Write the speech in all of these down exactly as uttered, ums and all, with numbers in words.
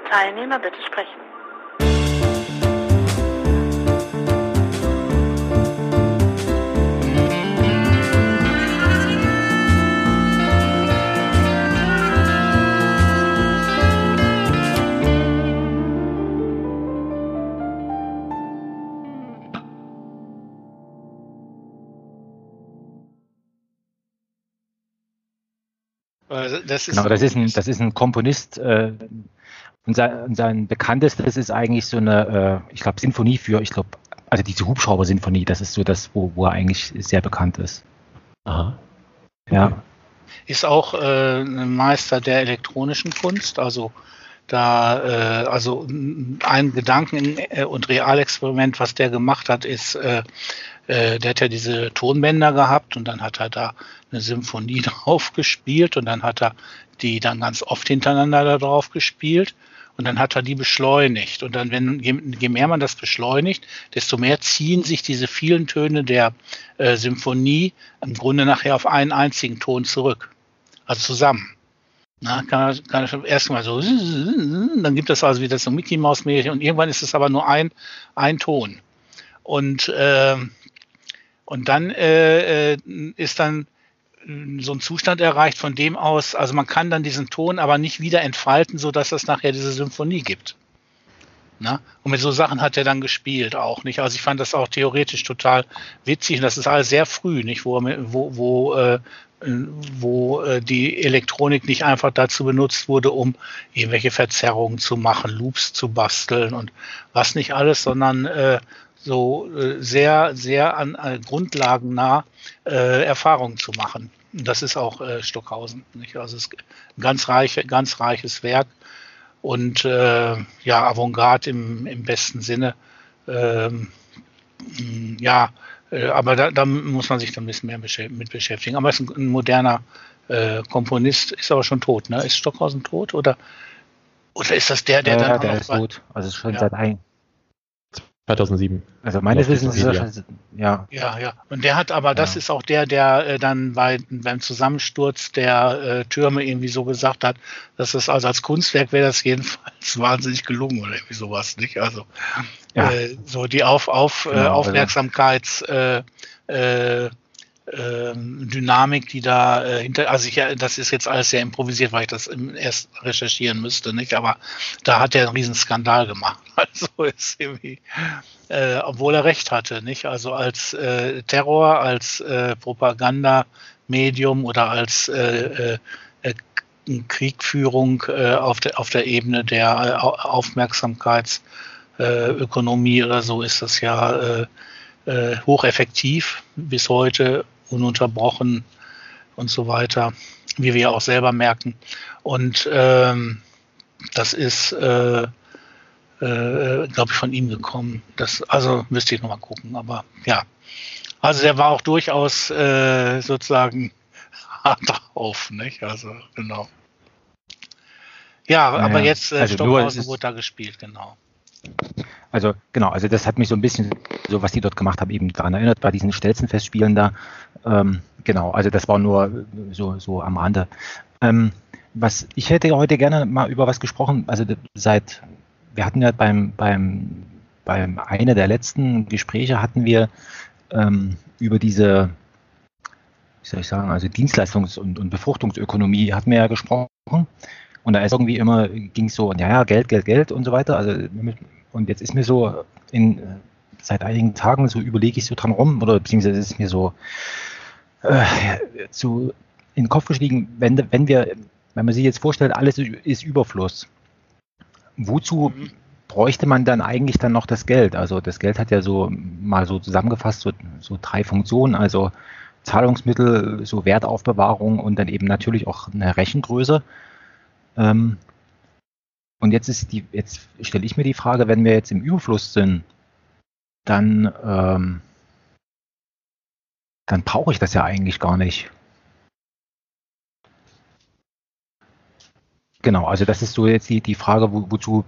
Teilnehmer bitte sprechen. Das ist genau, das ist ein, das ist ein Komponist. Äh, und sein, sein bekanntestes ist eigentlich so eine, äh, ich glaube, Sinfonie für, ich glaube, also diese Hubschrauber-Sinfonie. Das ist so das, wo, wo er eigentlich sehr bekannt ist. Aha. Okay. Ja. Ist auch äh, ein Meister der elektronischen Kunst, also da, äh, also ein Gedanken- und Realexperiment, was der gemacht hat, ist, äh, äh, der hat ja diese Tonbänder gehabt und dann hat er da eine Symphonie drauf gespielt und dann hat er die dann ganz oft hintereinander da drauf gespielt und dann hat er die beschleunigt und dann, wenn je, je mehr man das beschleunigt, desto mehr ziehen sich diese vielen Töne der äh, Symphonie im Grunde nachher auf einen einzigen Ton zurück, also zusammen. Na, kann, kann ich erstmal so, dann gibt es also wieder so Mickey Maus Märchen und irgendwann ist es aber nur ein, ein Ton. Und, äh, und dann äh, ist dann so ein Zustand erreicht, von dem aus, also man kann dann diesen Ton aber nicht wieder entfalten, sodass es nachher diese Symphonie gibt. Na? Und mit so Sachen hat er dann gespielt auch, nicht? Also ich fand das auch theoretisch total witzig und das ist alles sehr früh, nicht? Wo, wo, wo äh, wo äh, die Elektronik nicht einfach dazu benutzt wurde, um irgendwelche Verzerrungen zu machen, Loops zu basteln und was nicht alles, sondern äh, so äh, sehr, sehr an äh, grundlagennah äh, Erfahrungen zu machen. Und das ist auch äh, Stockhausen, nicht? Also es ist ein ganz, reiche, ganz reiches Werk und äh, ja, Avantgarde im, im besten Sinne. Ähm, ja, aber da, da muss man sich dann ein bisschen mehr mit beschäftigen. Aber es ist ein, ein moderner äh, Komponist, ist aber schon tot, ne? Ist Stockhausen tot oder, oder ist das der, der ja, dann ja, auch der noch ist tot. Also schon ja. seit ein. zweitausendsieben. Also meines Wissens ist er schon, ja. Ja, ja. Und der hat aber, ja. das ist auch der, der äh, dann bei, beim Zusammensturz der äh, Türme irgendwie so gesagt hat, dass das also als Kunstwerk wäre das jedenfalls wahnsinnig gelungen oder irgendwie sowas, nicht? Also ja. äh, so die auf, auf, genau, äh, Aufmerksamkeits äh, äh, Dynamik, die da äh, hinter, also ich, ja, das ist jetzt alles sehr improvisiert, weil ich das erst recherchieren müsste, nicht? Aber da hat er einen riesen Skandal gemacht. Also ist irgendwie, äh, obwohl er recht hatte, nicht? Also als äh, Terror, als äh, Propagandamedium oder als äh, äh, Kriegführung äh, auf der auf der Ebene der äh, Aufmerksamkeitsökonomie äh, oder so ist das ja äh, äh, hocheffektiv bis heute, ununterbrochen und so weiter, wie wir ja auch selber merken. Und ähm, das ist, äh, äh, glaube ich, von ihm gekommen. Das, also müsste ich nochmal gucken, aber ja. Also der war auch durchaus äh, sozusagen hart drauf, nicht? Also genau. Ja, ja aber jetzt äh, also Stockhausen wurde da gespielt, genau. Also genau, also das hat mich so ein bisschen, so was die dort gemacht haben, eben daran erinnert, bei diesen Stelzenfestspielen da. Ähm, genau, also das war nur so, so am Rande. Ähm, was ich hätte heute gerne mal über was gesprochen, also seit, wir hatten ja beim, beim, beim einer der letzten Gespräche hatten wir ähm, über diese, wie soll ich sagen, also Dienstleistungs- und, und Befruchtungsökonomie hatten wir ja gesprochen. Und da ist irgendwie immer, ging es so, ja, ja, Geld, Geld, Geld und so weiter. Also, und jetzt ist mir so, in, seit einigen Tagen so überlege ich so dran rum, oder beziehungsweise ist mir so äh, zu, in den Kopf gestiegen, wenn, wenn wir, wenn man sich jetzt vorstellt, alles ist Überfluss, wozu mhm. bräuchte man dann eigentlich dann noch das Geld? Also das Geld hat ja so mal so zusammengefasst so, so drei Funktionen, also Zahlungsmittel, so Wertaufbewahrung und dann eben natürlich auch eine Rechengröße. Ähm, und jetzt ist die, jetzt stelle ich mir die Frage, wenn wir jetzt im Überfluss sind, dann, ähm, dann brauche ich das ja eigentlich gar nicht. Genau, also das ist so jetzt die, die Frage, wo, wozu,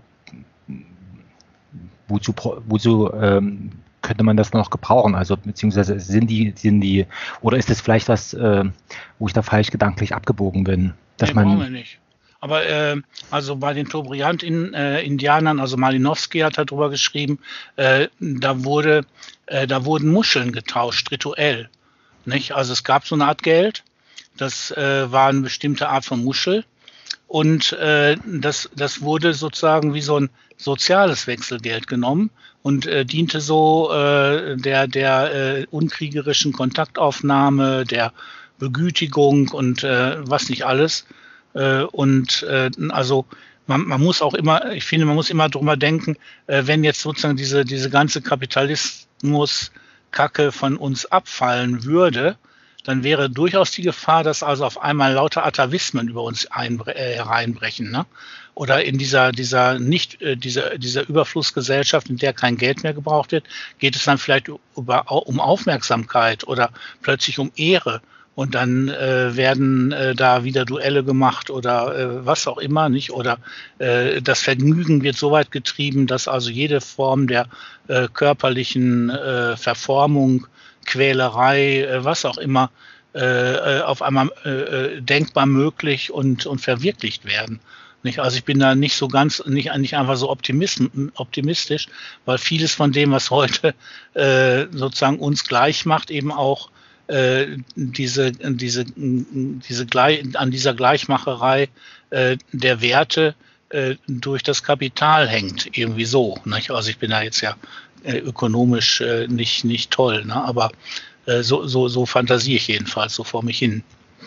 wozu, wozu ähm, könnte man das noch gebrauchen? Also beziehungsweise sind die, sind die, oder ist das vielleicht was, äh, wo ich da falsch gedanklich abgebogen bin? Dass nee, man, brauchen wir nicht. Aber äh, also bei den Tobriant-Indianern, also Malinowski hat darüber geschrieben, äh, da wurde, äh, da wurden Muscheln getauscht, rituell. Nicht? Also es gab so eine Art Geld, das äh, war eine bestimmte Art von Muschel und äh, das, das wurde sozusagen wie so ein soziales Wechselgeld genommen und äh, diente so äh, der, der äh, unkriegerischen Kontaktaufnahme, der Begütigung und äh, was nicht alles. Äh, und äh, also man, man muss auch immer, ich finde, man muss immer drüber denken, äh, wenn jetzt sozusagen diese, diese ganze Kapitalismus-Kacke von uns abfallen würde, dann wäre durchaus die Gefahr, dass also auf einmal lauter Atavismen über uns einbre äh, hereinbrechen, ne? Oder in dieser, dieser nicht, äh, dieser, dieser Überflussgesellschaft, in der kein Geld mehr gebraucht wird, geht es dann vielleicht über, um Aufmerksamkeit oder plötzlich um Ehre. Und dann äh, werden äh, da wieder Duelle gemacht oder äh, was auch immer, nicht? Oder äh, das Vergnügen wird so weit getrieben, dass also jede Form der äh, körperlichen äh, Verformung, Quälerei, äh, was auch immer, äh, auf einmal äh, denkbar möglich und, und verwirklicht werden. Nicht? Also ich bin da nicht so ganz, nicht, nicht einfach so optimistisch, weil vieles von dem, was heute äh, sozusagen uns gleich macht, eben auch äh, diese, diese, diese an dieser Gleichmacherei äh, der Werte äh, durch das Kapital hängt, irgendwie so. Nicht? Also ich bin da jetzt ja äh, ökonomisch äh, nicht, nicht toll, ne? Aber äh, so, so, so fantasiere ich jedenfalls so vor mich hin.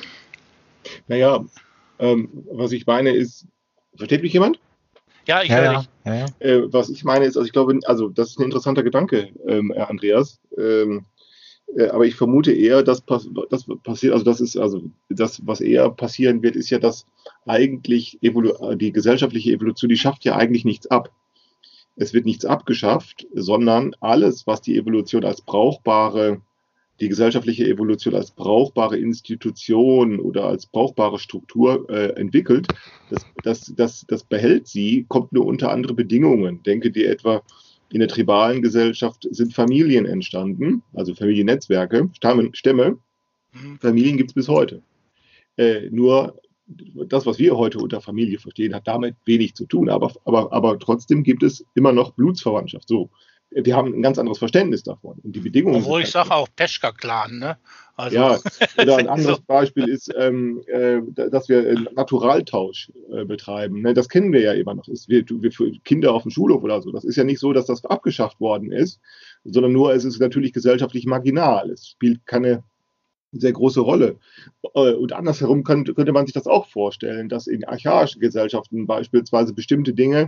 Naja, ähm, was ich meine ist, versteht mich jemand? Ja, ich Ja, höre ja, dich. ja, ja. Äh, was ich meine ist, also ich glaube, also das ist ein interessanter Gedanke, ähm, Herr Andreas. Ähm, äh, aber ich vermute eher, dass das passiert, also das ist, also das, was eher passieren wird, ist ja, dass eigentlich Evolu- die gesellschaftliche Evolution, die schafft ja eigentlich nichts ab. Es wird nichts abgeschafft, sondern alles, was die Evolution als brauchbare, die gesellschaftliche Evolution als brauchbare Institution oder als brauchbare Struktur äh, entwickelt, das, das, das, das behält sie, kommt nur unter andere Bedingungen. Denke dir etwa, in der tribalen Gesellschaft sind Familien entstanden, also Familiennetzwerke, Stämme. Stämme. Familien gibt es bis heute. Äh, nur das, was wir heute unter Familie verstehen, hat damit wenig zu tun, aber, aber, aber trotzdem gibt es immer noch Blutsverwandtschaft. So. Wir haben ein ganz anderes Verständnis davon. Und die Bedingungen Obwohl ich halt sage auch Peschka-Clan, ne? Also, ja, oder ein anderes so. Beispiel ist, ähm, äh, dass wir Naturaltausch äh, betreiben. Ne? Das kennen wir ja immer noch. Es wird, wir für Kinder auf dem Schulhof oder so. Das ist ja nicht so, dass das abgeschafft worden ist, sondern nur, es ist natürlich gesellschaftlich marginal. Es spielt keine sehr große Rolle. Und andersherum könnte, könnte man sich das auch vorstellen, dass in archaischen Gesellschaften beispielsweise bestimmte Dinge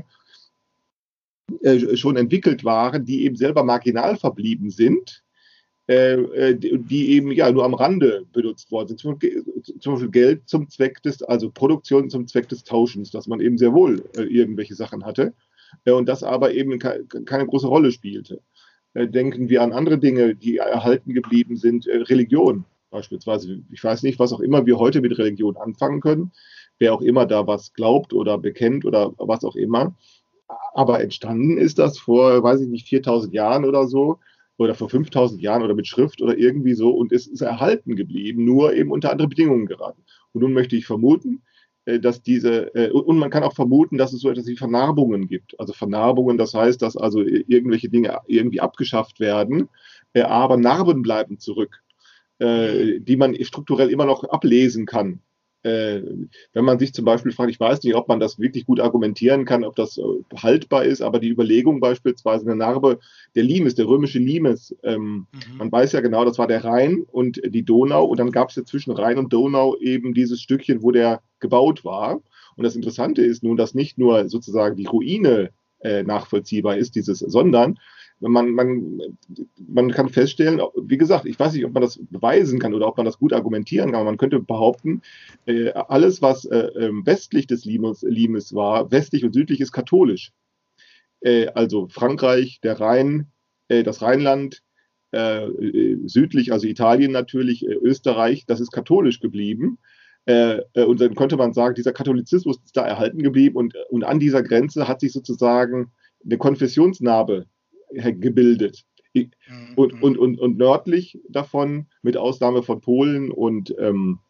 äh, schon entwickelt waren, die eben selber marginal verblieben sind, äh, die, die eben ja nur am Rande benutzt worden sind. Zum, zum Beispiel Geld zum Zweck des, also Produktion zum Zweck des Tauschens, dass man eben sehr wohl äh, irgendwelche Sachen hatte äh, und das aber eben ke keine große Rolle spielte. Äh, denken wir an andere Dinge, die erhalten geblieben sind, äh, Religion. Beispielsweise, ich weiß nicht, was auch immer wir heute mit Religion anfangen können, wer auch immer da was glaubt oder bekennt oder was auch immer. Aber entstanden ist das vor, weiß ich nicht, viertausend Jahren oder so oder vor fünftausend Jahren oder mit Schrift oder irgendwie so und es ist erhalten geblieben, nur eben unter andere Bedingungen geraten. Und nun möchte ich vermuten, dass diese, und man kann auch vermuten, dass es so etwas wie Vernarbungen gibt. Also Vernarbungen, das heißt, dass also irgendwelche Dinge irgendwie abgeschafft werden, aber Narben bleiben zurück, die man strukturell immer noch ablesen kann. Äh, wenn man sich zum Beispiel fragt, ich weiß nicht, ob man das wirklich gut argumentieren kann, ob das äh, haltbar ist, aber die Überlegung beispielsweise eine Narbe, der Limes, der römische Limes, ähm, mhm. man weiß ja genau, das war der Rhein und die Donau und dann gab es ja zwischen Rhein und Donau eben dieses Stückchen, wo der gebaut war. Und das Interessante ist nun, dass nicht nur sozusagen die Ruine äh, nachvollziehbar ist, dieses, sondern Man, man, man kann feststellen, wie gesagt, ich weiß nicht, ob man das beweisen kann oder ob man das gut argumentieren kann, aber man könnte behaupten, äh, alles, was äh, westlich des Limes, Limes war, westlich und südlich ist katholisch. Äh, also Frankreich, der Rhein, äh, das Rheinland, äh, südlich, also Italien natürlich, äh, Österreich, das ist katholisch geblieben. Äh, und dann könnte man sagen, dieser Katholizismus ist da erhalten geblieben und, und an dieser Grenze hat sich sozusagen eine Konfessionsnarbe gebildet. Und, und, und, und nördlich davon, mit Ausnahme von Polen und, ähm,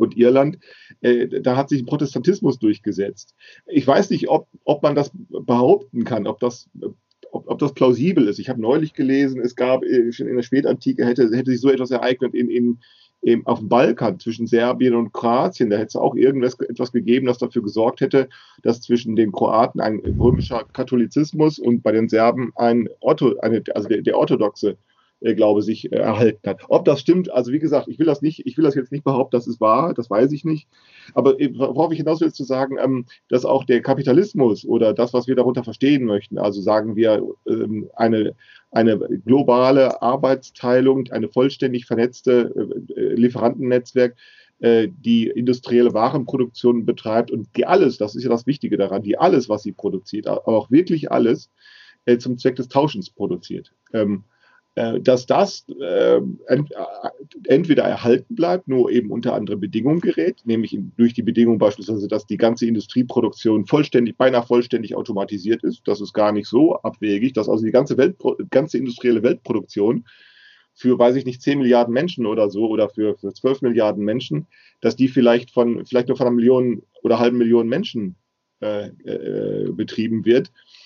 und Irland, äh, da hat sich ein Protestantismus durchgesetzt. Ich weiß nicht, ob, ob man das behaupten kann, ob das, ob, ob das plausibel ist. Ich habe neulich gelesen, es gab äh, schon in der Spätantike, hätte, hätte sich so etwas ereignet in, in, in, auf dem Balkan zwischen Serbien und Kroatien. Da hätte es auch irgendwas etwas gegeben, das dafür gesorgt hätte, dass zwischen den Kroaten ein römischer Katholizismus und bei den Serben ein Ortho, eine, also der, der orthodoxe Glaube sich äh, erhalten hat. Ob das stimmt, also wie gesagt, ich will das nicht, ich will das jetzt nicht behaupten, dass es wahr, das weiß ich nicht. Aber worauf ich hinaus will, ist zu sagen, ähm, dass auch der Kapitalismus oder das, was wir darunter verstehen möchten, also sagen wir ähm, eine, eine globale Arbeitsteilung, eine vollständig vernetzte äh, Lieferantennetzwerk, äh, die industrielle Warenproduktion betreibt und die alles, das ist ja das Wichtige daran, die alles, was sie produziert, aber auch wirklich alles äh, zum Zweck des Tauschens produziert. Ähm, dass das äh, ent, entweder erhalten bleibt, nur eben unter anderen Bedingungen gerät, nämlich in, durch die Bedingung beispielsweise, dass die ganze Industrieproduktion vollständig, beinahe vollständig automatisiert ist. Das ist gar nicht so abwegig, dass also die ganze, Welt, ganze industrielle Weltproduktion für, weiß ich nicht, zehn Milliarden Menschen oder so oder für, für zwölf Milliarden Menschen, dass die vielleicht von vielleicht nur von einer Million oder halben Million Menschen äh, äh, betrieben wird,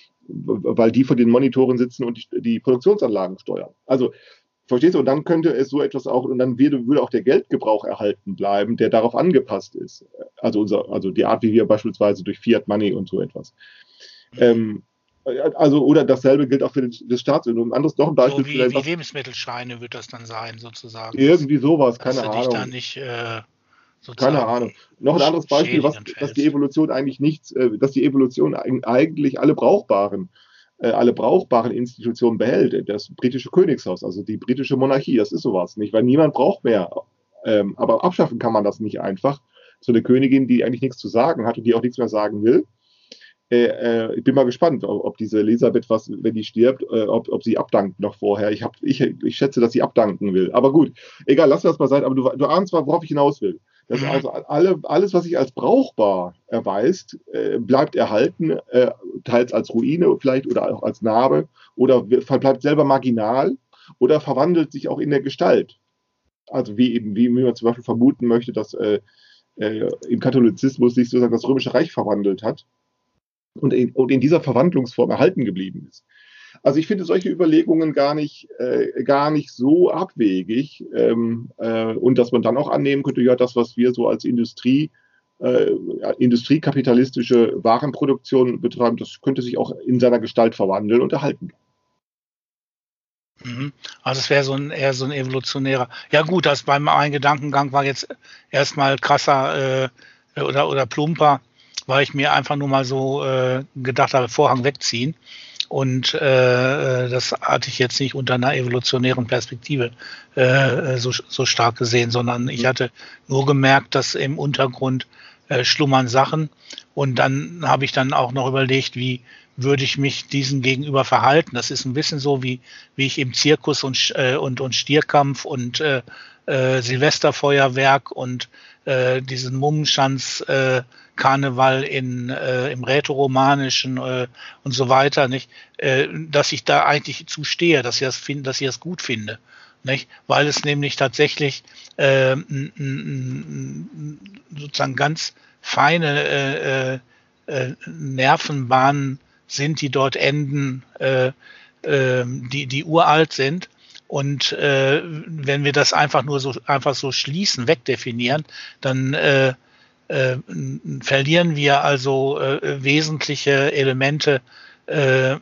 weil die vor den Monitoren sitzen und die, die Produktionsanlagen steuern. Also, verstehst du? Und dann könnte es so etwas auch, und dann würde, würde auch der Geldgebrauch erhalten bleiben, der darauf angepasst ist. Also, unser, also die Art, wie wir beispielsweise durch Fiat Money und so etwas. Ähm, also, oder dasselbe gilt auch für den, das Staatsöl. Um ein anderes noch ein Beispiel. So wie, wie Lebensmittelscheine wird das dann sein, sozusagen. Irgendwie sowas, keine dass Ahnung. Dich da nicht, äh, Keine Ahnung. Noch ein anderes Beispiel, was, dass die Evolution eigentlich nichts, äh, dass die Evolution eigentlich alle brauchbaren, äh, alle brauchbaren Institutionen behält. Das britische Königshaus, also die britische Monarchie, das ist sowas nicht, weil niemand braucht mehr. Ähm, aber abschaffen kann man das nicht einfach. So eine Königin, die eigentlich nichts zu sagen hat und die auch nichts mehr sagen will. Äh, äh, ich bin mal gespannt, ob, ob diese Elisabeth, was, wenn die stirbt, äh, ob, ob sie abdankt noch vorher. Ich, hab, ich, ich schätze, dass sie abdanken will. Aber gut, egal, lass das mal sein. Aber du, du ahnst mal, worauf ich hinaus will. Dass mhm. also alle, alles, was sich als brauchbar erweist, äh, bleibt erhalten, äh, teils als Ruine vielleicht oder auch als Narbe oder bleibt selber marginal oder verwandelt sich auch in der Gestalt. Also wie eben, wie man zum Beispiel vermuten möchte, dass äh, äh, im Katholizismus sich sozusagen das Römische Reich verwandelt hat und in, und in dieser Verwandlungsform erhalten geblieben ist. Also ich finde solche Überlegungen gar nicht, äh, gar nicht so abwegig ähm, äh, und dass man dann auch annehmen könnte, ja, das, was wir so als Industrie, äh, industriekapitalistische Warenproduktion betreiben, das könnte sich auch in seiner Gestalt verwandeln und erhalten. Also es wäre so ein eher so ein evolutionärer. Ja gut, das beim einen Gedankengang war jetzt erstmal krasser äh, oder oder plumper, weil ich mir einfach nur mal so äh, gedacht habe, Vorhang wegziehen. Und äh, das hatte ich jetzt nicht unter einer evolutionären Perspektive äh, so, so stark gesehen, sondern ich hatte nur gemerkt, dass im Untergrund äh, schlummern Sachen. Und dann habe ich dann auch noch überlegt, wie würde ich mich diesen gegenüber verhalten. Das ist ein bisschen so, wie, wie ich im Zirkus und, äh, und, und Stierkampf und äh, äh, Silvesterfeuerwerk und äh, diesen Mummenschanz äh, Karneval in, äh, im Rätoromanischen äh, und so weiter, nicht, äh, dass ich da eigentlich zustehe, dass ich das finde, dass ich das gut finde, nicht, weil es nämlich tatsächlich äh, n, n, sozusagen ganz feine äh, äh, Nervenbahnen sind, die dort enden, äh, äh, die die uralt sind. Und äh, wenn wir das einfach nur so einfach so schließen, wegdefinieren, dann äh, Äh, verlieren wir also äh, wesentliche Elemente, äh,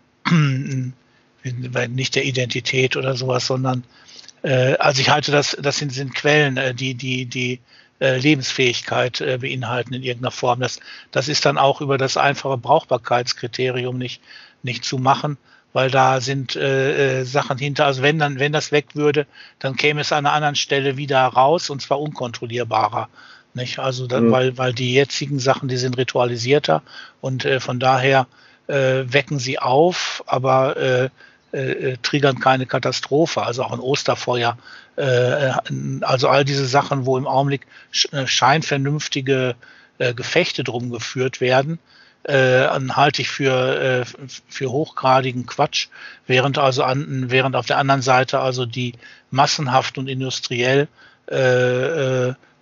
nicht der Identität oder sowas, sondern äh, also ich halte das, das sind, sind Quellen, äh, die die die äh, Lebensfähigkeit äh, beinhalten in irgendeiner Form. Das, das ist dann auch über das einfache Brauchbarkeitskriterium nicht nicht zu machen, weil da sind äh, Sachen hinter. Also wenn dann wenn das weg würde, dann käme es an einer anderen Stelle wieder raus und zwar unkontrollierbarer. Nicht? Also da, mhm. weil, weil die jetzigen Sachen, die sind ritualisierter und äh, von daher äh, wecken sie auf, aber äh, äh, triggern keine Katastrophe. Also auch ein Osterfeuer, äh, also all diese Sachen, wo im Augenblick scheinvernünftige äh, Gefechte drum geführt werden, äh, halte ich für, äh, für hochgradigen Quatsch, während also an, während auf der anderen Seite also die massenhaft und industriell äh, äh,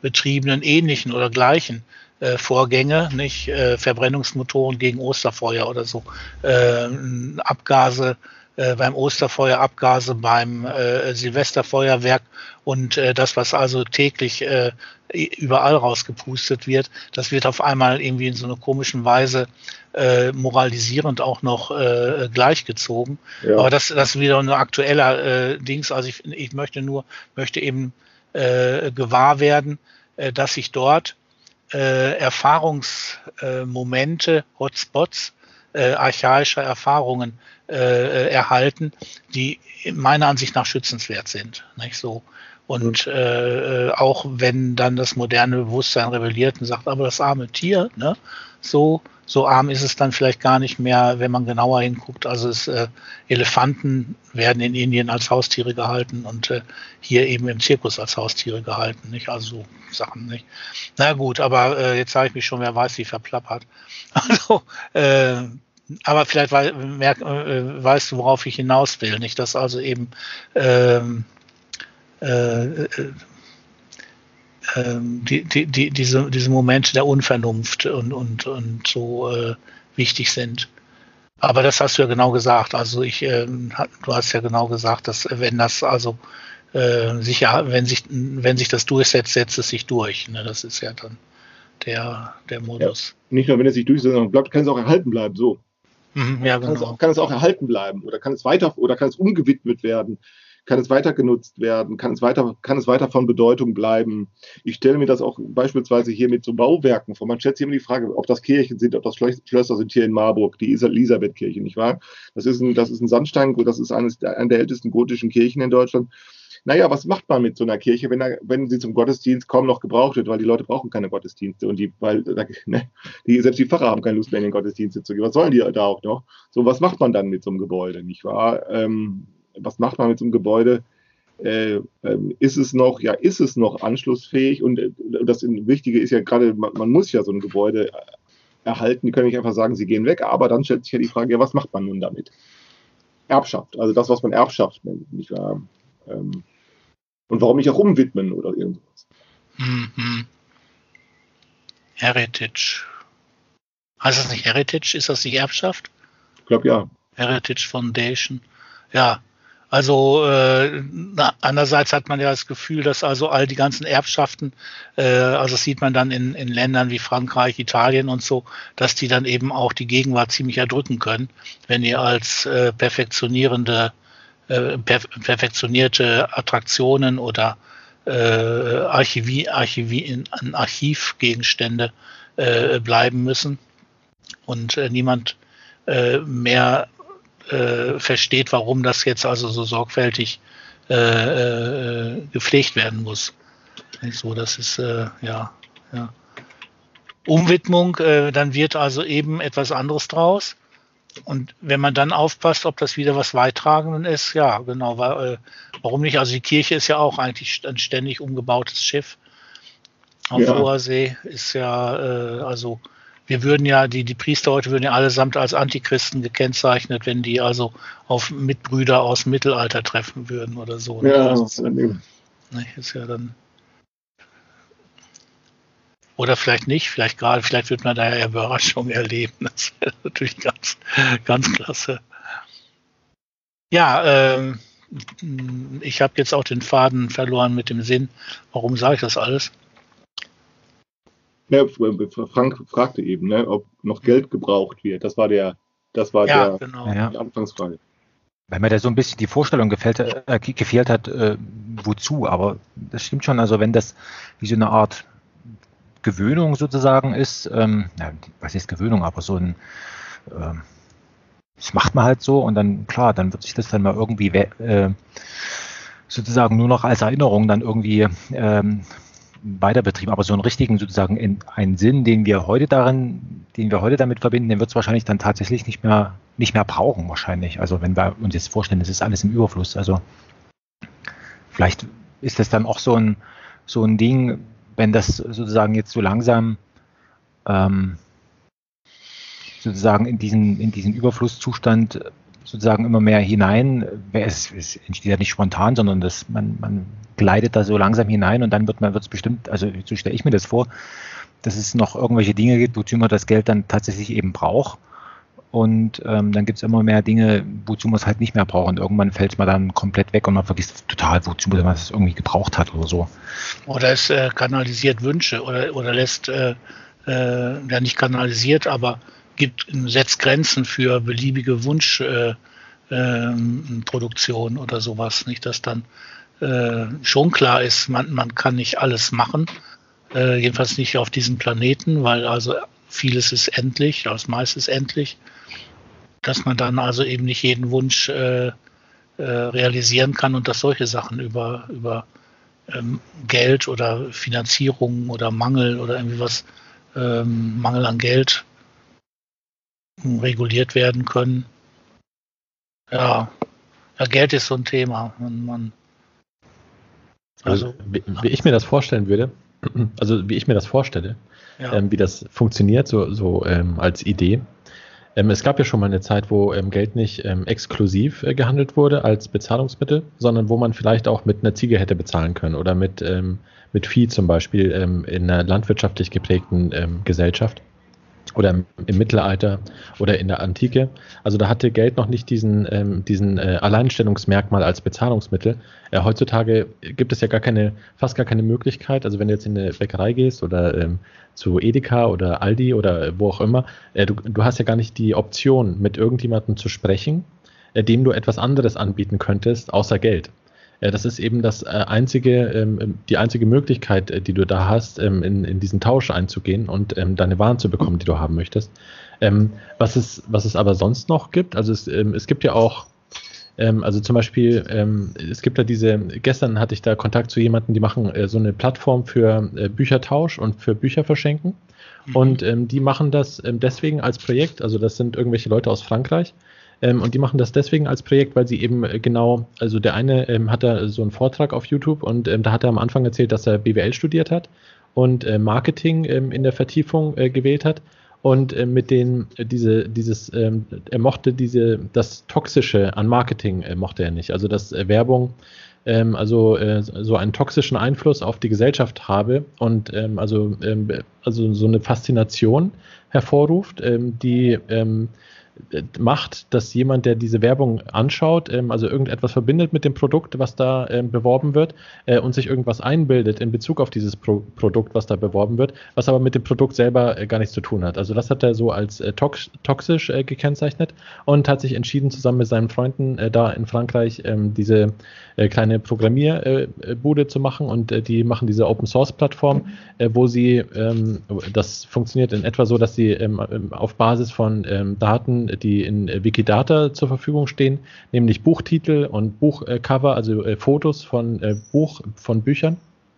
betriebenen ähnlichen oder gleichen äh, Vorgänge, nicht äh, Verbrennungsmotoren gegen Osterfeuer oder so, äh, Abgase äh, beim Osterfeuer, Abgase beim äh, Silvesterfeuerwerk und äh, das, was also täglich äh, überall rausgepustet wird, das wird auf einmal irgendwie in so einer komischen Weise äh, moralisierend auch noch äh, gleichgezogen. Ja. Aber das, das ist wieder ein aktueller äh, Dings. Also ich, ich möchte nur, möchte eben äh, gewahr werden, äh, dass sich dort äh, Erfahrungsmomente, äh, Hotspots, äh, archaischer Erfahrungen äh, erhalten, die meiner Ansicht nach schützenswert sind. Nicht so. Und äh, auch wenn dann das moderne Bewusstsein rebelliert und sagt, aber das arme Tier, ne, so, so arm ist es dann vielleicht gar nicht mehr, wenn man genauer hinguckt. Also es, äh, Elefanten werden in Indien als Haustiere gehalten und äh, hier eben im Zirkus als Haustiere gehalten, nicht? Also so Sachen, nicht? Na gut, aber äh, jetzt sage ich mich schon, wer weiß, wie verplappert. Also, äh, aber vielleicht wei- merk, äh, weißt du, worauf ich hinaus will, nicht? Dass also eben ähm, Äh, äh, äh, die, die, die, diese, diese Momente der Unvernunft und, und, und so äh, wichtig sind. Aber das hast du ja genau gesagt. Also ich, äh, du hast ja genau gesagt, dass wenn das also äh, sich, wenn sich, wenn sich das durchsetzt, setzt es sich durch. Ne? Das ist ja dann der, der Modus. Ja, nicht nur, wenn es sich durchsetzt, sondern bleibt, kann es auch erhalten bleiben. So. Mhm, ja, kann, genau. es auch, kann es auch erhalten bleiben oder kann es weiter oder kann es umgewidmet werden. Kann es weiter genutzt werden, kann es weiter, kann es weiter von Bedeutung bleiben. Ich stelle mir das auch beispielsweise hier mit so Bauwerken vor. Man stellt sich immer die Frage, ob das Kirchen sind, ob das Schlösser sind hier in Marburg, die Elisabethkirche, nicht wahr? Das ist ein, das ist ein Sandstein, das ist eines, eine der ältesten gotischen Kirchen in Deutschland. Naja, was macht man mit so einer Kirche, wenn, da, wenn sie zum Gottesdienst kaum noch gebraucht wird, weil die Leute brauchen keine Gottesdienste und die, weil, ne, die, selbst die Pfarrer haben keine Lust mehr in den Gottesdienste zu gehen. Was sollen die da auch noch? So, was macht man dann mit so einem Gebäude, nicht wahr? Ähm, was macht man mit so einem Gebäude? Äh, ähm, ist es noch, ja, ist es noch anschlussfähig? Und äh, das Wichtige ist ja gerade, man, man muss ja so ein Gebäude erhalten. Die können nicht einfach sagen, sie gehen weg, aber dann stellt sich ja die Frage, ja, was macht man nun damit? Erbschaft, also das, was man Erbschaft nennt, nicht wahr? Ähm, und warum nicht auch umwidmen oder irgendwas? Mhm. Heritage. Heißt das nicht Heritage? Ist das nicht Erbschaft? Ich glaube, ja. Heritage Foundation. Ja, also äh, na, einerseits hat man ja das Gefühl, dass also all die ganzen Erbschaften, äh, also das sieht man dann in, in Ländern wie Frankreich, Italien und so, dass die dann eben auch die Gegenwart ziemlich erdrücken können, wenn die als äh, perfektionierende, äh, perf perfektionierte Attraktionen oder äh, Archivi Archivi in, an Archivgegenstände äh, bleiben müssen und äh, niemand äh, mehr Äh, versteht, warum das jetzt also so sorgfältig äh, äh, gepflegt werden muss. Nicht so, das ist äh, ja, ja. Umwidmung, äh, dann wird also eben etwas anderes draus. Und wenn man dann aufpasst, ob das wieder was Weittragendes ist, ja, genau, weil, äh, warum nicht? Also die Kirche ist ja auch eigentlich ein ständig umgebautes Schiff. Auf Ja. hoher See ist ja, äh, also wir würden ja, die, die Priester heute würden ja allesamt als Antichristen gekennzeichnet, wenn die also auf Mitbrüder aus dem Mittelalter treffen würden oder so. Ja, das ist, ne, ist ja dann. Oder vielleicht nicht, vielleicht gerade, vielleicht wird man da ja Überraschungen erleben. Das wäre natürlich ganz, ganz klasse. Ja, ähm, ich habe jetzt auch den Faden verloren mit dem Sinn. Warum sage ich das alles? Ja, Frank fragte eben, ne, ob noch Geld gebraucht wird. Das war der, das war Ja, der, genau. Ja. die Anfangsfrage. Weil mir da so ein bisschen die Vorstellung gefällt, äh, gefehlt hat, äh, wozu. Aber das stimmt schon. Also wenn das wie so eine Art Gewöhnung sozusagen ist, ähm, ja, was ist Gewöhnung, aber so ein, ähm, das macht man halt so und dann, klar, dann wird sich das dann mal irgendwie äh, sozusagen nur noch als Erinnerung dann irgendwie ähm, weiter betrieben. Aber so einen richtigen sozusagen in, einen Sinn, den wir heute darin, den wir heute damit verbinden, den wird es wahrscheinlich dann tatsächlich nicht mehr, nicht mehr brauchen wahrscheinlich. Also wenn wir uns jetzt vorstellen, das ist alles im Überfluss. Also vielleicht ist das dann auch so ein, so ein Ding, wenn das sozusagen jetzt so langsam ähm, sozusagen in diesen, in diesen Überflusszustand sozusagen immer mehr hinein. Es, es entsteht ja nicht spontan, sondern das, man, man gleitet da so langsam hinein und dann wird man, wird es bestimmt, also so stelle ich mir das vor, dass es noch irgendwelche Dinge gibt, wozu man das Geld dann tatsächlich eben braucht. Und ähm, dann gibt es immer mehr Dinge, wozu man es halt nicht mehr braucht. Und irgendwann fällt es mal dann komplett weg und man vergisst total, wozu man es irgendwie gebraucht hat oder so. Oder es äh, kanalisiert Wünsche oder, oder lässt, äh, äh, ja nicht kanalisiert, aber gibt, setzt Grenzen für beliebige Wunschproduktion äh, äh, oder sowas. Nicht, dass dann äh, schon klar ist, man, man kann nicht alles machen. Äh, jedenfalls nicht auf diesem Planeten, weil also vieles ist endlich, das meiste ist endlich. Dass man dann also eben nicht jeden Wunsch äh, äh, realisieren kann und dass solche Sachen über, über ähm, Geld oder Finanzierung oder Mangel oder irgendwie was, ähm, Mangel an Geld reguliert werden können. Ja, ja, Geld ist so ein Thema. Man, man, also, also wie, wie ich mir das vorstellen würde, also wie ich mir das vorstelle, ja. ähm, wie das funktioniert, so, so ähm, als Idee. Ähm, es gab ja schon mal eine Zeit, wo ähm, Geld nicht ähm, exklusiv äh, gehandelt wurde als Bezahlungsmittel, sondern wo man vielleicht auch mit einer Ziege hätte bezahlen können oder mit, ähm, mit Vieh zum Beispiel ähm, in einer landwirtschaftlich geprägten ähm, Gesellschaft oder im, im Mittelalter oder in der Antike. Also da hatte Geld noch nicht diesen, ähm, diesen äh, Alleinstellungsmerkmal als Bezahlungsmittel. Äh, heutzutage gibt es ja gar keine, fast gar keine Möglichkeit, also wenn du jetzt in eine Bäckerei gehst oder ähm, zu Edeka oder Aldi oder wo auch immer, äh, du, du hast ja gar nicht die Option, mit irgendjemandem zu sprechen, äh, dem du etwas anderes anbieten könntest, außer Geld. Das ist eben das einzige, die einzige Möglichkeit, die du da hast, in, in diesen Tausch einzugehen und deine Waren zu bekommen, die du haben möchtest. Was es, was es aber sonst noch gibt, also es, es gibt ja auch, also zum Beispiel, es gibt ja diese, gestern hatte ich da Kontakt zu jemandem, die machen so eine Plattform für Büchertausch und für Bücher verschenken. Mhm. Und die machen das deswegen als Projekt, also das sind irgendwelche Leute aus Frankreich. Ähm, und die machen das deswegen als Projekt, weil sie eben äh, genau, also der eine ähm, hat da so einen Vortrag auf YouTube und ähm, da hat er am Anfang erzählt, dass er B W L studiert hat und äh, Marketing ähm, in der Vertiefung äh, gewählt hat und äh, mit den, äh, diese, dieses, ähm, er mochte diese, das Toxische an Marketing äh, mochte er nicht, also dass äh, Werbung ähm, also äh, so einen toxischen Einfluss auf die Gesellschaft habe und ähm, also, ähm, also so eine Faszination hervorruft, ähm, die ähm, macht, dass jemand, der diese Werbung anschaut, ähm, also irgendetwas verbindet mit dem Produkt, was da ähm, beworben wird äh, und sich irgendwas einbildet in Bezug auf dieses Pro- Produkt, was da beworben wird, was aber mit dem Produkt selber äh, gar nichts zu tun hat. Also das hat er so als äh, tox- toxisch äh, gekennzeichnet und hat sich entschieden, zusammen mit seinen Freunden äh, da in Frankreich ähm, diese äh, kleine Programmierbude äh, zu machen und äh, die machen diese Open-Source-Plattform, äh, wo sie, ähm, das funktioniert in etwa so, dass sie ähm, auf Basis von ähm, Daten, die in Wikidata zur Verfügung stehen, nämlich Buchtitel und Buchcover, also äh, Fotos von äh, Buch, von Büchern,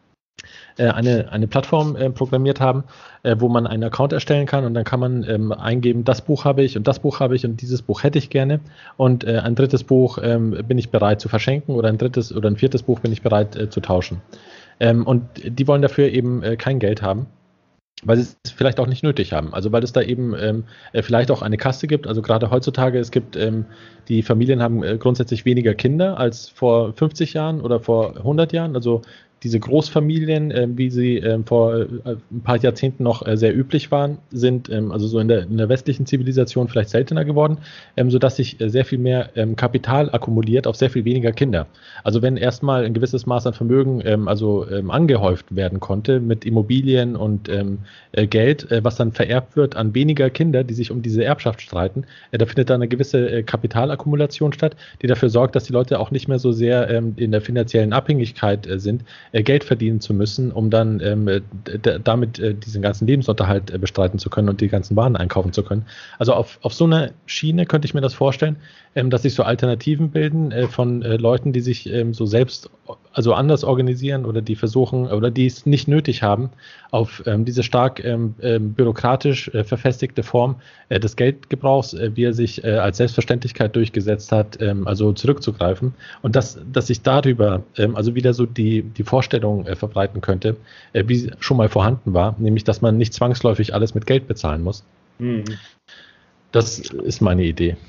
äh, eine, eine Plattform äh, programmiert haben, äh, wo man einen Account erstellen kann und dann kann man ähm, eingeben, das Buch habe ich und das Buch habe ich und dieses Buch hätte ich gerne und äh, ein drittes Buch ähm, bin ich bereit zu verschenken oder ein drittes oder ein viertes Buch bin ich bereit äh, zu tauschen. Ähm, und die wollen dafür eben äh, kein Geld haben, weil sie es vielleicht auch nicht nötig haben. Also weil es da eben ähm, vielleicht auch eine Kaste gibt. Also gerade heutzutage, es gibt, ähm, die Familien haben äh, grundsätzlich weniger Kinder als vor fünfzig Jahren oder vor hundert Jahren. Also diese Großfamilien, äh, wie sie äh, vor äh, ein paar Jahrzehnten noch äh, sehr üblich waren, sind ähm, also so in der, in der westlichen Zivilisation vielleicht seltener geworden, ähm, sodass sich äh, sehr viel mehr ähm, Kapital akkumuliert auf sehr viel weniger Kinder. Also wenn erstmal ein gewisses Maß an Vermögen ähm, also ähm, angehäuft werden konnte mit Immobilien und ähm, äh, Geld, äh, was dann vererbt wird an weniger Kinder, die sich um diese Erbschaft streiten, äh, da findet dann eine gewisse äh, Kapitalakkumulation statt, die dafür sorgt, dass die Leute auch nicht mehr so sehr ähm, in der finanziellen Abhängigkeit äh, sind, Geld verdienen zu müssen, um dann ähm, d- damit äh, diesen ganzen Lebensunterhalt äh, bestreiten zu können und die ganzen Waren einkaufen zu können. Also auf, auf so einer Schiene könnte ich mir das vorstellen, ähm, dass sich so Alternativen bilden äh, von äh, Leuten, die sich ähm, so selbst also anders organisieren oder die versuchen oder die es nicht nötig haben, auf ähm, diese stark ähm, ähm, bürokratisch äh, verfestigte Form äh, des Geldgebrauchs, äh, wie er sich äh, als Selbstverständlichkeit durchgesetzt hat, ähm, also zurückzugreifen und dass, dass sich darüber ähm, also wieder so die, die Vorstellung äh, verbreiten könnte, äh, wie schon mal vorhanden war, nämlich, dass man nicht zwangsläufig alles mit Geld bezahlen muss. Mhm. Das ist meine Idee.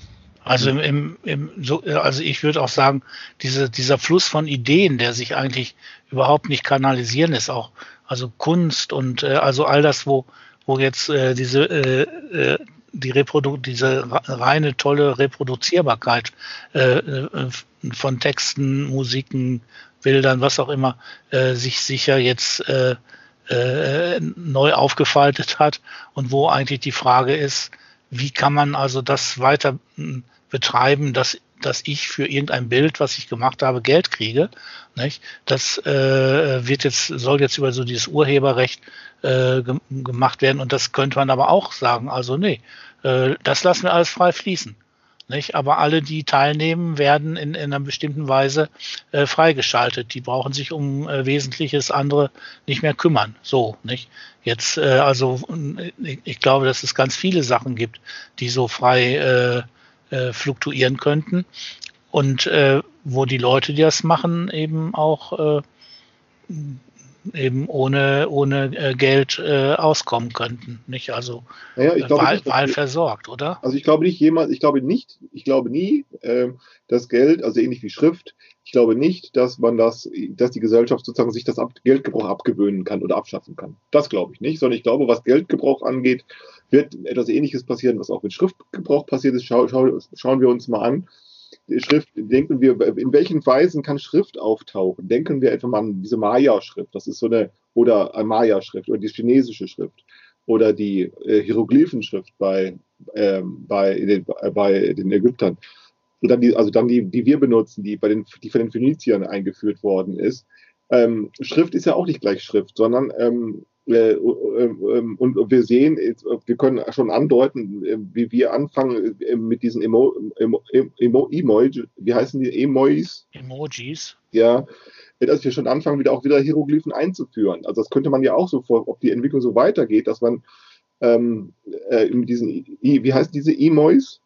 Also im, im, im so, also ich würde auch sagen, diese, dieser Fluss von Ideen, der sich eigentlich überhaupt nicht kanalisieren ist, auch also Kunst und äh, also all das, wo wo jetzt äh, diese äh, äh, die Reprodu diese reine tolle Reproduzierbarkeit äh, äh, von Texten, Musiken, Bildern, was auch immer, äh, sich sicher jetzt äh, äh, neu aufgefaltet hat und wo eigentlich die Frage ist, wie kann man also das weiter betreiben, dass, dass ich für irgendein Bild, was ich gemacht habe, Geld kriege. Nicht? Das äh, wird jetzt, soll jetzt über so dieses Urheberrecht äh, ge- gemacht werden und das könnte man aber auch sagen, also nee, äh, das lassen wir alles frei fließen. Nicht? Aber alle, die teilnehmen, werden in, in einer bestimmten Weise äh, freigeschaltet. Die brauchen sich um äh, Wesentliches andere nicht mehr kümmern. So, nicht? Jetzt, äh, also ich, ich glaube, dass es ganz viele Sachen gibt, die so frei äh, äh, fluktuieren könnten und äh, wo die Leute, die das machen, eben auch äh, eben ohne, ohne äh, Geld äh, auskommen könnten. Nicht? Also Naja, ich glaube Wahl, nicht, dass Wahl wir- versorgt, oder? Also ich glaube nicht jemals, ich glaube nicht, ich glaube nie, ähm, dass Geld, also ähnlich wie Schrift, ich glaube nicht, dass man das, dass die Gesellschaft sozusagen sich das Ab Geldgebrauch abgewöhnen kann oder abschaffen kann. Das glaube ich nicht, sondern ich glaube, was Geldgebrauch angeht, wird etwas Ähnliches passieren, was auch mit Schriftgebrauch passiert ist. Schau, schau, schauen wir uns mal an. Die Schrift, denken wir, in welchen Weisen kann Schrift auftauchen? Denken wir etwa mal an diese Maya-Schrift, das ist so eine, oder eine Maya-Schrift oder die chinesische Schrift oder die äh, Hieroglyphenschrift bei, ähm, bei, den, äh, bei den Ägyptern. Und dann die, also dann die, die wir benutzen, die, bei den, die von den Phöniziern eingeführt worden ist. Ähm, Schrift ist ja auch nicht gleich Schrift, sondern ähm, äh, äh, äh, und wir sehen, wir können schon andeuten, äh, wie wir anfangen äh, mit diesen Emo, Emo, Emo, Emoji, wie heißen die Emojis? Emojis. Ja, dass wir schon anfangen, wieder auch wieder Hieroglyphen einzuführen. Also das könnte man ja auch so vor, ob die Entwicklung so weitergeht, dass man ähm, äh, mit diesen, I, wie heißen diese Emojis?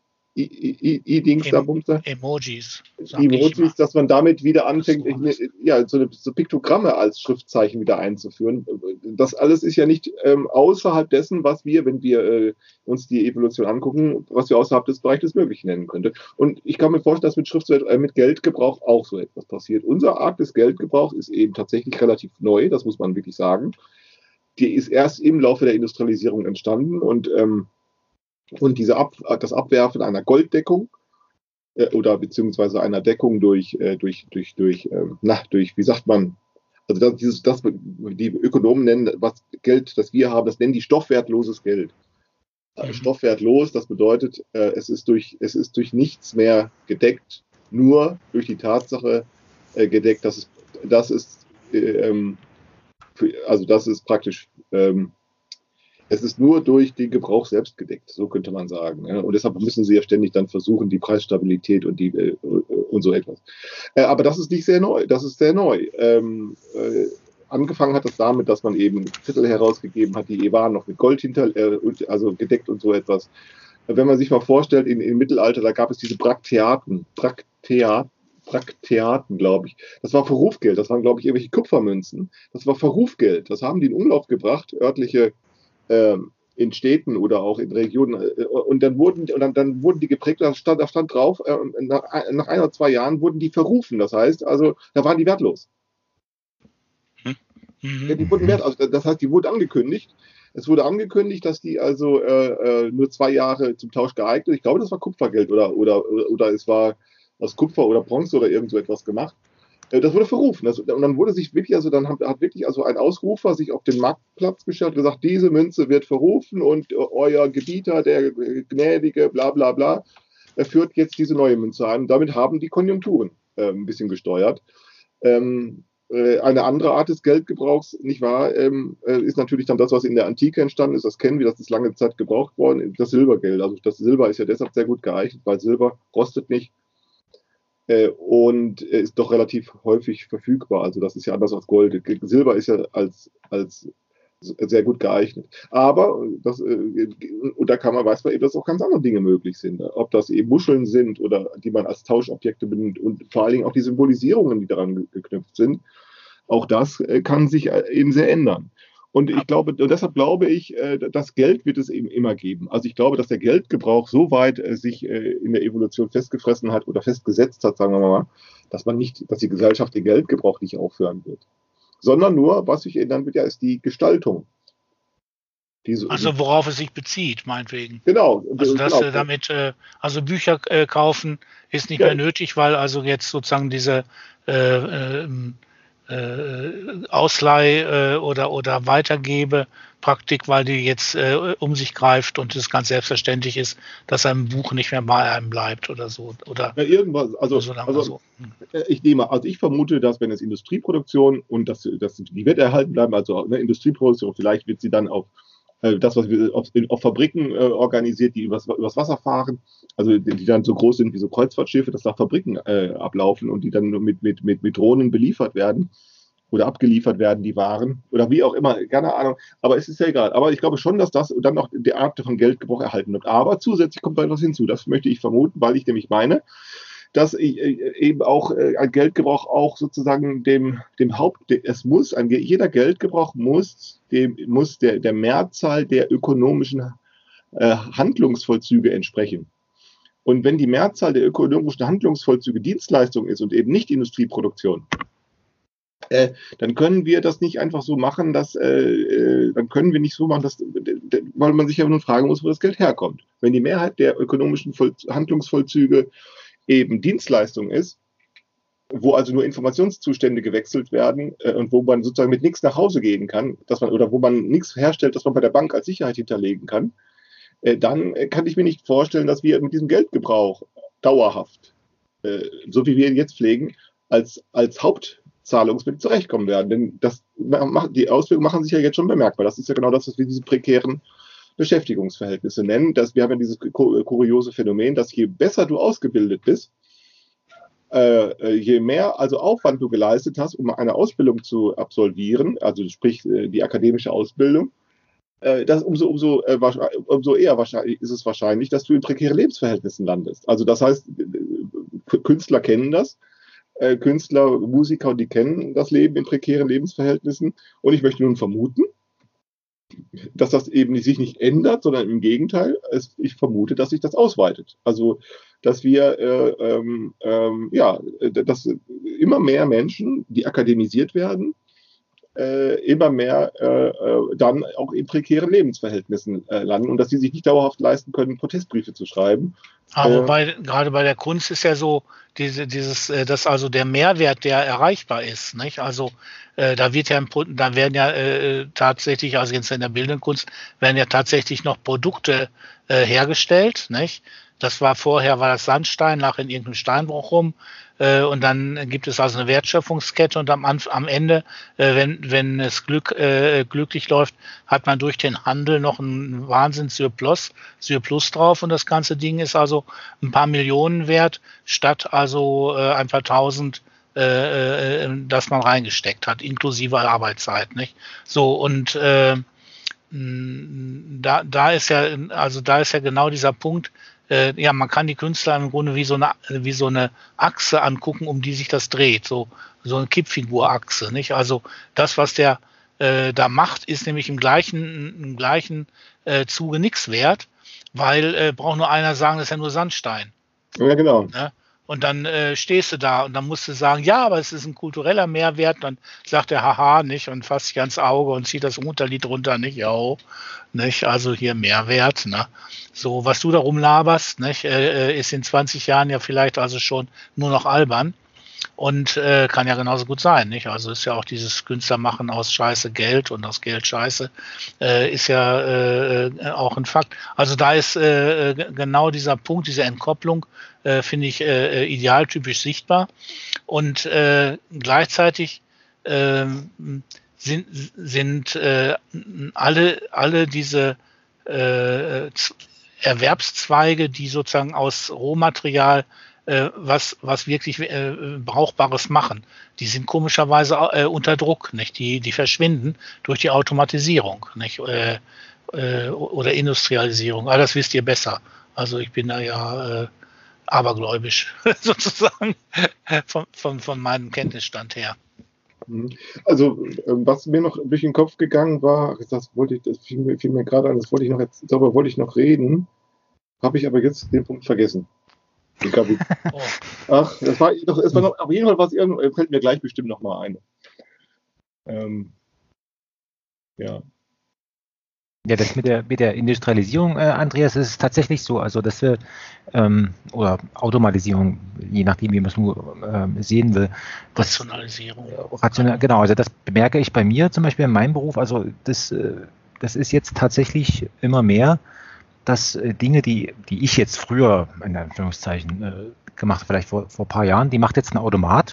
I-Dings da, Bumster? Emojis. sag ich Emojis, immer. dass man damit wieder anfängt, So alles. ja, so, so Piktogramme als Schriftzeichen wieder einzuführen. Das alles ist ja nicht ähm, außerhalb dessen, was wir, wenn wir äh, uns die Evolution angucken, was wir außerhalb des Bereichs des Möglichen nennen könnte. Und ich kann mir vorstellen, dass mit Schrift, äh, mit Geldgebrauch auch so etwas passiert. Unsere Art des Geldgebrauchs ist eben tatsächlich relativ neu, das muss man wirklich sagen. Die ist erst im Laufe der Industrialisierung entstanden und ähm, Und diese Ab, das Abwerfen einer Golddeckung äh, oder beziehungsweise einer Deckung durch, äh, durch, durch, durch, ähm, na, durch, wie sagt man, also das, dieses, das, die Ökonomen nennen, was Geld, das wir haben, das nennen die stoffwertloses Geld. Äh, Mhm. Stoffwertlos, das bedeutet, äh, es, ist durch, es ist durch nichts mehr gedeckt, nur durch die Tatsache äh, gedeckt, dass es, das ist, äh, ähm, für, also das ist praktisch, ähm, es ist nur durch den Gebrauch selbst gedeckt, so könnte man sagen. Ja. Und deshalb müssen sie ja ständig dann versuchen, die Preisstabilität und, die, äh, und so etwas. Äh, aber das ist nicht sehr neu, das ist sehr neu. Ähm, äh, angefangen hat es damit, dass man eben Zettel herausgegeben hat, die waren noch mit Gold hinter, äh, also gedeckt und so etwas. Wenn man sich mal vorstellt, in, im Mittelalter, da gab es diese Brakteaten, Brakteaten, Brakteaten, glaube ich. Das war Verrufgeld, das waren, glaube ich, irgendwelche Kupfermünzen. Das war Verrufgeld, das haben die in Umlauf gebracht, örtliche in Städten oder auch in Regionen und dann wurden und dann, dann wurden die geprägt, da stand, da stand drauf, äh, nach, nach ein oder zwei Jahren wurden die verrufen, das heißt, also da waren die wertlos. Mhm. Ja, die wurden wert, also das heißt, die wurden angekündigt. Es wurde angekündigt, dass die also äh, nur zwei Jahre zum Tausch geeignet. Ich glaube, das war Kupfergeld oder oder oder es war aus Kupfer oder Bronze oder irgend so etwas gemacht. Das wurde verrufen. Das, und dann wurde sich wirklich, also dann hat, hat wirklich also ein Ausrufer sich auf den Marktplatz gestellt und gesagt, diese Münze wird verrufen und euer Gebieter, der Gnädige, bla bla bla, er führt jetzt diese neue Münze ein. Und damit haben die Konjunkturen äh, ein bisschen gesteuert. Ähm, äh, eine andere Art des Geldgebrauchs, nicht wahr, ähm, äh, ist natürlich dann das, was in der Antike entstanden ist. Das kennen wir, das ist lange Zeit gebraucht worden, das Silbergeld. Also das Silber ist ja deshalb sehr gut geeignet, weil Silber rostet nicht. Und ist doch relativ häufig verfügbar. Also das ist ja anders als Gold. Silber ist ja als, als sehr gut geeignet. Aber das, und da kann man, weiß man eben, dass auch ganz andere Dinge möglich sind. Ob das eben Muscheln sind oder die man als Tauschobjekte benutzt und vor allen Dingen auch die Symbolisierungen, die daran geknüpft sind. Auch das kann sich eben sehr ändern. Und ich glaube, und deshalb glaube ich, das Geld wird es eben immer geben. Also ich glaube, dass der Geldgebrauch so weit sich in der Evolution festgefressen hat oder festgesetzt hat, sagen wir mal, dass man nicht, dass die Gesellschaft den Geldgebrauch nicht aufhören wird. Sondern nur, was sich ändern wird, ja, ist die Gestaltung. So, also worauf es sich bezieht, meinetwegen. Genau. Also dass genau. äh, damit, äh, also Bücher äh, kaufen ist nicht ja. mehr nötig, weil also jetzt sozusagen diese äh, äh, äh, Ausleih äh, oder, oder Weitergebe-Praktik, weil die jetzt äh, um sich greift und es ganz selbstverständlich ist, dass ein Buch nicht mehr bei einem bleibt oder so. Oder ja, irgendwas, also, so also so. ich nehme, also ich vermute, dass wenn es Industrieproduktion und dass, dass die wird erhalten bleiben, also eine Industrieproduktion, vielleicht wird sie dann auf das, was wir auf, auf Fabriken äh, organisiert, die übers, übers Wasser fahren, also die, die dann so groß sind wie so Kreuzfahrtschiffe, dass da Fabriken äh, ablaufen und die dann nur mit, mit, mit, mit Drohnen beliefert werden oder abgeliefert werden, die Waren oder wie auch immer, keine Ahnung, aber es ist ja egal. Aber ich glaube schon, dass das dann noch die Art von Geldgebrauch erhalten wird. Aber zusätzlich kommt da etwas hinzu, das möchte ich vermuten, weil ich nämlich meine, dass ich, eben auch äh, ein Geldgebrauch auch sozusagen dem, dem Haupt, es muss, ein, jeder Geldgebrauch muss, dem, muss der, der Mehrzahl der ökonomischen äh, Handlungsvollzüge entsprechen. Und wenn die Mehrzahl der ökonomischen Handlungsvollzüge Dienstleistung ist und eben nicht Industrieproduktion, äh, dann können wir das nicht einfach so machen, dass, äh, dann können wir nicht so machen, dass, weil man sich ja nun fragen muss, wo das Geld herkommt. Wenn die Mehrheit der ökonomischen Voll, Handlungsvollzüge eben Dienstleistung ist, wo also nur Informationszustände gewechselt werden äh, und wo man sozusagen mit nichts nach Hause gehen kann, dass man, oder wo man nichts herstellt, das man bei der Bank als Sicherheit hinterlegen kann, äh, dann äh, kann ich mir nicht vorstellen, dass wir mit diesem Geldgebrauch dauerhaft, äh, so wie wir ihn jetzt pflegen, als, als Hauptzahlungsmittel zurechtkommen werden. Denn das, die Auswirkungen machen sich ja jetzt schon bemerkbar. Das ist ja genau das, was wir diese prekären Beschäftigungsverhältnisse nennen. Dass wir haben ja dieses kuriose Phänomen, dass je besser du ausgebildet bist, äh, je mehr also Aufwand du geleistet hast, um eine Ausbildung zu absolvieren, also sprich äh, die akademische Ausbildung, äh, das umso, umso, äh, umso eher wahrscheinlich, ist es wahrscheinlich, dass du in prekären Lebensverhältnissen landest. Also das heißt, äh, Künstler kennen das, äh, Künstler, Musiker, die kennen das Leben in prekären Lebensverhältnissen und ich möchte nun vermuten, dass das eben sich nicht ändert, sondern im Gegenteil, es, ich vermute, dass sich das ausweitet. Also, dass wir, äh, ähm, ähm, ja, dass immer mehr Menschen, die akademisiert werden, äh, immer mehr äh, dann auch in prekären Lebensverhältnissen äh, landen und dass sie sich nicht dauerhaft leisten können, Protestbriefe zu schreiben. Aber äh, wobei, gerade bei der Kunst ist ja so, diese, dieses, dass also der Mehrwert, der erreichbar ist, nicht? Also äh, da wird ja, da werden ja äh, tatsächlich, also jetzt in der bildenden Kunst, werden ja tatsächlich noch Produkte äh, hergestellt, nicht? Das war vorher, war das Sandstein, nachher in irgendeinem Steinbruch rum. Äh, und dann gibt es also eine Wertschöpfungskette und am, am Ende, äh, wenn, wenn es Glück, äh, glücklich läuft, hat man durch den Handel noch einen Wahnsinns-Surplus, Surplus drauf und das ganze Ding ist also ein paar Millionen wert, statt also äh, ein paar tausend, äh, äh, das man reingesteckt hat, inklusive Arbeitszeit, nicht? So, und äh, da, da ist ja, also da ist ja genau dieser Punkt, ja, man kann die Künstler im Grunde wie so eine, wie so eine Achse angucken, um die sich das dreht, so, so eine Kippfigurachse, nicht? Also das, was der äh, da macht, ist nämlich im gleichen, im gleichen äh, Zuge nichts wert, weil äh, braucht nur einer sagen, das ist ja nur Sandstein. Ja, genau. Ne? Und dann äh, stehst du da und dann musst du sagen, ja, aber es ist ein kultureller Mehrwert. Dann sagt er, haha, nicht, und fasst sich ans Auge und zieht das Unterlied runter, nicht, ja, nicht, also hier Mehrwert, ne. So, was du da rumlaberst, nicht, äh, ist in zwanzig Jahren ja vielleicht also schon nur noch albern. Und äh, kann ja genauso gut sein, nicht? Also ist ja auch dieses Künstlermachen aus Scheiße Geld und aus Geld Scheiße, äh, ist ja äh, auch ein Fakt. Also da ist äh, genau dieser Punkt, diese Entkopplung, äh, finde ich äh, idealtypisch sichtbar. Und äh, gleichzeitig äh, sind, sind äh, alle, alle diese äh, Erwerbszweige, die sozusagen aus Rohmaterial was was wirklich äh, Brauchbares machen. Die sind komischerweise äh, unter Druck, nicht? Die die verschwinden durch die Automatisierung, nicht? Äh, äh, oder Industrialisierung. Aber das wisst ihr besser. Also ich bin da ja äh, abergläubisch sozusagen von, von, von meinem Kenntnisstand her. Also, was mir noch durch den Kopf gegangen war, das wollte ich, das fiel mir, fiel mir gerade an, das wollte ich noch jetzt, darüber wollte ich noch reden, habe ich aber jetzt den Punkt vergessen. Oh. Ach, das war doch, es war noch, auf jeden Fall was, fällt mir gleich bestimmt noch mal ein. Ähm, ja. Ja, das mit der, mit der Industrialisierung, äh, Andreas, ist es tatsächlich so, also dass wir, ähm, oder Automatisierung, je nachdem, wie man es nur ähm, sehen will. Das, Rationalisierung. Äh, rational, genau, also das bemerke ich bei mir zum Beispiel in meinem Beruf, also das, äh, das ist jetzt tatsächlich immer mehr, dass äh, Dinge, die, die ich jetzt früher, in Anführungszeichen, äh, gemacht habe, vielleicht vor, vor ein paar Jahren, die macht jetzt ein Automat.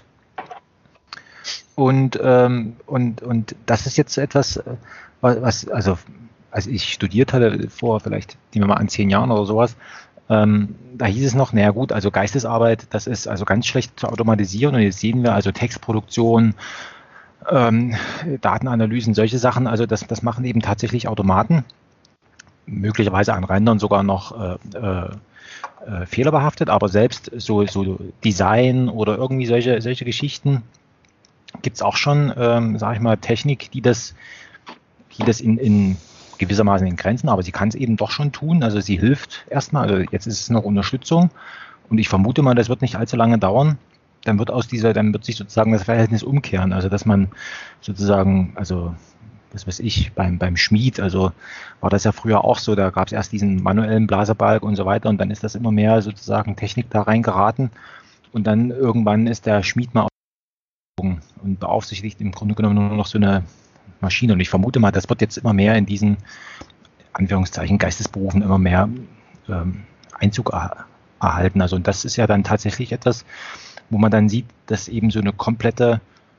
Und, ähm, und, und das ist jetzt etwas, was, also als ich studiert hatte, vor vielleicht, nehmen wir mal an, zehn Jahren oder sowas, ähm, da hieß es noch, naja gut, also Geistesarbeit, das ist also ganz schlecht zu automatisieren. Und jetzt sehen wir also Textproduktion, ähm, Datenanalysen, solche Sachen, also das, das machen eben tatsächlich Automaten, möglicherweise an Rändern sogar noch äh, äh, äh, fehlerbehaftet, aber selbst so, so Design oder irgendwie solche, solche Geschichten gibt es auch schon, ähm, sage ich mal, Technik, die das, die das in, in gewissermaßen in Grenzen, aber sie kann es eben doch schon tun. Also sie hilft erstmal, also jetzt ist es noch Unterstützung und ich vermute mal, das wird nicht allzu lange dauern. Dann wird aus dieser, dann wird sich sozusagen das Verhältnis umkehren. Also dass man sozusagen, also was weiß ich, beim, beim Schmied, also war das ja früher auch so, da gab es erst diesen manuellen Blasebalg und so weiter und dann ist das immer mehr sozusagen Technik da reingeraten und dann irgendwann ist der Schmied mal und beaufsichtigt im Grunde genommen nur noch so eine Maschine. Und ich vermute mal, das wird jetzt immer mehr in diesen Anführungszeichen Geistesberufen immer mehr ähm, Einzug er- erhalten. Also und das ist ja dann tatsächlich etwas, wo man dann sieht, dass eben so eine komplette,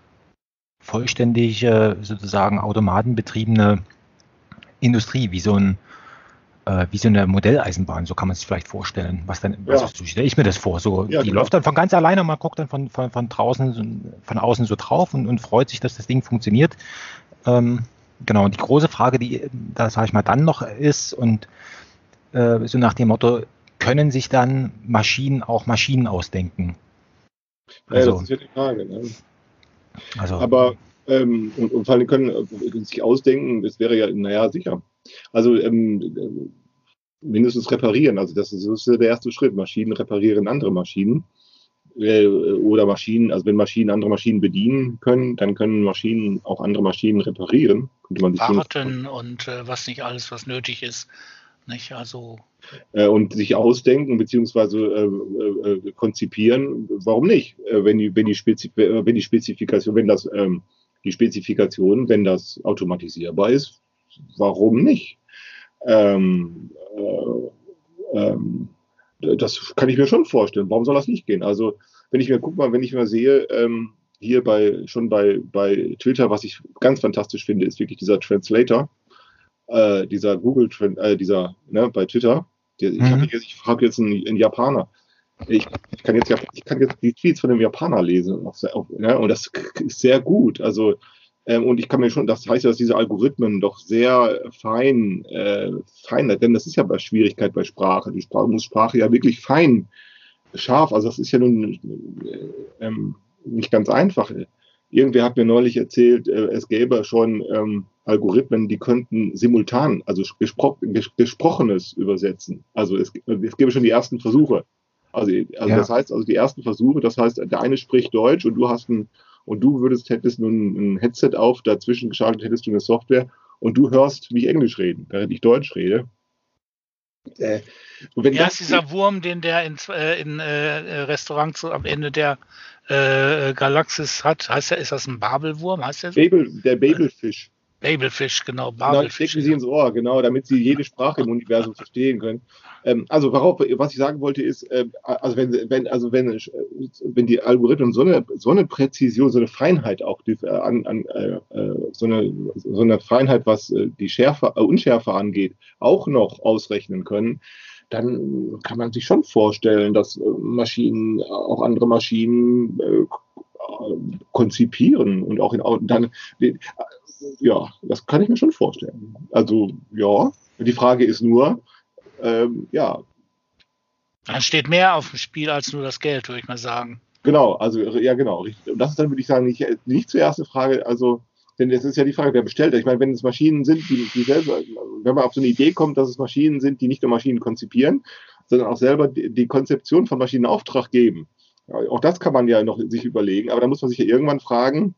vollständige, sozusagen automatenbetriebene Industrie, wie so ein äh, wie so eine Modelleisenbahn, so kann man es sich vielleicht vorstellen. Was dann, Ja. was, so stelle ich mir das vor. So, Ja, die genau. läuft dann von ganz alleine und man guckt dann von, von, von draußen, von außen so drauf und, und freut sich, dass das Ding funktioniert. Ähm, genau, und die große Frage, die da sage ich mal dann noch ist, und äh, so nach dem Motto, können sich dann Maschinen auch Maschinen ausdenken? Ja, Also, das ist ja die Frage. Ne? also Aber, ähm, und, und vor allem können äh, sich ausdenken, das wäre ja, naja, sicher. Also, ähm, mindestens reparieren. Also, das ist, das ist der erste Schritt. Maschinen reparieren andere Maschinen. Äh, oder Maschinen, also wenn Maschinen andere Maschinen bedienen können, dann können Maschinen auch andere Maschinen reparieren. Könnte man sich Warten und äh, was nicht alles, was nötig ist. Nicht? Also äh, und sich ausdenken beziehungsweise äh, äh, konzipieren. Warum nicht? Äh, wenn die, wenn die, Spezif wenn die Spezifikation, wenn das ähm, die Spezifikation, wenn das automatisierbar ist, warum nicht? Ähm, äh, ähm, das kann ich mir schon vorstellen. Warum soll das nicht gehen? Also, wenn ich mir, guck mal, wenn ich mal sehe, ähm, hier bei, schon bei, bei Twitter, was ich ganz fantastisch finde, ist wirklich dieser Translator, äh, dieser Google, äh, dieser, ne, bei Twitter. Der, ich habe Mhm. jetzt, ich hab jetzt einen, einen Japaner. Ich, ich, kann jetzt, ich kann jetzt die Tweets von dem Japaner lesen. Auf, auf, ne, und das ist sehr gut. Also, ähm, und ich kann mir schon, das heißt ja, dass diese Algorithmen doch sehr fein, äh, fein, denn das ist ja bei Schwierigkeit bei Sprache. Die Sprache muss Sprache ja wirklich fein, scharf, also das ist ja nun äh, ähm, nicht ganz einfach. Irgendwer hat mir neulich erzählt, äh, es gäbe schon ähm, Algorithmen, die könnten simultan, also gespro ges Gesprochenes übersetzen. Also es, es gäbe schon die ersten Versuche. Also, also Ja. das heißt, also die ersten Versuche, das heißt, der eine spricht Deutsch und du hast ein, und du würdest, hättest nun ein Headset auf, dazwischen geschaltet hättest du eine Software und du hörst, wie ich Englisch rede, während ich Deutsch rede. Äh, und wenn ja, das ist dieser Wurm, den der in, äh, in äh, Restaurants so am Ende der äh, Galaxis hat, heißt der, ist das ein Babelwurm? Heißt der so? Babel, der Babelfisch. Babelfisch, genau, Genau, Babelfisch. stecken Sie ins Ohr, genau, damit Sie jede Sprache im Universum verstehen können. Ähm, also, worauf, was ich sagen wollte, ist, äh, also wenn, wenn, also wenn, äh, wenn die Algorithmen so eine, so eine Präzision, so eine Feinheit auch, die, äh, an, an, äh, so, eine, so eine Feinheit, was äh, die Schärfe, äh, Unschärfe angeht, auch noch ausrechnen können, dann kann man sich schon vorstellen, dass äh, Maschinen, auch andere Maschinen äh, konzipieren und auch in, dann, ja, das kann ich mir schon vorstellen. Also, ja, die Frage ist nur, ähm, ja. Dann steht mehr auf dem Spiel als nur das Geld, würde ich mal sagen. Genau, also ja genau. Richtig. Und das ist dann, würde ich sagen, nicht, nicht zuerst eine Frage, also, denn es ist ja die Frage, wer bestellt. Ich meine, wenn es Maschinen sind, die, die selber, wenn man auf so eine Idee kommt, dass es Maschinen sind, die nicht nur Maschinen konzipieren, sondern auch selber die, die Konzeption von Maschinen in Auftrag geben. Ja, auch das kann man ja noch sich überlegen, aber da muss man sich ja irgendwann fragen,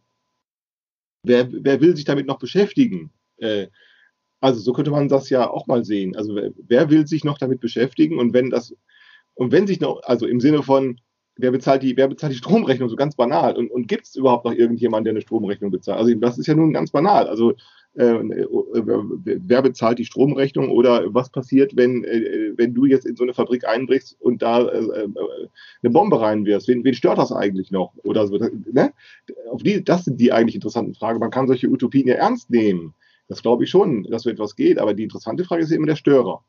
wer, wer will sich damit noch beschäftigen? Äh, also so könnte man das ja auch mal sehen. Also wer, wer will sich noch damit beschäftigen? Und wenn das, und wenn sich noch, also im Sinne von, wer bezahlt die, wer bezahlt die Stromrechnung, so ganz banal. Und, und gibt es überhaupt noch irgendjemanden, der eine Stromrechnung bezahlt? Also das ist ja nun ganz banal. Also äh, wer bezahlt die Stromrechnung oder was passiert, wenn, äh, wenn du jetzt in so eine Fabrik einbrichst und da äh, eine Bombe reinwirfst? Wen, wen stört das eigentlich noch? Oder so, ne? Auf die, das sind die eigentlich interessanten Fragen. Man kann solche Utopien ja ernst nehmen. Das glaube ich schon, dass so etwas geht. Aber die interessante Frage ist ja immer der Störer.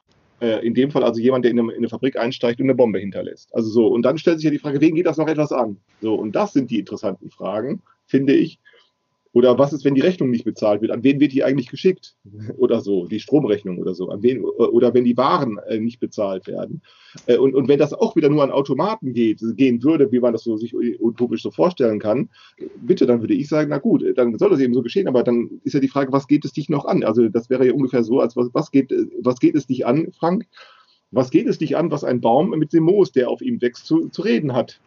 In dem Fall also jemand, der in eine, in eine Fabrik einsteigt und eine Bombe hinterlässt. Also so, und dann stellt sich ja die Frage, wen geht das noch etwas an? So, und das sind die interessanten Fragen, finde ich. Oder was ist, wenn die Rechnung nicht bezahlt wird? An wen wird die eigentlich geschickt? Oder so, die Stromrechnung oder so. An wen, oder wenn die Waren äh, nicht bezahlt werden. Äh, und, und wenn das auch wieder nur an Automaten geht, gehen würde, wie man das so sich utopisch so vorstellen kann, bitte, dann würde ich sagen, na gut, dann soll das eben so geschehen. Aber dann ist ja die Frage, was geht es dich noch an? Also das wäre ja ungefähr so, als was, was, geht, was geht es dich an, Frank? Was geht es dich an, was ein Baum mit dem Moos, der auf ihm wächst, zu, zu reden hat?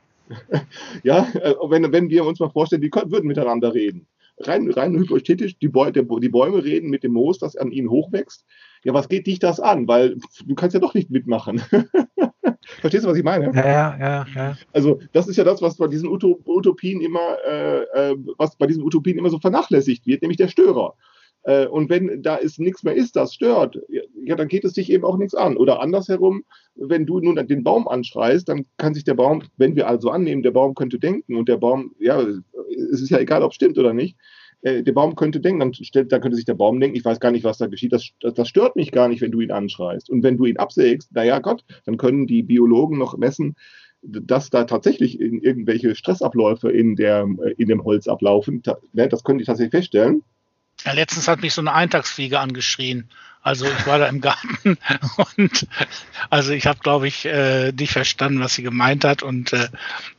Ja, wenn, wenn wir uns mal vorstellen, die würden miteinander reden. Rein, rein hypothetisch, die, Bäu die Bäume reden mit dem Moos, das an ihnen hochwächst. Ja, was geht dich das an? Weil du kannst ja doch nicht mitmachen. Verstehst du, was ich meine? Ja, ja, ja, ja. Also das ist ja das, was bei diesen Utopien immer, äh, was bei diesen Utopien immer so vernachlässigt wird, nämlich der Störer. Äh, und wenn da ist nichts mehr ist, das stört, ja, dann geht es dich eben auch nichts an. Oder andersherum, wenn du nun den Baum anschreist, dann kann sich der Baum, wenn wir also annehmen, der Baum könnte denken und der Baum, ja, es ist ja egal, ob es stimmt oder nicht, äh, der Baum könnte denken, dann, stellt, dann könnte sich der Baum denken, ich weiß gar nicht, was da geschieht, das, das, das stört mich gar nicht, wenn du ihn anschreist. Und wenn du ihn absägst, naja Gott, dann können die Biologen noch messen, dass da tatsächlich in irgendwelche Stressabläufe in, der, in dem Holz ablaufen. Das können die tatsächlich feststellen. Ja, letztens hat mich so eine Eintagsfliege angeschrien. Also ich war da im Garten und also ich habe, glaube ich, äh, nicht verstanden, was sie gemeint hat und äh,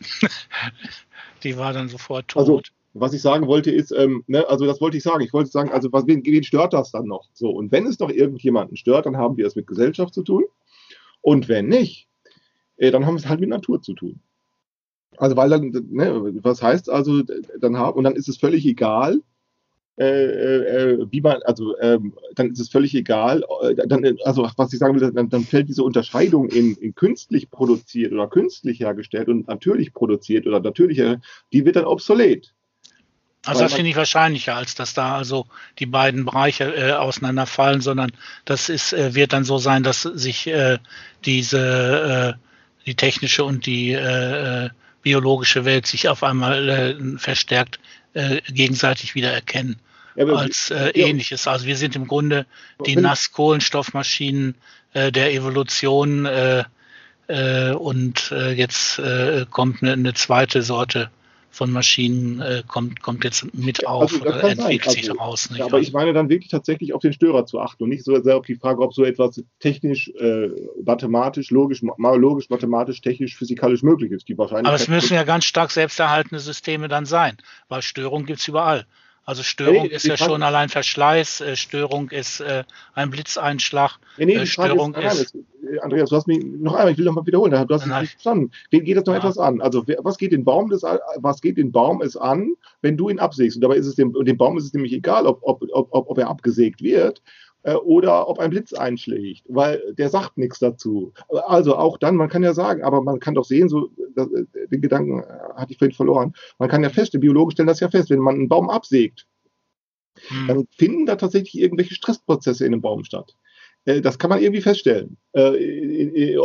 die war dann sofort tot. Also was ich sagen wollte ist, ähm, ne, also das wollte ich sagen. Ich wollte sagen, also was, wen, wen stört das dann noch? So, und wenn es noch irgendjemanden stört, dann haben wir es mit Gesellschaft zu tun. Und wenn nicht, äh, dann haben wir es halt mit Natur zu tun. Also weil dann, ne, was heißt also, dann haben, und dann ist es völlig egal, Äh, äh, wie man, also ähm, dann ist es völlig egal, äh, dann, also was ich sagen will, dann, dann fällt diese Unterscheidung in, in künstlich produziert oder künstlich hergestellt und natürlich produziert oder natürlich, die wird dann obsolet. Also das finde ich wahrscheinlicher, als dass da also die beiden Bereiche äh, auseinanderfallen, sondern das ist, äh, wird dann so sein, dass sich äh, diese, äh, die technische und die äh, biologische Welt sich auf einmal äh, verstärkt äh, gegenseitig wieder erkennen. Ja, als äh, ja. Ähnliches. Also wir sind im Grunde die Nass-Kohlenstoffmaschinen äh, der Evolution äh, äh, und äh, jetzt äh, kommt eine, eine zweite Sorte von Maschinen, äh, kommt, kommt jetzt mit auf, also, oder entwickelt sich also, daraus. Nicht? Ja, aber ich meine dann wirklich tatsächlich auf den Störer zu achten und nicht so sehr auf die Frage, ob so etwas technisch, äh, mathematisch, logisch, ma logisch, mathematisch, technisch, physikalisch möglich ist. Die Wahrscheinlichkeit. Aber es müssen ja ganz stark selbsterhaltende Systeme dann sein, weil Störung gibt es überall. Also Störung nee, ist ja schon allein Verschleiß, äh, Störung ist äh, ein Blitzeinschlag, nee, nee, äh, Störung ist, ist... Nein, Andreas, du hast mich noch einmal, ich will noch mal wiederholen, du hast es nicht verstanden. Wen geht das noch ja. etwas an? Also was geht den Baum des, was geht den Baum es an, wenn du ihn absägst? Und dabei ist es dem, dem Baum ist es nämlich egal, ob, ob, ob, ob er abgesägt wird äh, oder ob ein Blitz einschlägt, weil der sagt nichts dazu. Also auch dann, man kann ja sagen, aber man kann doch sehen, so das, den Gedanken hatte ich vorhin verloren, man kann ja feststellen, Biologen stellen das ja fest, wenn man einen Baum absägt, hm. dann finden da tatsächlich irgendwelche Stressprozesse in dem Baum statt. Das kann man irgendwie feststellen. Äh,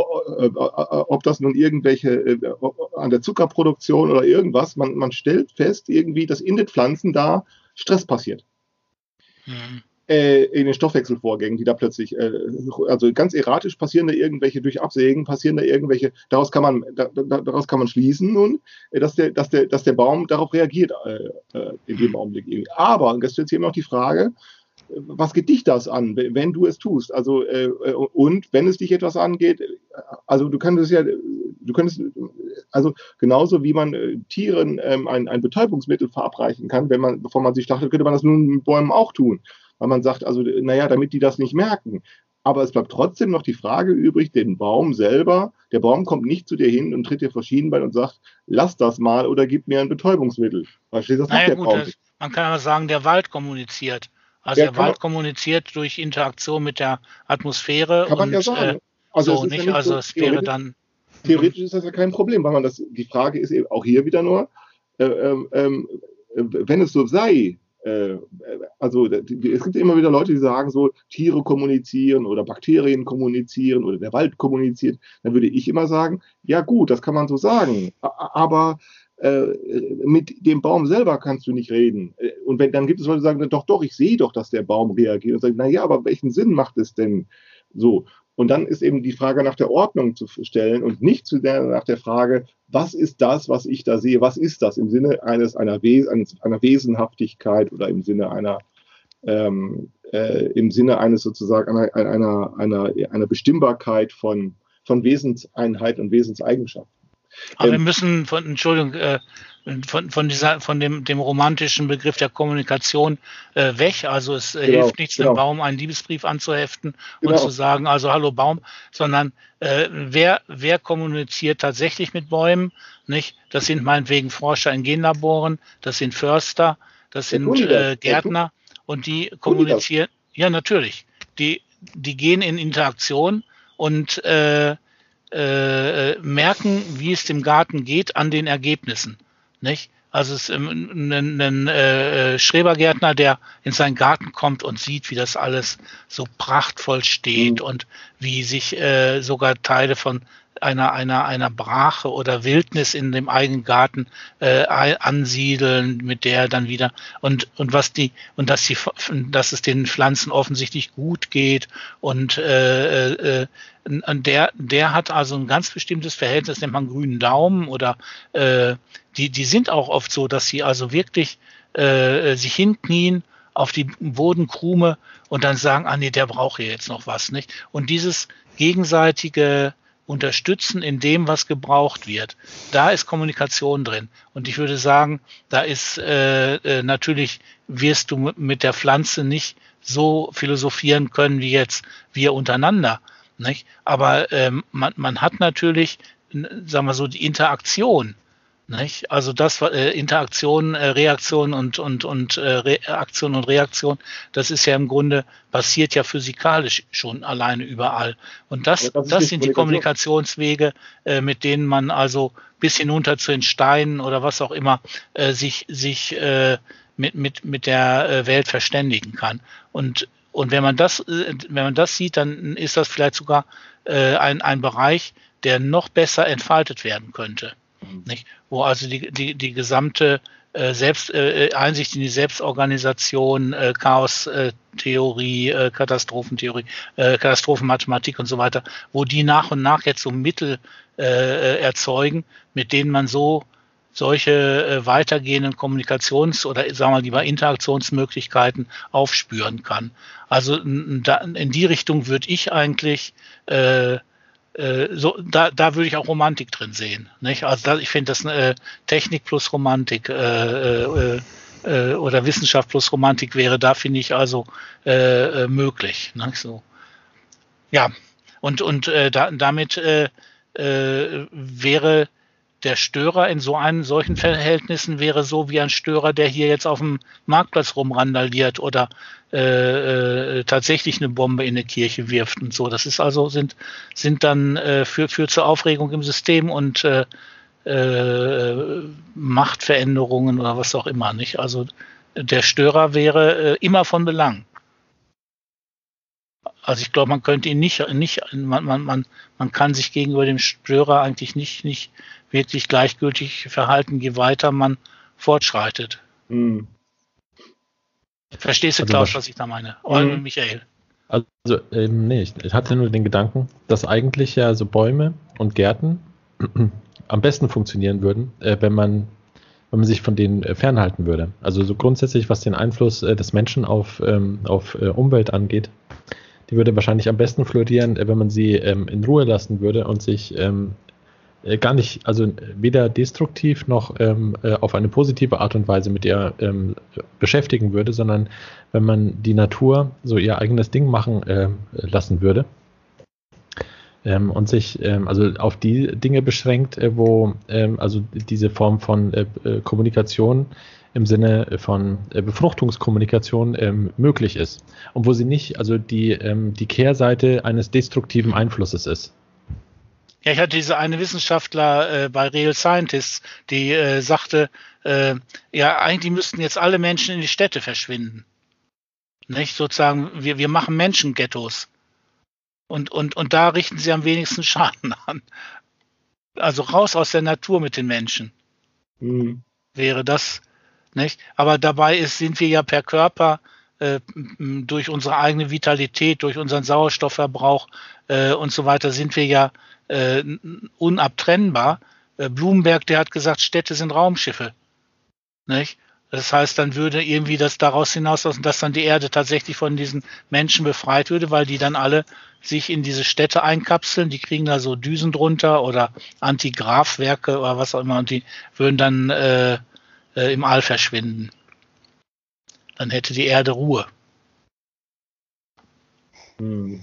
ob das nun irgendwelche äh, an der Zuckerproduktion oder irgendwas, man, man stellt fest, irgendwie, dass in den Pflanzen da Stress passiert. Mhm. Äh, in den Stoffwechselvorgängen, die da plötzlich, äh, also ganz erratisch passieren da irgendwelche, durch Absägen passieren da irgendwelche, daraus kann man, da, daraus kann man schließen nun, dass der, dass der, dass der Baum darauf reagiert äh, in dem Augenblick. Aber, und jetzt stellt sich eben noch die Frage, was geht dich das an, wenn du es tust? Also, äh, und wenn es dich etwas angeht, also du könntest ja, du könntest, also genauso wie man äh, Tieren ähm, ein, ein Betäubungsmittel verabreichen kann, wenn man, bevor man sie schlachtet, könnte man das nun mit Bäumen auch tun. Weil man sagt, also, naja, damit die das nicht merken. Aber es bleibt trotzdem noch die Frage übrig, den Baum selber, der Baum kommt nicht zu dir hin und tritt dir vor Schienbein und sagt, lass das mal oder gib mir ein Betäubungsmittel. Verstehst du, das naja, macht der gut, Baum nicht. Man kann aber sagen, der Wald kommuniziert. Also ja, der Wald kommuniziert durch Interaktion mit der Atmosphäre. Kann man und, ja sagen. Äh, also so, es nicht, ja nicht also so, es wäre dann... Theoretisch ist das ja kein Problem, weil man das, die Frage ist eben auch hier wieder nur, äh, äh, äh, wenn es so sei, äh, also die, es gibt immer wieder Leute, die sagen so, Tiere kommunizieren oder Bakterien kommunizieren oder der Wald kommuniziert, dann würde ich immer sagen, ja gut, das kann man so sagen, aber äh, mit dem Baum selber kannst du nicht reden. Und wenn, dann gibt es Leute, die sagen, doch, doch, ich sehe doch, dass der Baum reagiert. Und sagen, naja, aber welchen Sinn macht es denn so? Und dann ist eben die Frage nach der Ordnung zu stellen und nicht zu der, nach der Frage, was ist das, was ich da sehe? Was ist das im Sinne eines einer, Wes einer Wesenhaftigkeit oder im Sinne einer ähm, äh, im Sinne eines sozusagen einer, einer, einer, einer Bestimmbarkeit von, von Wesenseinheit und Wesenseigenschaften. Aber ähm, wir müssen von, Entschuldigung, äh, von, von, dieser, von dem, dem romantischen Begriff der Kommunikation äh, weg. Also es äh, genau, hilft nichts, genau. dem Baum einen Liebesbrief anzuheften genau. und zu sagen, also hallo Baum, sondern äh, wer, wer kommuniziert tatsächlich mit Bäumen? Nicht? Das sind meinetwegen Forscher in Genlaboren, das sind Förster, das sind äh, Gärtner und die kommunizieren, ja natürlich, die, die gehen in Interaktion und äh, äh, merken, wie es dem Garten geht an den Ergebnissen. Nicht? Also es ist ein, ein, ein äh, Schrebergärtner, der in seinen Garten kommt und sieht, wie das alles so prachtvoll steht mhm. und wie sich äh, sogar Teile von einer, einer, einer Brache oder Wildnis in dem eigenen Garten äh, ansiedeln, mit der dann wieder und, und was die, und dass die, dass es den Pflanzen offensichtlich gut geht und äh, äh, der, der hat also ein ganz bestimmtes Verhältnis, nennt man grünen Daumen oder äh, die, die sind auch oft so, dass sie also wirklich äh, sich hinknien auf die Bodenkrume und dann sagen, ah nee, der braucht hier jetzt noch was, nicht? Und dieses gegenseitige Unterstützen in dem, was gebraucht wird, da ist Kommunikation drin. Und ich würde sagen, da ist äh, äh, natürlich, wirst du mit der Pflanze nicht so philosophieren können wie jetzt wir untereinander, nicht? Aber ähm, man, man hat natürlich, sagen wir so, die Interaktion. Nicht? Also das war äh, Interaktion, äh, Reaktion und und und äh, Re Aktion und Reaktion, das ist ja im Grunde passiert ja physikalisch schon alleine überall. Und das, das, das sind die Kommunikationswege, äh, mit denen man also bis hinunter zu den Steinen oder was auch immer äh, sich sich äh, mit mit mit der äh, Welt verständigen kann. Und und wenn man das äh, wenn man das sieht, dann ist das vielleicht sogar äh, ein ein Bereich, der noch besser entfaltet werden könnte. Nicht? Wo also die, die, die gesamte äh, Selbst, äh, Einsicht in die Selbstorganisation, äh, Chaos-Theorie, äh, Katastrophentheorie, äh, Katastrophenmathematik und so weiter, wo die nach und nach jetzt so Mittel äh, erzeugen, mit denen man so solche äh, weitergehenden Kommunikations- oder sagen wir lieber Interaktionsmöglichkeiten aufspüren kann. Also in, in die Richtung würde ich eigentlich äh, So, da, da würde ich auch Romantik drin sehen. Nicht? Also da, ich finde das äh, Technik plus Romantik äh, äh, äh, oder Wissenschaft plus Romantik wäre da, finde ich, also äh, möglich. Ne? So. Ja, und, und äh, da, damit äh, äh, wäre der Störer in so einem solchen Verhältnissen wäre so wie ein Störer, der hier jetzt auf dem Marktplatz rumrandaliert oder äh, äh, tatsächlich eine Bombe in eine Kirche wirft und so. Das ist also sind sind dann äh, für für zur Aufregung im System und äh, äh, Machtveränderungen oder was auch immer, nicht? Also der Störer wäre äh, immer von Belang. Also ich glaube, man könnte ihn nicht nicht man man man man kann sich gegenüber dem Störer eigentlich nicht nicht wirklich gleichgültig verhalten, je weiter man fortschreitet. Hm. Verstehst du, also Klaus, was, was ich da meine? Oder hm. Michael? Also, ähm, nee, ich, ich hatte nur den Gedanken, dass eigentlich ja so Bäume und Gärten am besten funktionieren würden, äh, wenn man wenn man sich von denen äh, fernhalten würde. Also so grundsätzlich, was den Einfluss äh, des Menschen auf, ähm, auf äh, Umwelt angeht, die würde wahrscheinlich am besten florieren, äh, wenn man sie ähm, in Ruhe lassen würde und sich ähm, äh, gar nicht, also weder destruktiv noch ähm, äh, auf eine positive Art und Weise mit ihr ähm, beschäftigen würde, sondern wenn man die Natur so ihr eigenes Ding machen äh, lassen würde ähm, und sich ähm, also auf die Dinge beschränkt, äh, wo ähm, also diese Form von äh, äh, Kommunikation im Sinne von äh, Befruchtungskommunikation ähm, möglich ist und wo sie nicht also die, ähm, die Kehrseite eines destruktiven Einflusses ist. Ja, ich hatte diese eine Wissenschaftler äh, bei Real Scientists, die äh, sagte, äh, ja, eigentlich müssten jetzt alle Menschen in die Städte verschwinden. Nicht? Sozusagen, wir, wir machen Menschenghettos. Und, und, und da richten sie am wenigsten Schaden an. Also raus aus der Natur mit den Menschen. Mhm. Wäre das, nicht? Aber dabei ist, sind wir ja per Körper äh, durch unsere eigene Vitalität, durch unseren Sauerstoffverbrauch äh, und so weiter, sind wir ja äh, unabtrennbar. Äh, Blumenberg, der hat gesagt, Städte sind Raumschiffe. Nicht? Das heißt, dann würde irgendwie das daraus hinauslaufen, dass dann die Erde tatsächlich von diesen Menschen befreit würde, weil die dann alle sich in diese Städte einkapseln, die kriegen da so Düsen drunter oder Antigrafwerke oder was auch immer und die würden dann äh, äh, im All verschwinden. Dann hätte die Erde Ruhe. Hm.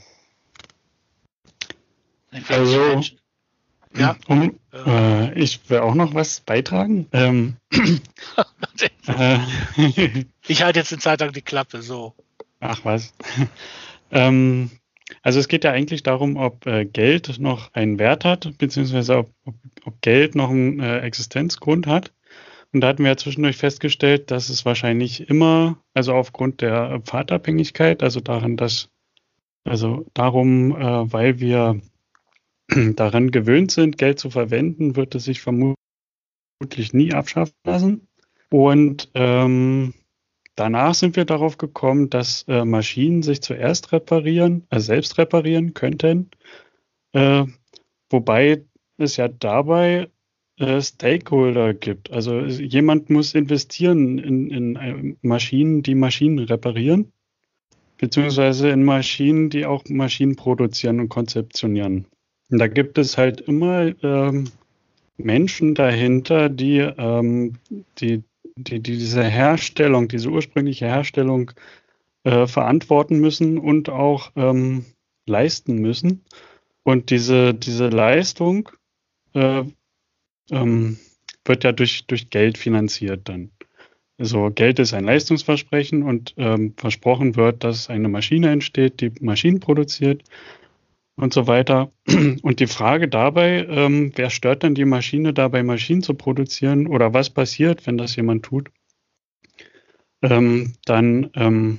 Also, ja. Um, äh, ich will auch noch was beitragen. Ähm, äh, ich halte jetzt eine Zeit lang die Klappe, so. Ach was. ähm, also es geht ja eigentlich darum, ob äh, Geld noch einen Wert hat, beziehungsweise ob, ob, ob Geld noch einen äh, Existenzgrund hat. Und da hatten wir ja zwischendurch festgestellt, dass es wahrscheinlich immer, also aufgrund der Pfadabhängigkeit, also daran, dass, also darum, äh, weil wir daran gewöhnt sind, Geld zu verwenden, wird es sich vermutlich nie abschaffen lassen. Und ähm, danach sind wir darauf gekommen, dass äh, Maschinen sich zuerst reparieren, äh, selbst reparieren könnten, äh, wobei es ja dabei äh, Stakeholder gibt. Also jemand muss investieren in, in äh, Maschinen, die Maschinen reparieren, beziehungsweise in Maschinen, die auch Maschinen produzieren und konzeptionieren. Und da gibt es halt immer ähm, Menschen dahinter, die, ähm, die, die, die diese Herstellung, diese ursprüngliche Herstellung äh, verantworten müssen und auch ähm, leisten müssen. Und diese, diese Leistung äh, ähm, wird ja durch, durch Geld finanziert dann. Also Geld ist ein Leistungsversprechen und ähm, versprochen wird, dass eine Maschine entsteht, die Maschinen produziert. Und so weiter. Und die Frage dabei, ähm, wer stört denn die Maschine dabei, Maschinen zu produzieren oder was passiert, wenn das jemand tut, ähm, dann ähm,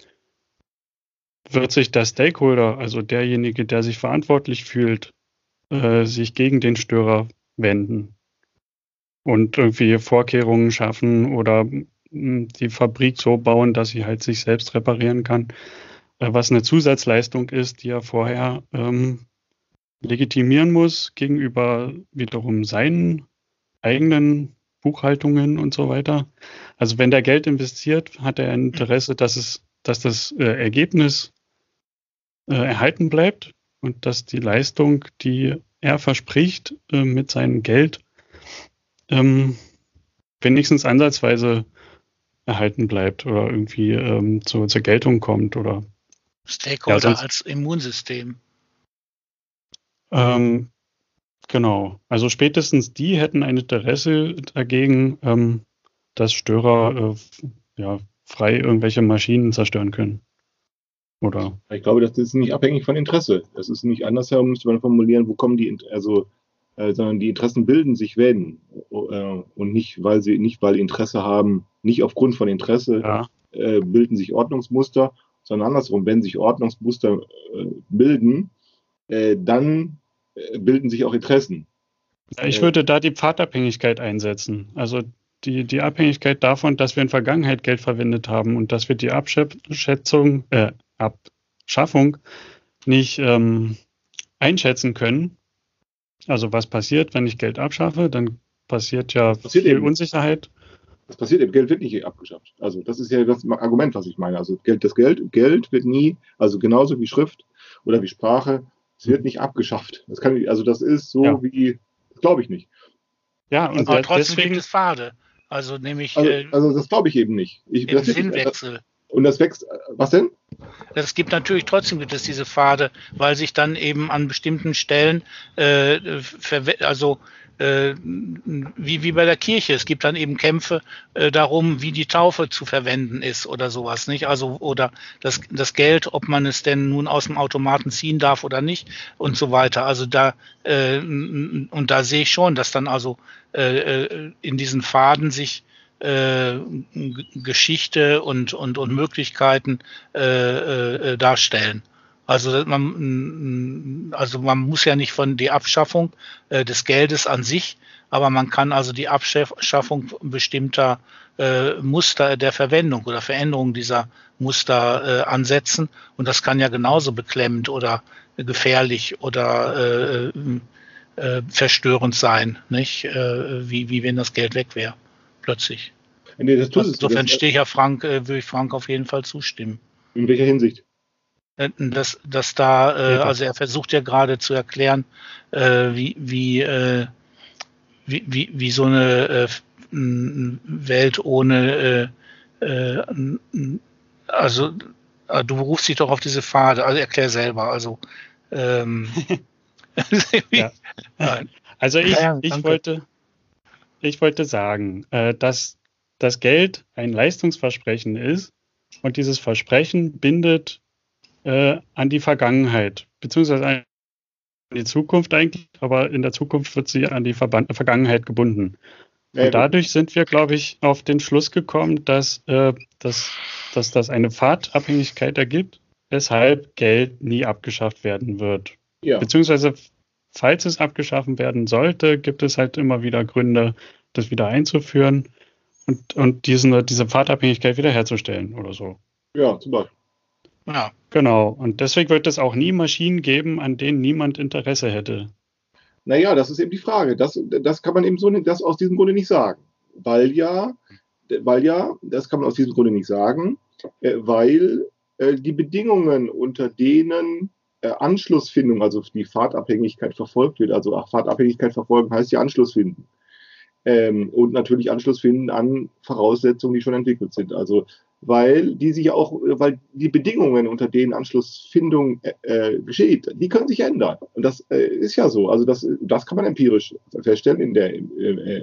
wird sich der Stakeholder, also derjenige, der sich verantwortlich fühlt, äh, sich gegen den Störer wenden und irgendwie Vorkehrungen schaffen oder mh, die Fabrik so bauen, dass sie halt sich selbst reparieren kann. Was eine Zusatzleistung ist, die er vorher ähm, legitimieren muss gegenüber wiederum seinen eigenen Buchhaltungen und so weiter. Also wenn der Geld investiert, hat er ein Interesse, dass es, dass das äh, Ergebnis äh, erhalten bleibt und dass die Leistung, die er verspricht, äh, mit seinem Geld ähm, wenigstens ansatzweise erhalten bleibt oder irgendwie ähm, zu, zur Geltung kommt oder Stakeholder ja, sonst, als Immunsystem. Ähm, genau. Also spätestens die hätten ein Interesse dagegen, ähm, dass Störer äh, ja, frei irgendwelche Maschinen zerstören können. Oder? Ich glaube, das ist nicht abhängig von Interesse. Das ist nicht andersherum, müsste man formulieren, wo kommen die, also, äh, sondern die Interessen bilden sich, wenn, äh, und nicht, weil sie, nicht weil Interesse haben, nicht aufgrund von Interesse, ja. äh, bilden sich Ordnungsmuster, sondern andersrum, wenn sich Ordnungsmuster äh, bilden, äh, dann äh, bilden sich auch Interessen. Ich würde da die Pfadabhängigkeit einsetzen. Also die, die Abhängigkeit davon, dass wir in Vergangenheit Geld verwendet haben und dass wir die Abschätzung, äh, Abschaffung nicht ähm, einschätzen können. Also was passiert, wenn ich Geld abschaffe? Dann passiert ja passiert viel eben. Unsicherheit. Das passiert eben, Geld wird nicht abgeschafft. Also das ist ja das Argument, was ich meine. Also Geld, das Geld, Geld wird nie, also genauso wie Schrift oder wie Sprache, es wird nicht abgeschafft. Das kann, also das ist so ja. wie, glaube ich nicht. Ja, und aber trotzdem deswegen, gibt es Pfade. Also nämlich. Also, also das glaube ich eben nicht. Ich, Im Sinnwechsel. Und das wächst, was denn? Es gibt natürlich trotzdem gibt es diese Pfade, weil sich dann eben an bestimmten Stellen, äh, also äh, wie, wie bei der Kirche, es gibt dann eben Kämpfe äh, darum, wie die Taufe zu verwenden ist oder sowas, nicht? Also oder das, das Geld, ob man es denn nun aus dem Automaten ziehen darf oder nicht und so weiter. Also da äh, und da sehe ich schon, dass dann also äh, in diesen Pfaden sich Äh, Geschichte und, und, und Möglichkeiten äh, äh, darstellen. Also man, also man muss ja nicht von der Abschaffung äh, des Geldes an sich, aber man kann also die Abschaffung bestimmter äh, Muster der Verwendung oder Veränderung dieser Muster äh, ansetzen. Und das kann ja genauso beklemmend oder gefährlich oder äh, äh, verstörend sein, nicht? Äh, wie, wie wenn das Geld weg wäre. Plötzlich. Nee, das tut es. Insofern stehe ich ja Frank, äh, würde ich Frank auf jeden Fall zustimmen. In welcher Hinsicht? Dass, dass da, äh, also er versucht ja gerade zu erklären, äh, wie, wie, äh, wie, wie, wie so eine äh, Welt ohne, äh, äh, also du berufst dich doch auf diese Pfade, also erklär selber, also ähm, ja. Also ich, ja, ich wollte Ich wollte sagen, äh, dass das Geld ein Leistungsversprechen ist und dieses Versprechen bindet äh, an die Vergangenheit, beziehungsweise an die Zukunft eigentlich, aber in der Zukunft wird sie an die Verban- Vergangenheit gebunden. Und dadurch sind wir, glaube ich, auf den Schluss gekommen, dass, äh, dass, dass das eine Pfadabhängigkeit ergibt, weshalb Geld nie abgeschafft werden wird. Ja. Beziehungsweise falls es abgeschaffen werden sollte, gibt es halt immer wieder Gründe, das wieder einzuführen und, und diesen, diese Pfadabhängigkeit wiederherzustellen oder so. Ja, zum Beispiel. Ja. Genau. Und deswegen wird es auch nie Maschinen geben, an denen niemand Interesse hätte. Naja, das ist eben die Frage. Das, das kann man eben so das aus diesem Grunde nicht sagen. Weil ja, weil ja, das kann man aus diesem Grunde nicht sagen, weil äh, die Bedingungen, unter denen Äh, Anschlussfindung, also die Pfadabhängigkeit verfolgt wird. Also ach, Pfadabhängigkeit verfolgen heißt ja Anschluss finden. Ähm, und natürlich Anschluss finden an Voraussetzungen, die schon entwickelt sind. Also weil die sich auch, weil die Bedingungen, unter denen Anschlussfindung äh, geschieht, die können sich ändern. Und das äh, ist ja so. Also das, das kann man empirisch feststellen in der äh,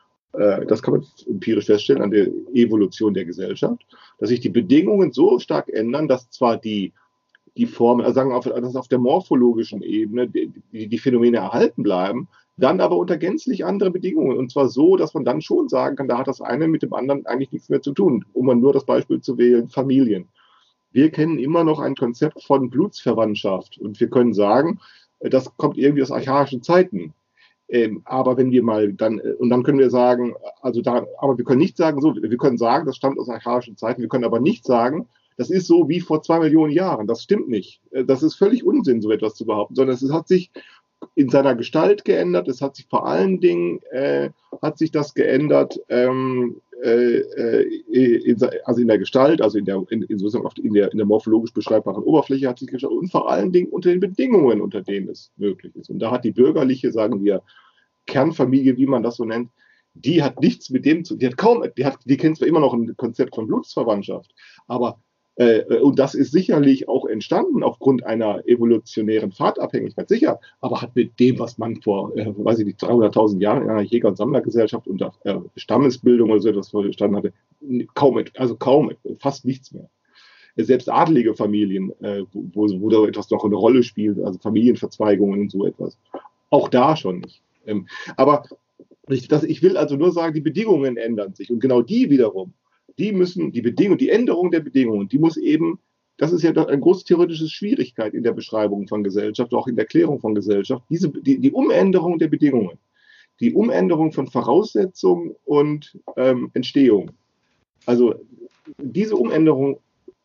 äh, das kann man empirisch feststellen an der Evolution der Gesellschaft, dass sich die Bedingungen so stark ändern, dass zwar die die Form, also sagen wir, dass auf der morphologischen Ebene die, die, die Phänomene erhalten bleiben, dann aber unter gänzlich andere Bedingungen. Und zwar so, dass man dann schon sagen kann, da hat das eine mit dem anderen eigentlich nichts mehr zu tun. Um mal nur das Beispiel zu wählen, Familien. Wir kennen immer noch ein Konzept von Blutsverwandtschaft. Und wir können sagen, das kommt irgendwie aus archaischen Zeiten. Ähm, aber wenn wir mal dann, und dann können wir sagen, also da, aber wir können nicht sagen, so, wir können sagen, das stammt aus archaischen Zeiten. Wir können aber nicht sagen, das ist so wie vor zwei Millionen Jahren. Das stimmt nicht. Das ist völlig Unsinn, so etwas zu behaupten, sondern es hat sich in seiner Gestalt geändert. Es hat sich vor allen Dingen, äh, hat sich das geändert, ähm, äh, in, also in der Gestalt, also in der, in, in, in, der, in der morphologisch beschreibbaren Oberfläche hat sich geschaut und vor allen Dingen unter den Bedingungen, unter denen es möglich ist. Und da hat die bürgerliche, sagen wir, Kernfamilie, wie man das so nennt, die hat nichts mit dem zu, die hat kaum, die hat, die kennt zwar immer noch ein Konzept von Blutsverwandtschaft, aber Äh, und das ist sicherlich auch entstanden aufgrund einer evolutionären Pfadabhängigkeit, sicher, aber hat mit dem, was man vor, äh, weiß ich nicht, dreihunderttausend Jahren in einer Jäger- und Sammlergesellschaft unter äh, Stammesbildung oder so etwas verstanden hatte, kaum, also kaum, fast nichts mehr. Selbst adelige Familien, äh, wo, wo da etwas noch eine Rolle spielt, also Familienverzweigungen und so etwas, auch da schon nicht. Ähm, aber ich, das, ich will also nur sagen, die Bedingungen ändern sich und genau die wiederum, die müssen, die Bedingungen, die Änderung der Bedingungen, die muss eben, das ist ja eine große theoretische Schwierigkeit in der Beschreibung von Gesellschaft, auch in der Erklärung von Gesellschaft, diese, die, die Umänderung der Bedingungen, die Umänderung von Voraussetzungen und ähm, Entstehung. Also diese Umänderung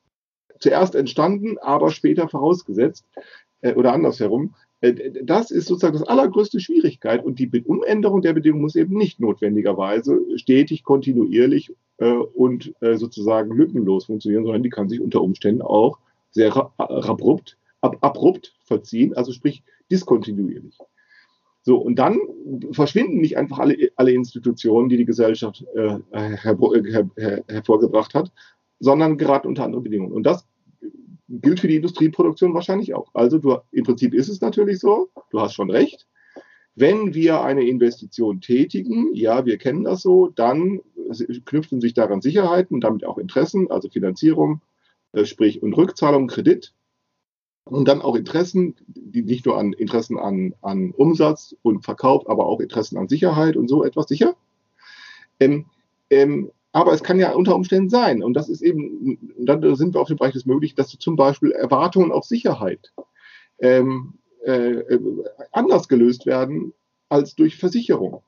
zuerst entstanden, aber später vorausgesetzt, äh, oder andersherum, das ist sozusagen das allergrößte Schwierigkeit und die Umänderung der Bedingungen muss eben nicht notwendigerweise stetig, kontinuierlich äh, und äh, sozusagen lückenlos funktionieren, sondern die kann sich unter Umständen auch sehr abrupt, ab, abrupt vollziehen, also sprich diskontinuierlich. So, und dann verschwinden nicht einfach alle, alle Institutionen, die die Gesellschaft äh, her, her, her, hervorgebracht hat, sondern geraten unter andere Bedingungen. Und das gilt für die Industrieproduktion wahrscheinlich auch. Also du, im Prinzip ist es natürlich so, du hast schon recht, wenn wir eine Investition tätigen, ja, wir kennen das so, dann knüpfen sich daran Sicherheiten und damit auch Interessen, also Finanzierung, äh, sprich und Rückzahlung, Kredit. Und dann auch Interessen, die nicht nur an Interessen an, an Umsatz und Verkauf, aber auch Interessen an Sicherheit und so etwas sicher. Ähm, ähm, aber es kann ja unter Umständen sein, und das ist eben, dann sind wir auf dem Bereich des Möglichen, dass du zum Beispiel Erwartungen auf Sicherheit ähm, äh, anders gelöst werden als durch Versicherung.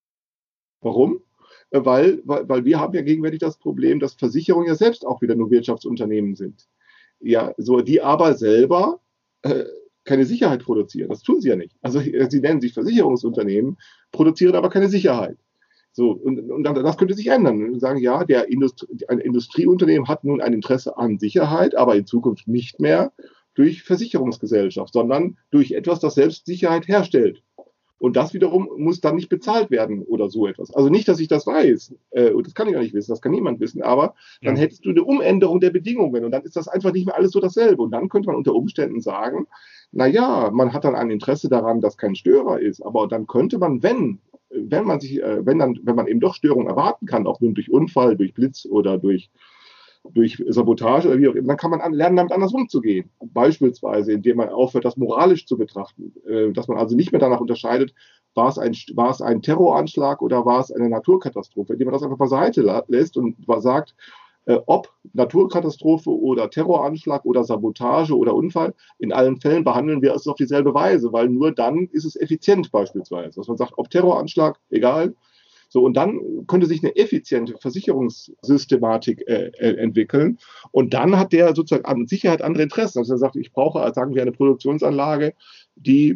Warum? Weil, weil, weil wir haben ja gegenwärtig das Problem, dass Versicherungen ja selbst auch wieder nur Wirtschaftsunternehmen sind. Ja, so, die aber selber äh, keine Sicherheit produzieren. Das tun sie ja nicht. Also sie nennen sich Versicherungsunternehmen, produzieren aber keine Sicherheit. So, und, und das könnte sich ändern. Und sagen, ja, der Industrie, ein Industrieunternehmen hat nun ein Interesse an Sicherheit, aber in Zukunft nicht mehr durch Versicherungsgesellschaft, sondern durch etwas, das selbst Sicherheit herstellt. Und das wiederum muss dann nicht bezahlt werden oder so etwas. Also nicht, dass ich das weiß, äh, und das kann ich auch nicht wissen, das kann niemand wissen, aber dann ja. hättest du eine Umänderung der Bedingungen und dann ist das einfach nicht mehr alles so dasselbe. Und dann könnte man unter Umständen sagen, na ja, man hat dann ein Interesse daran, dass kein Störer ist, aber dann könnte man, wenn, wenn man sich, äh, wenn dann, wenn man eben doch Störungen erwarten kann, auch nur durch Unfall, durch Blitz oder durch durch Sabotage oder wie auch immer, dann kann man an, lernen, damit anders umzugehen. Beispielsweise, indem man aufhört, das moralisch zu betrachten. Äh, dass man also nicht mehr danach unterscheidet, war es, ein, war es ein Terroranschlag oder war es eine Naturkatastrophe. Indem man das einfach beiseite lässt und sagt, äh, ob Naturkatastrophe oder Terroranschlag oder Sabotage oder Unfall, in allen Fällen behandeln wir es auf dieselbe Weise, weil nur dann ist es effizient beispielsweise. Dass man sagt, ob Terroranschlag, egal. So, und dann könnte sich eine effiziente Versicherungssystematik äh, entwickeln. Und dann hat der sozusagen an Sicherheit andere Interessen. Also er sagt, ich brauche, sagen wir, eine Produktionsanlage, die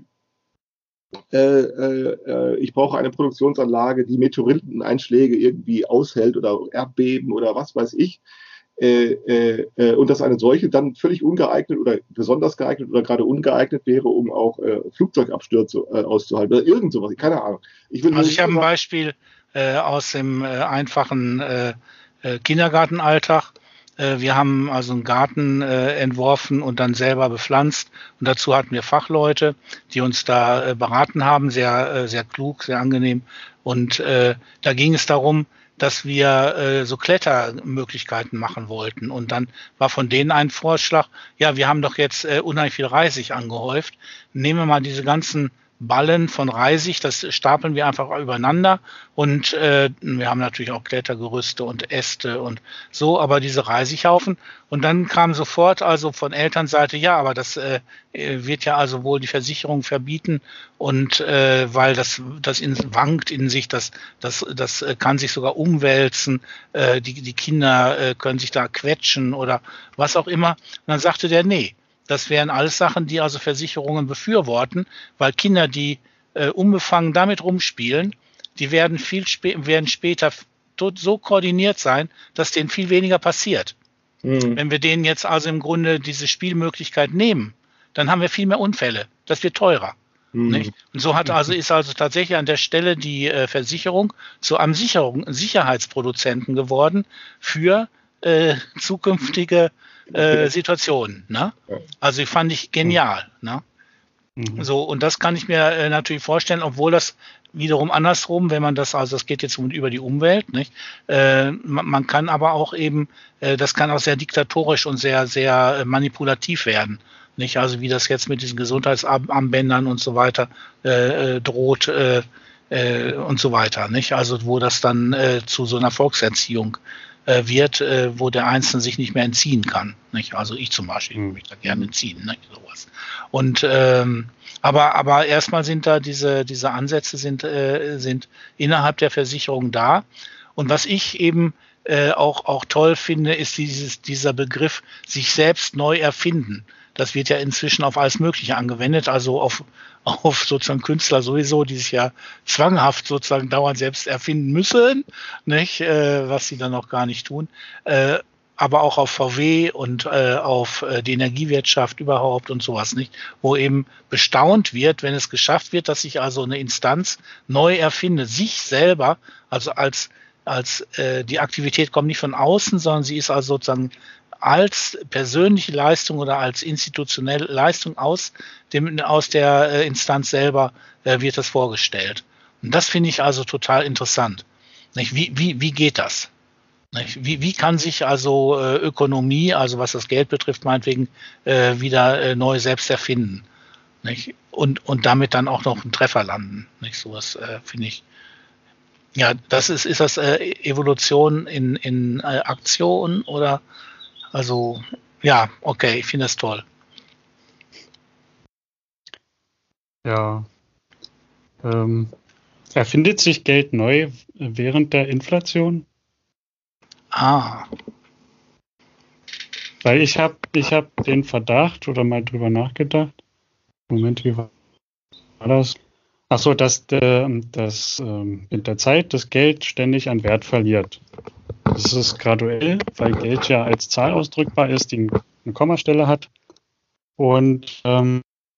äh, äh, ich brauche eine Produktionsanlage, die Meteoriteneinschläge irgendwie aushält oder Erdbeben oder was weiß ich. Äh, äh, und dass eine solche dann völlig ungeeignet oder besonders geeignet oder gerade ungeeignet wäre, um auch äh, Flugzeugabstürze äh, auszuhalten oder irgend sowas, keine Ahnung. Ich will also ich habe ein Beispiel äh, aus dem äh, einfachen äh, äh, Kindergartenalltag. Äh, wir haben also einen Garten äh, entworfen und dann selber bepflanzt und dazu hatten wir Fachleute, die uns da äh, beraten haben, sehr, äh, sehr klug, sehr angenehm und äh, da ging es darum, dass wir äh, so Klettermöglichkeiten machen wollten. Und dann war von denen ein Vorschlag, ja, wir haben doch jetzt äh, unheimlich viel Reisig angehäuft. Nehmen wir mal diese ganzen Ballen von Reisig, das stapeln wir einfach übereinander. Und äh, wir haben natürlich auch Klettergerüste und Äste und so, aber diese Reisighaufen. Und dann kam sofort also von Elternseite, ja, aber das äh, wird ja also wohl die Versicherung verbieten und äh, weil das das in, wankt in sich, das das das äh, kann sich sogar umwälzen, äh, die die Kinder äh, können sich da quetschen oder was auch immer. Und dann sagte der, nee, das wären alles Sachen, die also Versicherungen befürworten, weil Kinder, die äh, unbefangen damit rumspielen, die werden viel spä- werden später so koordiniert sein, dass denen viel weniger passiert. Mhm. Wenn wir denen jetzt also im Grunde diese Spielmöglichkeit nehmen, dann haben wir viel mehr Unfälle. Das wird teurer. Mhm. Nicht? Und so hat also ist also tatsächlich an der Stelle die äh, Versicherung zu einem Sicherung, Sicherheitsproduzenten geworden für äh, zukünftige äh, Situationen. Ne? Also die fand ich genial. Ne? Mhm. So, und das kann ich mir äh, natürlich vorstellen, obwohl das wiederum andersrum, wenn man das, also das geht jetzt über die Umwelt, nicht? Äh, man, man kann aber auch eben, äh, das kann auch sehr diktatorisch und sehr, sehr äh, manipulativ werden. Nicht? Also wie das jetzt mit diesen Gesundheitsarmbändern und so weiter äh, droht äh, äh, und so weiter. Nicht? Also wo das dann äh, zu so einer Volkserziehung äh, wird, äh, wo der Einzelne sich nicht mehr entziehen kann. Nicht? Also ich zum Beispiel, ich würde mich da gerne entziehen. Nicht? Sowas. Und ähm, aber aber erstmal sind da diese diese Ansätze sind äh, sind innerhalb der Versicherung da. Und was ich eben äh, auch auch toll finde, ist dieses dieser Begriff sich selbst neu erfinden. Das wird ja inzwischen auf alles Mögliche angewendet, also auf auf sozusagen Künstler sowieso, die sich ja zwanghaft sozusagen dauernd selbst erfinden müssen, nicht, äh, was sie dann auch gar nicht tun. Äh, aber auch auf V W und äh, auf äh, die Energiewirtschaft überhaupt und sowas, nicht? Wo eben bestaunt wird, wenn es geschafft wird, dass sich also eine Instanz neu erfindet, sich selber, also als, als äh, die Aktivität kommt nicht von außen, sondern sie ist also sozusagen als persönliche Leistung oder als institutionelle Leistung aus dem, aus der äh, Instanz selber äh, wird das vorgestellt. Und das finde ich also total interessant. Nicht? Wie, wie, wie geht das? Wie, wie kann sich also äh, Ökonomie, also was das Geld betrifft, meinetwegen äh, wieder äh, neu selbst erfinden, nicht? Und, und damit dann auch noch einen Treffer landen. Nicht? Sowas äh, finde ich. Ja, das ist, ist das äh, Evolution in, in äh, Aktion oder also ja, okay, ich finde das toll. Ja. Ähm, erfindet sich Geld neu während der Inflation? Ah. Weil ich habe ich hab den Verdacht oder mal drüber nachgedacht. Moment, wie war das? Ach so, dass, äh, dass äh, mit der Zeit das Geld ständig an Wert verliert. Das ist graduell, weil Geld ja als Zahl ausdrückbar ist, die eine Kommastelle hat. Und ähm,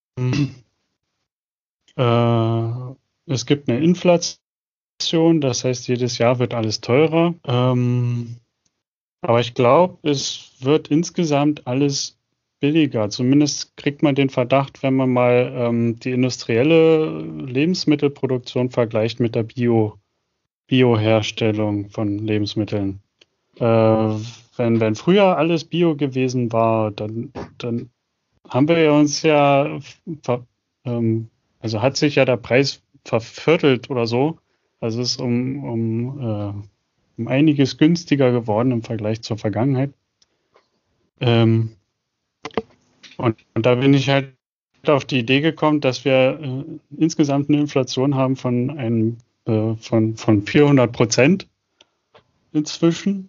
äh, es gibt eine Inflation, das heißt, jedes Jahr wird alles teurer. Ähm, Aber ich glaube, es wird insgesamt alles billiger. Zumindest kriegt man den Verdacht, wenn man mal ähm, die industrielle Lebensmittelproduktion vergleicht mit der Bio, Bioherstellung von Lebensmitteln. Äh, wenn, wenn früher alles Bio gewesen war, dann, dann haben wir uns ja, ver, ähm, also hat sich ja der Preis verviertelt oder so. Also es ist um, um äh, um einiges günstiger geworden im Vergleich zur Vergangenheit. Ähm, und, und da bin ich halt auf die Idee gekommen, dass wir äh, insgesamt eine Inflation haben von einem äh, von, von vierhundert Prozent inzwischen.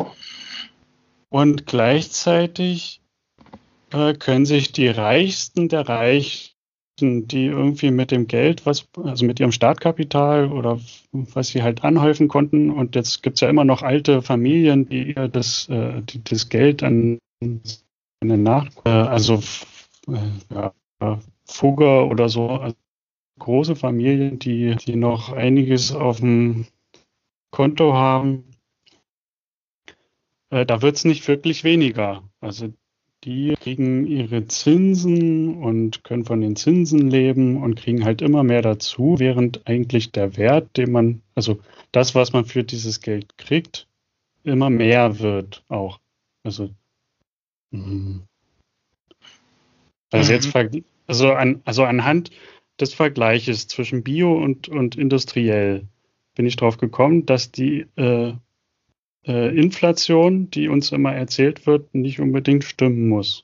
Und gleichzeitig äh, können sich die Reichsten der Reichen, die irgendwie mit dem Geld, was, also mit ihrem Startkapital oder was sie halt anhäufen konnten, und jetzt gibt es ja immer noch alte Familien, die ihr das, äh, die, das Geld an, an den Nach, äh, also äh, ja, Fugger oder so, also große Familien, die, die noch einiges auf dem Konto haben, äh, da wird es nicht wirklich weniger. Also die kriegen ihre Zinsen und können von den Zinsen leben und kriegen halt immer mehr dazu, während eigentlich der Wert, den man, also das, was man für dieses Geld kriegt, immer mehr wird auch. Also, mh. also jetzt, also, an, also anhand des Vergleiches zwischen Bio und, und industriell bin ich drauf gekommen, dass die äh, äh, Inflation, die uns immer erzählt wird, nicht unbedingt stimmen muss.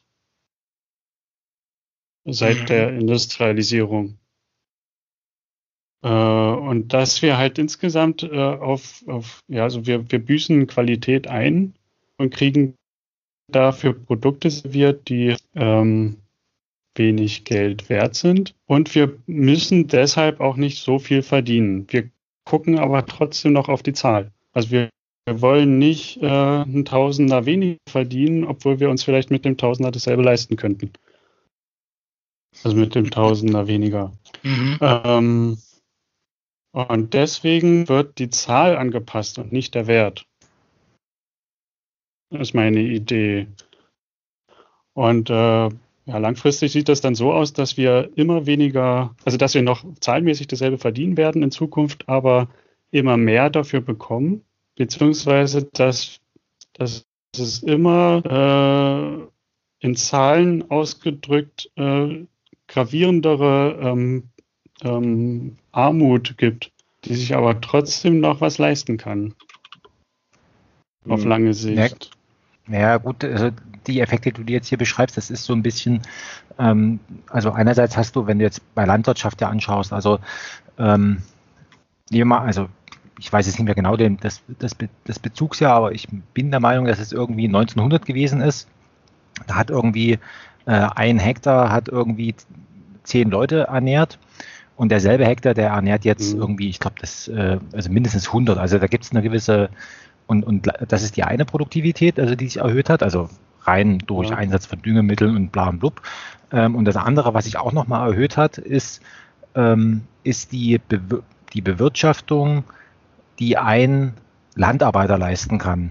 Seit mhm. der Industrialisierung. Äh, und dass wir halt insgesamt äh, auf, auf, ja, also wir, wir büßen Qualität ein und kriegen dafür Produkte serviert, die ähm, wenig Geld wert sind. Und wir müssen deshalb auch nicht so viel verdienen. Wir gucken aber trotzdem noch auf die Zahl. Also wir Wir wollen nicht äh, einen Tausender weniger verdienen, obwohl wir uns vielleicht mit dem Tausender dasselbe leisten könnten. Also mit dem Tausender weniger. Mhm. Ähm, und deswegen wird die Zahl angepasst und nicht der Wert. Das ist meine Idee. Und äh, ja, langfristig sieht das dann so aus, dass wir immer weniger, also dass wir noch zahlenmäßig dasselbe verdienen werden in Zukunft, aber immer mehr dafür bekommen. Beziehungsweise, dass, dass es immer äh, in Zahlen ausgedrückt äh, gravierendere ähm, ähm, Armut gibt, die sich aber trotzdem noch was leisten kann. Auf lange Sicht. Ja, ja gut, also die Effekte, die du jetzt hier beschreibst, das ist so ein bisschen, ähm, also einerseits hast du, wenn du jetzt bei Landwirtschaft ja anschaust, also ähm, nehmen wir mal, also ich weiß jetzt nicht mehr genau den, das, das, das Bezugsjahr, aber ich bin der Meinung, dass es irgendwie neunzehnhundert gewesen ist. Da hat irgendwie äh, ein Hektar hat irgendwie zehn Leute ernährt und derselbe Hektar, der ernährt jetzt mhm. irgendwie, ich glaube, das äh, also mindestens hundert. Also da gibt es eine gewisse Und, und das ist die eine Produktivität, also die sich erhöht hat, also rein durch ja. Einsatz von Düngemitteln und bla und blub. Ähm, und das andere, was sich auch nochmal erhöht hat, ist, ähm, ist die, Be- die Bewirtschaftung, die ein Landarbeiter leisten kann.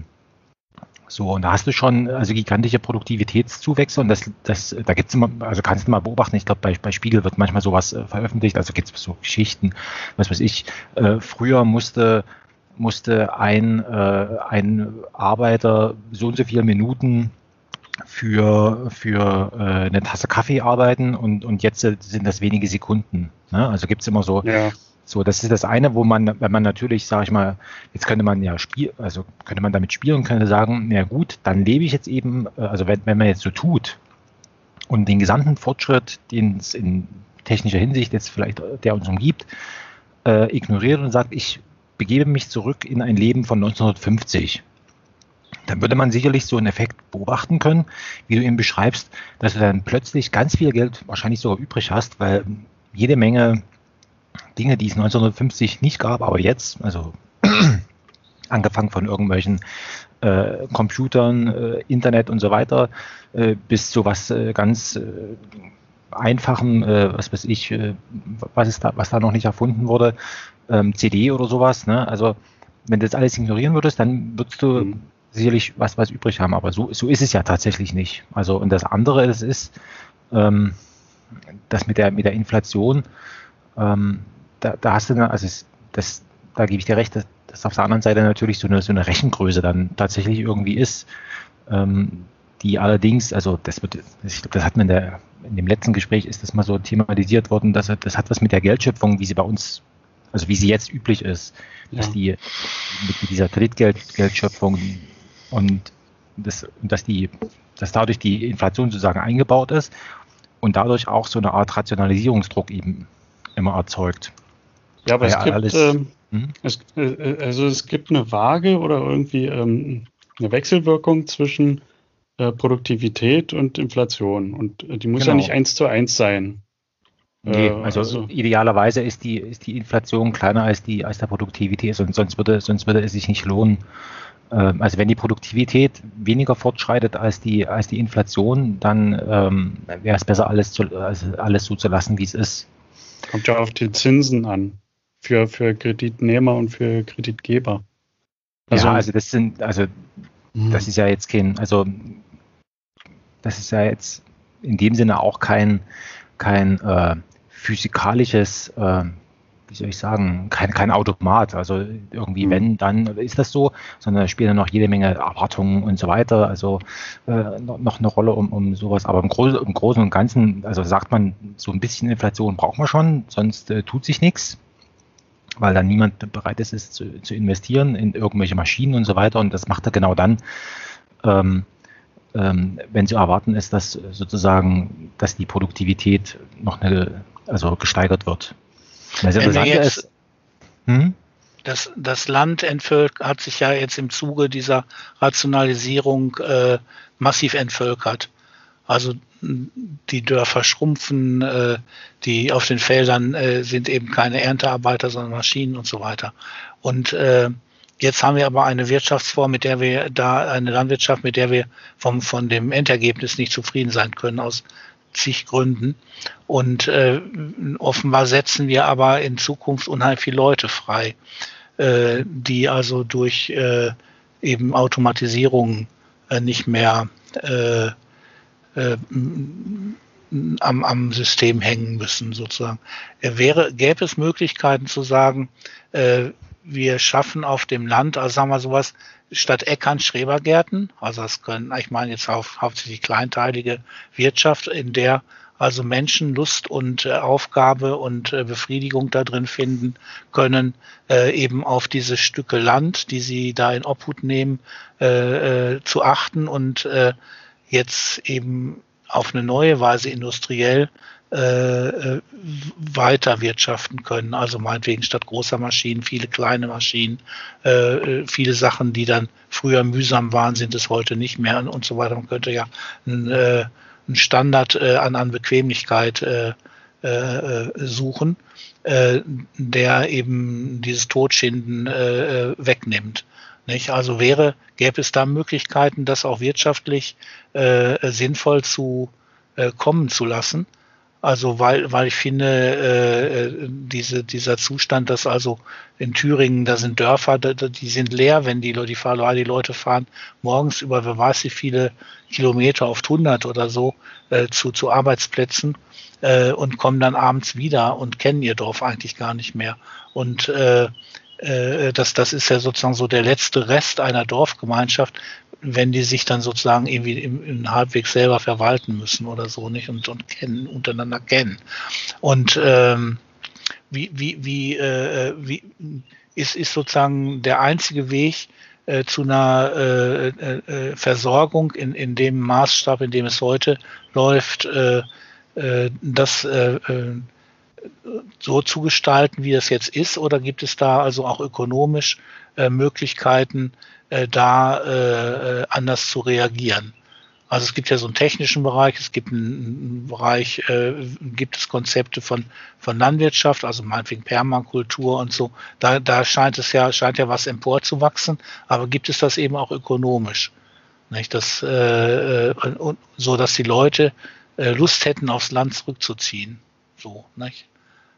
So, und da hast du schon also gigantische Produktivitätszuwächse und das, das, da gibt es immer, also kannst du mal beobachten, ich glaube, bei, bei Spiegel wird manchmal sowas äh, veröffentlicht, also gibt es so Geschichten, was weiß ich, äh, früher musste, musste ein, äh, ein Arbeiter so und so viele Minuten für, für äh, eine Tasse Kaffee arbeiten und, und jetzt sind das wenige Sekunden. Ne? Also gibt es immer so, ja. so, das ist das eine, wo man, wenn man natürlich, sage ich mal, jetzt könnte man ja spielen, also könnte man damit spielen und könnte sagen, na gut, dann lebe ich jetzt eben, also wenn, wenn man jetzt so tut und den gesamten Fortschritt, den es in technischer Hinsicht jetzt vielleicht, der uns umgibt, äh, ignoriert und sagt, ich begebe mich zurück in ein Leben von neunzehnhundertfünfzig. Dann würde man sicherlich so einen Effekt beobachten können, wie du eben beschreibst, dass du dann plötzlich ganz viel Geld wahrscheinlich sogar übrig hast, weil jede Menge Dinge, die es neunzehnhundertfünfzig nicht gab, aber jetzt, also angefangen von irgendwelchen äh, Computern, äh, Internet und so weiter, äh, bis zu was äh, ganz äh, einfachen, äh, was weiß ich, äh, was ist da, was da noch nicht erfunden wurde, ähm, C D oder sowas. Ne? Also wenn du das alles ignorieren würdest, dann würdest du mhm. sicherlich was, was übrig haben, aber so, so ist es ja tatsächlich nicht. Also und das andere das ist, ähm, das mit der mit der Inflation, ähm, da, da hast du dann, also es, das, da gebe ich dir recht, dass das auf der anderen Seite natürlich so eine so eine Rechengröße dann tatsächlich irgendwie ist, ähm, die allerdings, also das wird, ich glaube, das hat man in, der, in dem letzten Gespräch ist das mal so thematisiert worden, dass das hat was mit der Geldschöpfung, wie sie bei uns, also wie sie jetzt üblich ist, dass ja. die mit, mit dieser Kreditgeldschöpfung und das, dass die, dass dadurch die Inflation sozusagen eingebaut ist und dadurch auch so eine Art Rationalisierungsdruck eben immer erzeugt. Ja, aber ja, es gibt, alles, ähm, hm? es, äh, also es gibt eine Waage oder irgendwie ähm, eine Wechselwirkung zwischen äh, Produktivität und Inflation und äh, die muss genau. ja nicht eins zu eins sein. Nee, also, also idealerweise ist die, ist die Inflation kleiner als die als der Produktivität, sonst, sonst würde sonst würde es sich nicht lohnen. Ähm, also wenn die Produktivität weniger fortschreitet als die als die Inflation, dann ähm, wäre es besser alles zu, also alles so zu lassen, wie es ist. Kommt ja auf die Zinsen an für für Kreditnehmer und für Kreditgeber. Also, ja, also das sind also mh. das ist ja jetzt kein also das ist ja jetzt in dem Sinne auch kein kein äh, physikalisches, äh, wie soll ich sagen, kein, kein Automat. Also irgendwie, mhm. wenn, dann ist das so, sondern da spielen dann noch jede Menge Erwartungen und so weiter. Also äh, noch, noch eine Rolle um, um sowas. Aber im, Groß, im Großen und Ganzen, also sagt man, so ein bisschen Inflation braucht man schon, sonst äh, tut sich nichts, weil dann niemand bereit ist, es zu, zu investieren in irgendwelche Maschinen und so weiter. Und das macht er genau dann, ähm, ähm, wenn zu erwarten ist, dass sozusagen, dass die Produktivität noch eine also gesteigert wird. Das Interessante jetzt, ist, hm? das, das Land entvölk- hat sich ja jetzt im Zuge dieser Rationalisierung äh, massiv entvölkert. Also die Dörfer schrumpfen, äh, die auf den Feldern äh, sind eben keine Erntearbeiter, sondern Maschinen und so weiter. Und äh, jetzt haben wir aber eine Wirtschaftsform, mit der wir da, eine Landwirtschaft, mit der wir vom, von dem Endergebnis nicht zufrieden sein können, aus zig Gründen. Und äh, offenbar setzen wir aber in Zukunft unheimlich viele Leute frei, äh, die also durch äh, eben Automatisierung äh, nicht mehr äh, äh, am, am System hängen müssen, sozusagen. Äh, wäre, gäbe es Möglichkeiten zu sagen, äh, wir schaffen auf dem Land, also sagen wir sowas, statt Äckern Schrebergärten, also das können, ich meine jetzt auf, hauptsächlich kleinteilige Wirtschaft, in der also Menschen Lust und äh, Aufgabe und äh, Befriedigung da drin finden können, äh, eben auf diese Stücke Land, die sie da in Obhut nehmen, äh, äh, zu achten und äh, jetzt eben auf eine neue Weise industriell äh, weiter wirtschaften können. Also meinetwegen statt großer Maschinen viele kleine Maschinen, äh, viele Sachen, die dann früher mühsam waren, sind es heute nicht mehr und, und so weiter. Man könnte ja einen, äh, einen Standard äh, an, an Bequemlichkeit äh, äh, suchen, äh, der eben dieses Todschinden äh, wegnimmt. Nicht? Also wäre, gäbe es da Möglichkeiten, das auch wirtschaftlich äh, sinnvoll zu äh, kommen zu lassen. Also weil, weil ich finde, äh, diese, dieser Zustand, dass also in Thüringen, da sind Dörfer, die sind leer, wenn die, die, die Leute fahren morgens über, wer weiß wie viele Kilometer, oft hundert oder so, äh, zu, zu Arbeitsplätzen äh, und kommen dann abends wieder und kennen ihr Dorf eigentlich gar nicht mehr. Und äh, äh, das, das ist ja sozusagen so der letzte Rest einer Dorfgemeinschaft, wenn die sich dann sozusagen irgendwie im, im halbwegs selber verwalten müssen oder so, nicht, und, und kennen, untereinander kennen. Und ähm, wie, wie, wie, äh, wie ist, ist sozusagen der einzige Weg äh, zu einer äh, äh, Versorgung in, in dem Maßstab, in dem es heute läuft, äh, äh, das äh, äh, so zu gestalten, wie das jetzt ist, oder gibt es da also auch ökonomisch äh, Möglichkeiten, äh, da äh, anders zu reagieren? Also es gibt ja so einen technischen Bereich, es gibt einen, einen Bereich, äh, gibt es Konzepte von, von Landwirtschaft, also meinetwegen Permakultur und so. Da, da scheint es ja, scheint ja was emporzuwachsen, aber gibt es das eben auch ökonomisch? Nicht? Das, äh, und, so, dass die Leute äh, Lust hätten, aufs Land zurückzuziehen. So, nicht?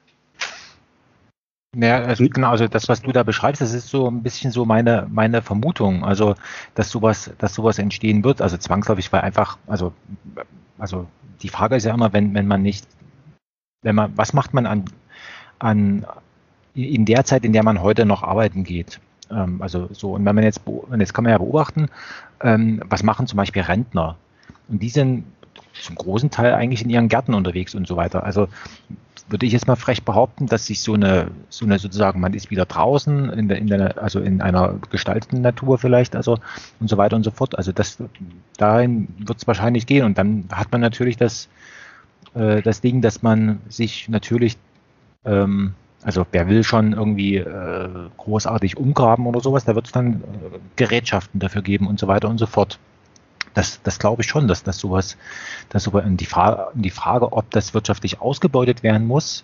Ja, also genau, also das, was du da beschreibst, das ist so ein bisschen so meine, meine Vermutung, also dass sowas, dass sowas entstehen wird, also zwangsläufig, weil einfach, also, also die Frage ist ja immer, wenn, wenn man nicht, wenn man, was macht man an, an in der Zeit, in der man heute noch arbeiten geht? Ähm, also so, und wenn man jetzt, jetzt kann man ja beobachten, ähm, was machen zum Beispiel Rentner? Und die sind zum großen Teil eigentlich in ihren Gärten unterwegs und so weiter. Also würde ich jetzt mal frech behaupten, dass sich so eine, so eine sozusagen, man ist wieder draußen, in der, in der, also in einer gestalteten Natur vielleicht, also und so weiter und so fort. Also das, dahin wird es wahrscheinlich gehen. Und dann hat man natürlich das, äh, das Ding, dass man sich natürlich, ähm, also wer will schon irgendwie äh, großartig umgraben oder sowas, da wird es dann äh, Gerätschaften dafür geben und so weiter und so fort. Das, das glaube ich schon, dass das sowas, dass sowas in die Frage, in die Frage, ob das wirtschaftlich ausgebeutet werden muss.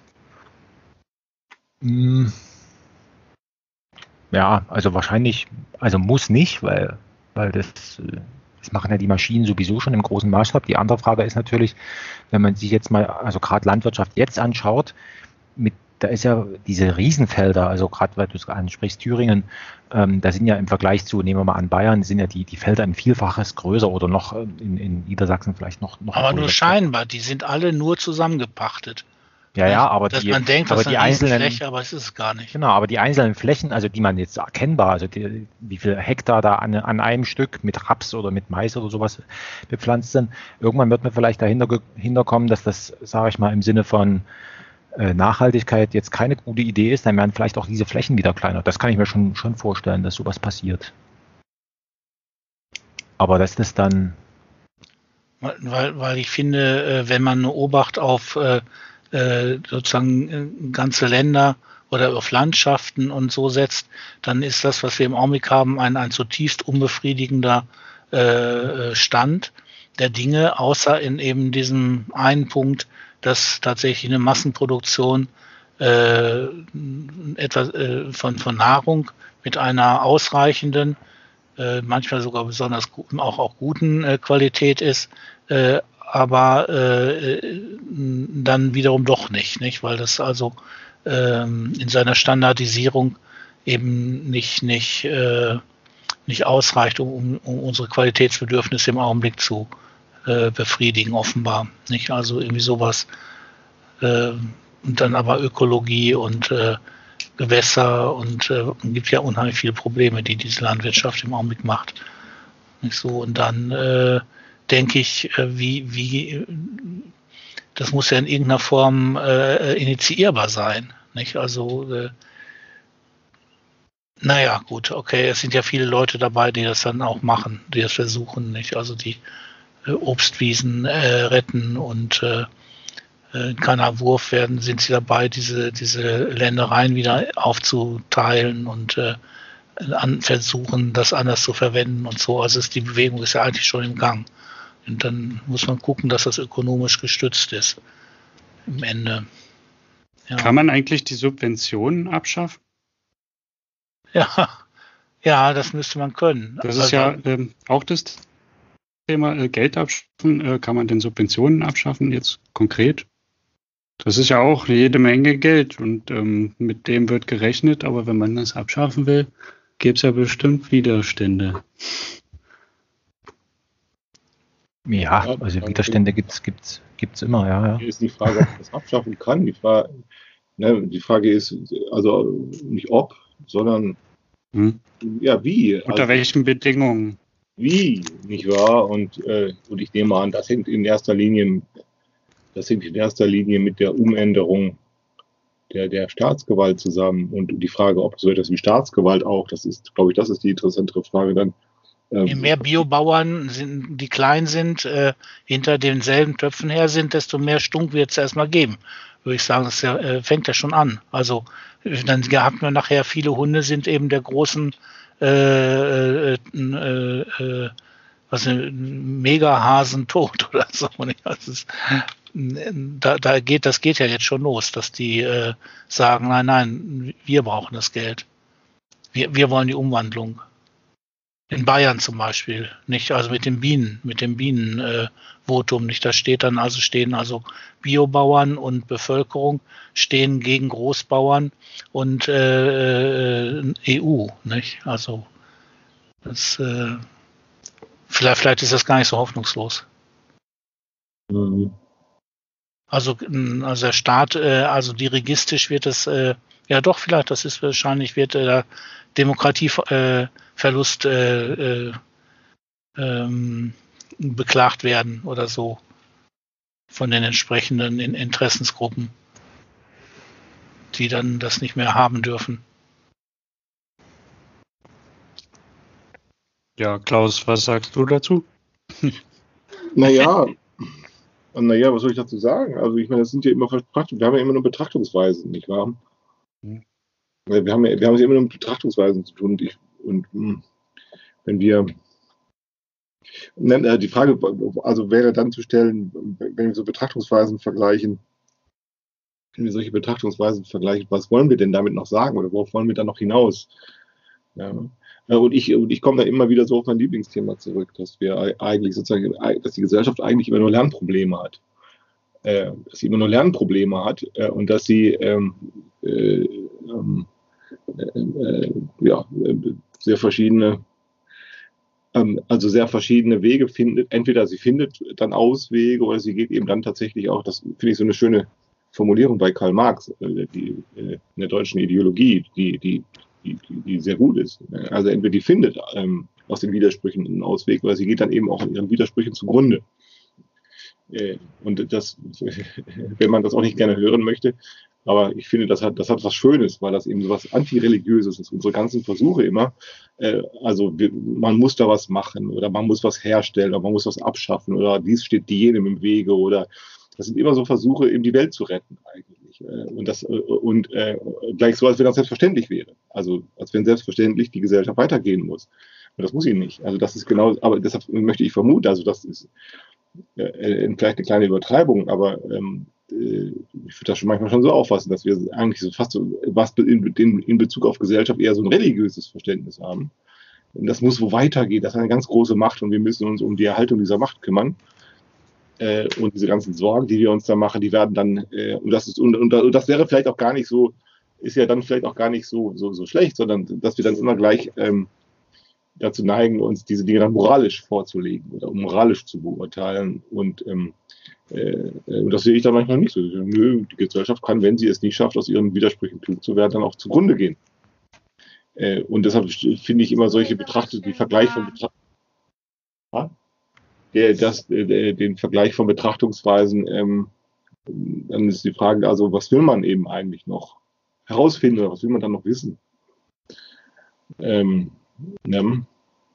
Hm, ja, also wahrscheinlich, also muss nicht, weil, weil das, das machen ja die Maschinen sowieso schon im großen Maßstab. Die andere Frage ist natürlich, wenn man sich jetzt mal, also gerade Landwirtschaft jetzt anschaut, mit da ist ja diese Riesenfelder, also gerade weil du es ansprichst, Thüringen, ähm, da sind ja im Vergleich zu, nehmen wir mal an Bayern, sind ja die, die Felder ein Vielfaches größer oder noch in, in Niedersachsen vielleicht noch, noch aber nur scheinbar, die sind alle nur zusammengepachtet. Ja, ja, aber dass die, man denkt, aber das die ist eine einzelnen Fläche, aber es ist es gar nicht. Genau, aber die einzelnen Flächen, also die man jetzt erkennbar, also die, wie viel Hektar da an, an einem Stück mit Raps oder mit Mais oder sowas bepflanzt sind, irgendwann wird man vielleicht dahinter hinterkommen, dass das, sage ich mal, im Sinne von Nachhaltigkeit jetzt keine gute Idee ist, dann werden vielleicht auch diese Flächen wieder kleiner. Das kann ich mir schon, schon vorstellen, dass sowas passiert. Aber das ist dann... Weil, weil ich finde, wenn man eine Obacht auf sozusagen ganze Länder oder auf Landschaften und so setzt, dann ist das, was wir im Augenblick haben, ein, ein zutiefst unbefriedigender Stand der Dinge, außer in eben diesem einen Punkt, dass tatsächlich eine Massenproduktion äh, etwas äh, von, von Nahrung mit einer ausreichenden, äh, manchmal sogar besonders guten, auch, auch guten äh, Qualität ist, äh, aber äh, dann wiederum doch nicht, nicht, weil das also äh, in seiner Standardisierung eben nicht, nicht, äh, nicht ausreicht, um, um unsere Qualitätsbedürfnisse im Augenblick zu befriedigen, offenbar. Nicht? Also irgendwie sowas. Äh, und dann aber Ökologie und äh, Gewässer und äh, gibt ja unheimlich viele Probleme, die diese Landwirtschaft im Augenblick macht. Nicht so? Und dann äh, denke ich, äh, wie, wie, das muss ja in irgendeiner Form äh, initiierbar sein. Nicht? Also, äh, naja, gut, okay, es sind ja viele Leute dabei, die das dann auch machen, die das versuchen, nicht? Also die Obstwiesen äh, retten und äh, in keiner Wurf werden, sind sie dabei, diese, diese Ländereien wieder aufzuteilen und äh, an, versuchen, das anders zu verwenden und so. Also ist die Bewegung ist ja eigentlich schon im Gang. Und dann muss man gucken, dass das ökonomisch gestützt ist. Im Ende. Ja. Kann man eigentlich die Subventionen abschaffen? Ja, Ja, das müsste man können. Das ist also, ja ähm, auch das Thema äh, Geld abschaffen. Äh, kann man denn Subventionen abschaffen jetzt konkret? Das ist ja auch jede Menge Geld und ähm, mit dem wird gerechnet, aber wenn man das abschaffen will, gäbe es ja bestimmt Widerstände. Ja, also Widerstände gibt es gibt's, gibt's immer, ja, ja. Hier ist die Frage, ob man das abschaffen kann. Die Frage, ne, die Frage ist also nicht ob, sondern hm. ja, wie. Unter also, welchen Bedingungen? Wie, nicht wahr? Und, äh, und ich nehme an, das hängt in erster Linie, das hängt in erster Linie mit der Umänderung der, der Staatsgewalt zusammen. Und die Frage, ob so etwas wie Staatsgewalt auch, das ist, glaube ich, das ist die interessantere Frage dann. Je mehr Biobauern, sind, die klein sind, äh, hinter denselben Töpfen her sind, desto mehr Stunk wird es erstmal geben. Würde ich sagen, das ja, äh, fängt ja schon an. Also dann hat man nachher viele Hunde sind eben der großen äh, äh, äh, äh, was Megahasen tot oder so. Das ist, da, da geht, das geht ja jetzt schon los, dass die äh, sagen, nein, nein, wir brauchen das Geld. Wir, wir wollen die Umwandlung. In Bayern zum Beispiel, nicht, also mit den Bienen, mit dem Bienenvotum, äh, nicht, da steht dann, also stehen also Biobauern und Bevölkerung stehen gegen Großbauern und äh, E U, nicht, also das, äh, vielleicht, vielleicht ist das gar nicht so hoffnungslos. Mhm. Also, also der Staat, äh, also dirigistisch wird es, äh, ja doch, vielleicht, das ist wahrscheinlich, wird der Demokratieverlust äh, äh, ähm, beklagt werden oder so von den entsprechenden Interessensgruppen, die dann das nicht mehr haben dürfen. Ja, Klaus, was sagst du dazu? Naja, naja, was soll ich dazu sagen? Also ich meine, das sind ja immer Betrachtungen, wir haben ja immer nur Betrachtungsweisen, nicht wahr? Hm. Wir haben ja, wir haben es ja immer nur mit Betrachtungsweisen zu tun und, ich, und wenn wir die Frage also wäre dann zu stellen, wenn wir so Betrachtungsweisen vergleichen, wenn wir solche Betrachtungsweisen vergleichen, was wollen wir denn damit noch sagen oder worauf wollen wir dann noch hinaus? Ja. Und ich, und ich komme da immer wieder so auf mein Lieblingsthema zurück, dass wir eigentlich sozusagen, dass die Gesellschaft eigentlich immer nur Lernprobleme hat. Dass sie immer nur Lernprobleme hat und dass sie ähm, äh, ähm, äh, ja, sehr verschiedene, ähm, also sehr verschiedene Wege findet. Entweder sie findet dann Auswege oder sie geht eben dann tatsächlich auch, das finde ich so eine schöne Formulierung bei Karl Marx, äh, die, äh, in der deutschen Ideologie, die, die, die, die sehr gut ist. Also entweder die findet ähm, aus den Widersprüchen einen Ausweg oder sie geht dann eben auch in ihren Widersprüchen zugrunde. Äh, und das, wenn man das auch nicht gerne hören möchte, aber ich finde, das hat, das hat was Schönes, weil das eben so was Antireligiöses ist. Unsere ganzen Versuche immer, äh, also wir, man muss da was machen oder man muss was herstellen oder man muss was abschaffen oder dies steht jenem im Wege oder das sind immer so Versuche, eben die Welt zu retten eigentlich. Äh, und das, äh, und äh, gleich so, als wenn das selbstverständlich wäre. Also als wenn selbstverständlich die Gesellschaft weitergehen muss. Und das muss sie nicht. Also das ist genau, aber deshalb möchte ich vermuten, also das ist äh, vielleicht eine kleine Übertreibung, aber ähm, ich würde das schon manchmal schon so auffassen, dass wir eigentlich so fast so, was in, in, in Bezug auf Gesellschaft eher so ein religiöses Verständnis haben. Und das muss wo weitergehen, das ist eine ganz große Macht und wir müssen uns um die Erhaltung dieser Macht kümmern. Äh, und diese ganzen Sorgen, die wir uns da machen, die werden dann, äh, und, das ist, und, und, und das wäre vielleicht auch gar nicht so, ist ja dann vielleicht auch gar nicht so, so, so schlecht, sondern dass wir dann immer gleich ähm, dazu neigen, uns diese Dinge dann moralisch vorzulegen oder moralisch zu beurteilen. Und ähm, äh, das sehe ich dann manchmal nicht so. Nö, die Gesellschaft kann, wenn sie es nicht schafft, aus ihren Widersprüchen klug zu werden, dann auch zugrunde gehen. Äh, und deshalb finde ich immer solche Betrachtungen, die Vergleich von Betrachtungen, ja? der, das, der, den Vergleich von Betrachtungsweisen, ähm, dann ist die Frage, also was will man eben eigentlich noch herausfinden oder was will man dann noch wissen? Ähm, ja.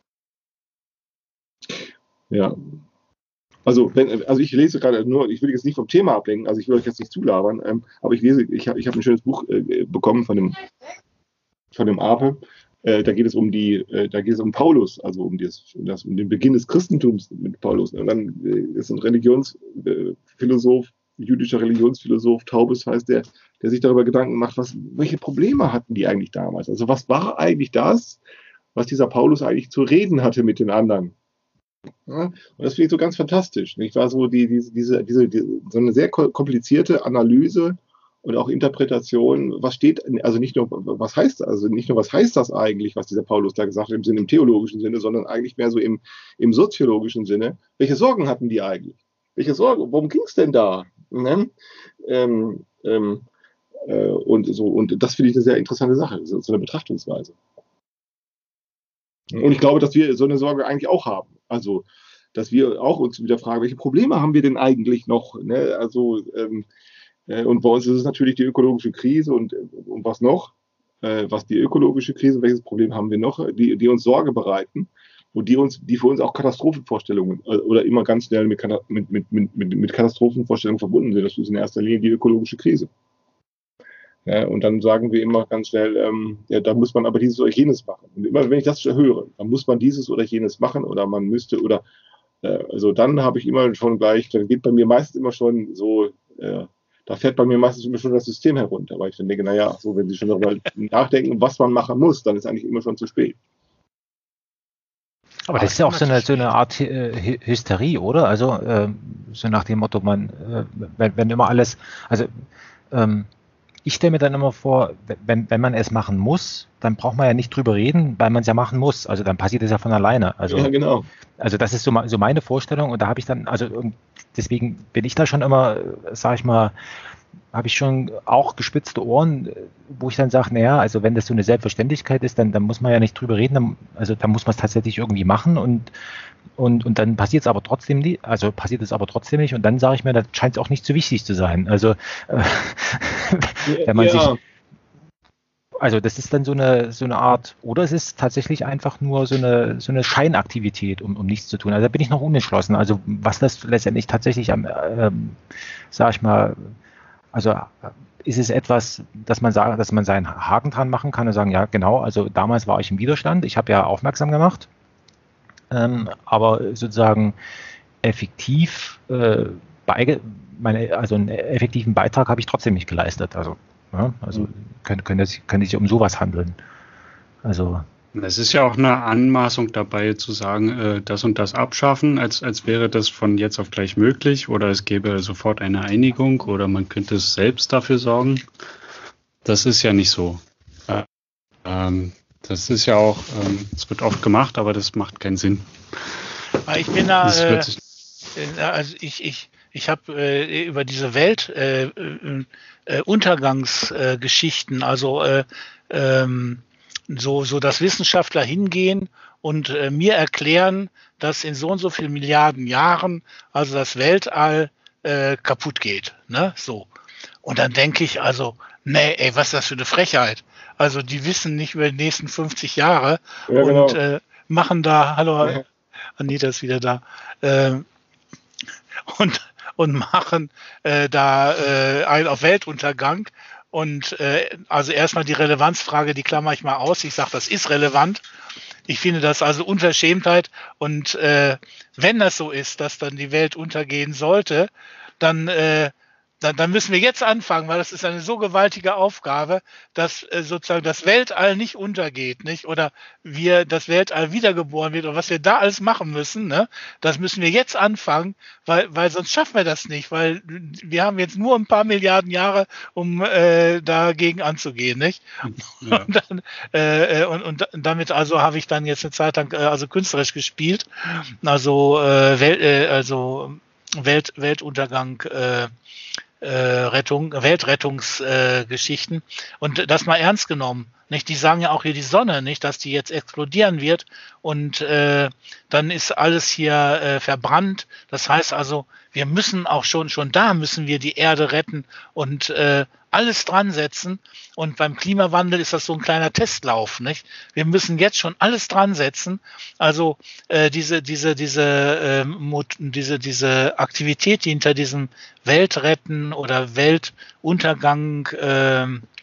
ja. Also, wenn, also ich lese gerade nur, ich will jetzt nicht vom Thema ablenken, also ich will euch jetzt nicht zulabern, ähm, aber ich lese, ich habe ich hab ein schönes Buch äh, bekommen von dem, von dem Ape. Äh, da geht es um die, äh, da geht es um Paulus, also um, das, das, um den Beginn des Christentums mit Paulus. Und dann äh, ist ein Religionsphilosoph, äh, jüdischer Religionsphilosoph, Taubes heißt der, der sich darüber Gedanken macht, was, welche Probleme hatten die eigentlich damals? Also was war eigentlich das, was dieser Paulus eigentlich zu reden hatte mit den anderen. Ja, und das finde ich so ganz fantastisch. Nicht wahr? So die, diese, diese, diese, die, so eine sehr komplizierte Analyse und auch Interpretation, was steht, also nicht nur, was heißt, also nicht nur, was heißt das eigentlich, was dieser Paulus da gesagt hat, im Sinne, im theologischen Sinne, sondern eigentlich mehr so im, im soziologischen Sinne. Welche Sorgen hatten die eigentlich? Welche Sorgen? Worum ging es denn da? Ne? Ähm, ähm, äh, und so, und das finde ich eine sehr interessante Sache, so, so eine Betrachtungsweise. Und ich glaube, dass wir so eine Sorge eigentlich auch haben. Also, dass wir auch uns wieder fragen, welche Probleme haben wir denn eigentlich noch? Ne? Also, ähm, äh, und bei uns ist es natürlich die ökologische Krise und, und was noch? Äh, was die ökologische Krise, welches Problem haben wir noch, die, die uns Sorge bereiten und die uns, die für uns auch Katastrophenvorstellungen äh, oder immer ganz schnell mit, mit, mit, mit, mit Katastrophenvorstellungen verbunden sind. Das ist in erster Linie die ökologische Krise. Ja, und dann sagen wir immer ganz schnell, ähm, ja, da muss man aber dieses oder jenes machen. Und immer wenn ich das höre, dann muss man dieses oder jenes machen oder man müsste oder äh, also dann habe ich immer schon gleich, dann geht bei mir meistens immer schon so, äh, da fährt bei mir meistens immer schon das System herunter, weil ich dann denke, naja, so wenn Sie schon darüber nachdenken, was man machen muss, dann ist eigentlich immer schon zu spät. Aber das ist ja auch so eine, so eine Art äh, Hysterie, oder? Also äh, so nach dem Motto, man, äh, wenn, wenn immer alles, also ähm, ich stelle mir dann immer vor, wenn, wenn man es machen muss, dann braucht man ja nicht drüber reden, weil man es ja machen muss. Also dann passiert es ja von alleine. Also, ja, genau. Also das ist so, so meine Vorstellung und da habe ich dann, also und deswegen bin ich da schon immer, sage ich mal, habe ich schon auch gespitzte Ohren, wo ich dann sage, naja, also wenn das so eine Selbstverständlichkeit ist, dann, dann muss man ja nicht drüber reden, dann, also dann muss man es tatsächlich irgendwie machen und Und, und dann passiert es aber trotzdem nicht, also passiert es aber trotzdem nicht und dann sage ich mir, das scheint es auch nicht so wichtig zu sein. Also äh, wenn man ja. sich, also das ist dann so eine so eine Art, oder es ist tatsächlich einfach nur so eine so eine Scheinaktivität, um, um nichts zu tun. Also da bin ich noch unentschlossen. Also was das letztendlich tatsächlich am, ähm, sag ich mal, also ist es etwas, dass man sagt, dass man seinen Haken dran machen kann und sagen, ja genau, also damals war ich im Widerstand, ich habe ja aufmerksam gemacht. Ähm, aber sozusagen effektiv, äh, beige, meine, also einen effektiven Beitrag habe ich trotzdem nicht geleistet. Also, ja, also mhm. könnte, könnte, es, könnte sich um sowas handeln. Also es ist ja auch eine Anmaßung dabei zu sagen, äh, das und das abschaffen, als, als wäre das von jetzt auf gleich möglich oder es gäbe sofort eine Einigung oder man könnte es selbst dafür sorgen. Das ist ja nicht so. Äh, ähm, Das ist ja auch, ähm, es wird oft gemacht, aber das macht keinen Sinn. Ich bin da, äh, also ich, ich, ich habe äh, über diese Welt äh, äh, Untergangsgeschichten, äh, also äh, ähm, so, so, dass Wissenschaftler hingehen und äh, mir erklären, dass in so und so vielen Milliarden Jahren also das Weltall äh, kaputt geht, ne, so. Und dann denke ich also, nee, ey, was ist das für eine Frechheit? Also die wissen nicht über die nächsten fünfzig Jahre ja, und genau. äh, machen da, hallo, ja. Anita ist wieder da, äh, und, und machen äh, da äh, einen auf Weltuntergang. Und äh, also erstmal die Relevanzfrage, die klammer ich mal aus. Ich sage, das ist relevant. Ich finde das also Unverschämtheit. Und äh, wenn das so ist, dass dann die Welt untergehen sollte, dann äh, Dann, dann müssen wir jetzt anfangen, weil das ist eine so gewaltige Aufgabe, dass äh, sozusagen das Weltall nicht untergeht, nicht? Oder wir das Weltall wiedergeboren wird oder was wir da alles machen müssen, ne? Das müssen wir jetzt anfangen, weil, weil sonst schaffen wir das nicht, weil wir haben jetzt nur ein paar Milliarden Jahre, um äh, dagegen anzugehen, nicht? Ja. Und, dann, äh, und, und damit also habe ich dann jetzt eine Zeit lang äh, also künstlerisch gespielt, also äh, Welt, äh, also Welt, Weltuntergang. Äh, Äh, Rettung, Weltrettungsgeschichten äh, und das mal ernst genommen. Nicht? Die sagen ja auch hier die Sonne, nicht, dass die jetzt explodieren wird und äh, dann ist alles hier äh, verbrannt. Das heißt also, wir müssen auch schon, schon da müssen wir die Erde retten und äh, alles dran setzen. Und beim Klimawandel ist das so ein kleiner Testlauf, nicht? Wir müssen jetzt schon alles dran setzen. Also äh, diese diese diese äh, Mot- diese diese Aktivität, die hinter diesem Weltretten oder Weltuntergang äh,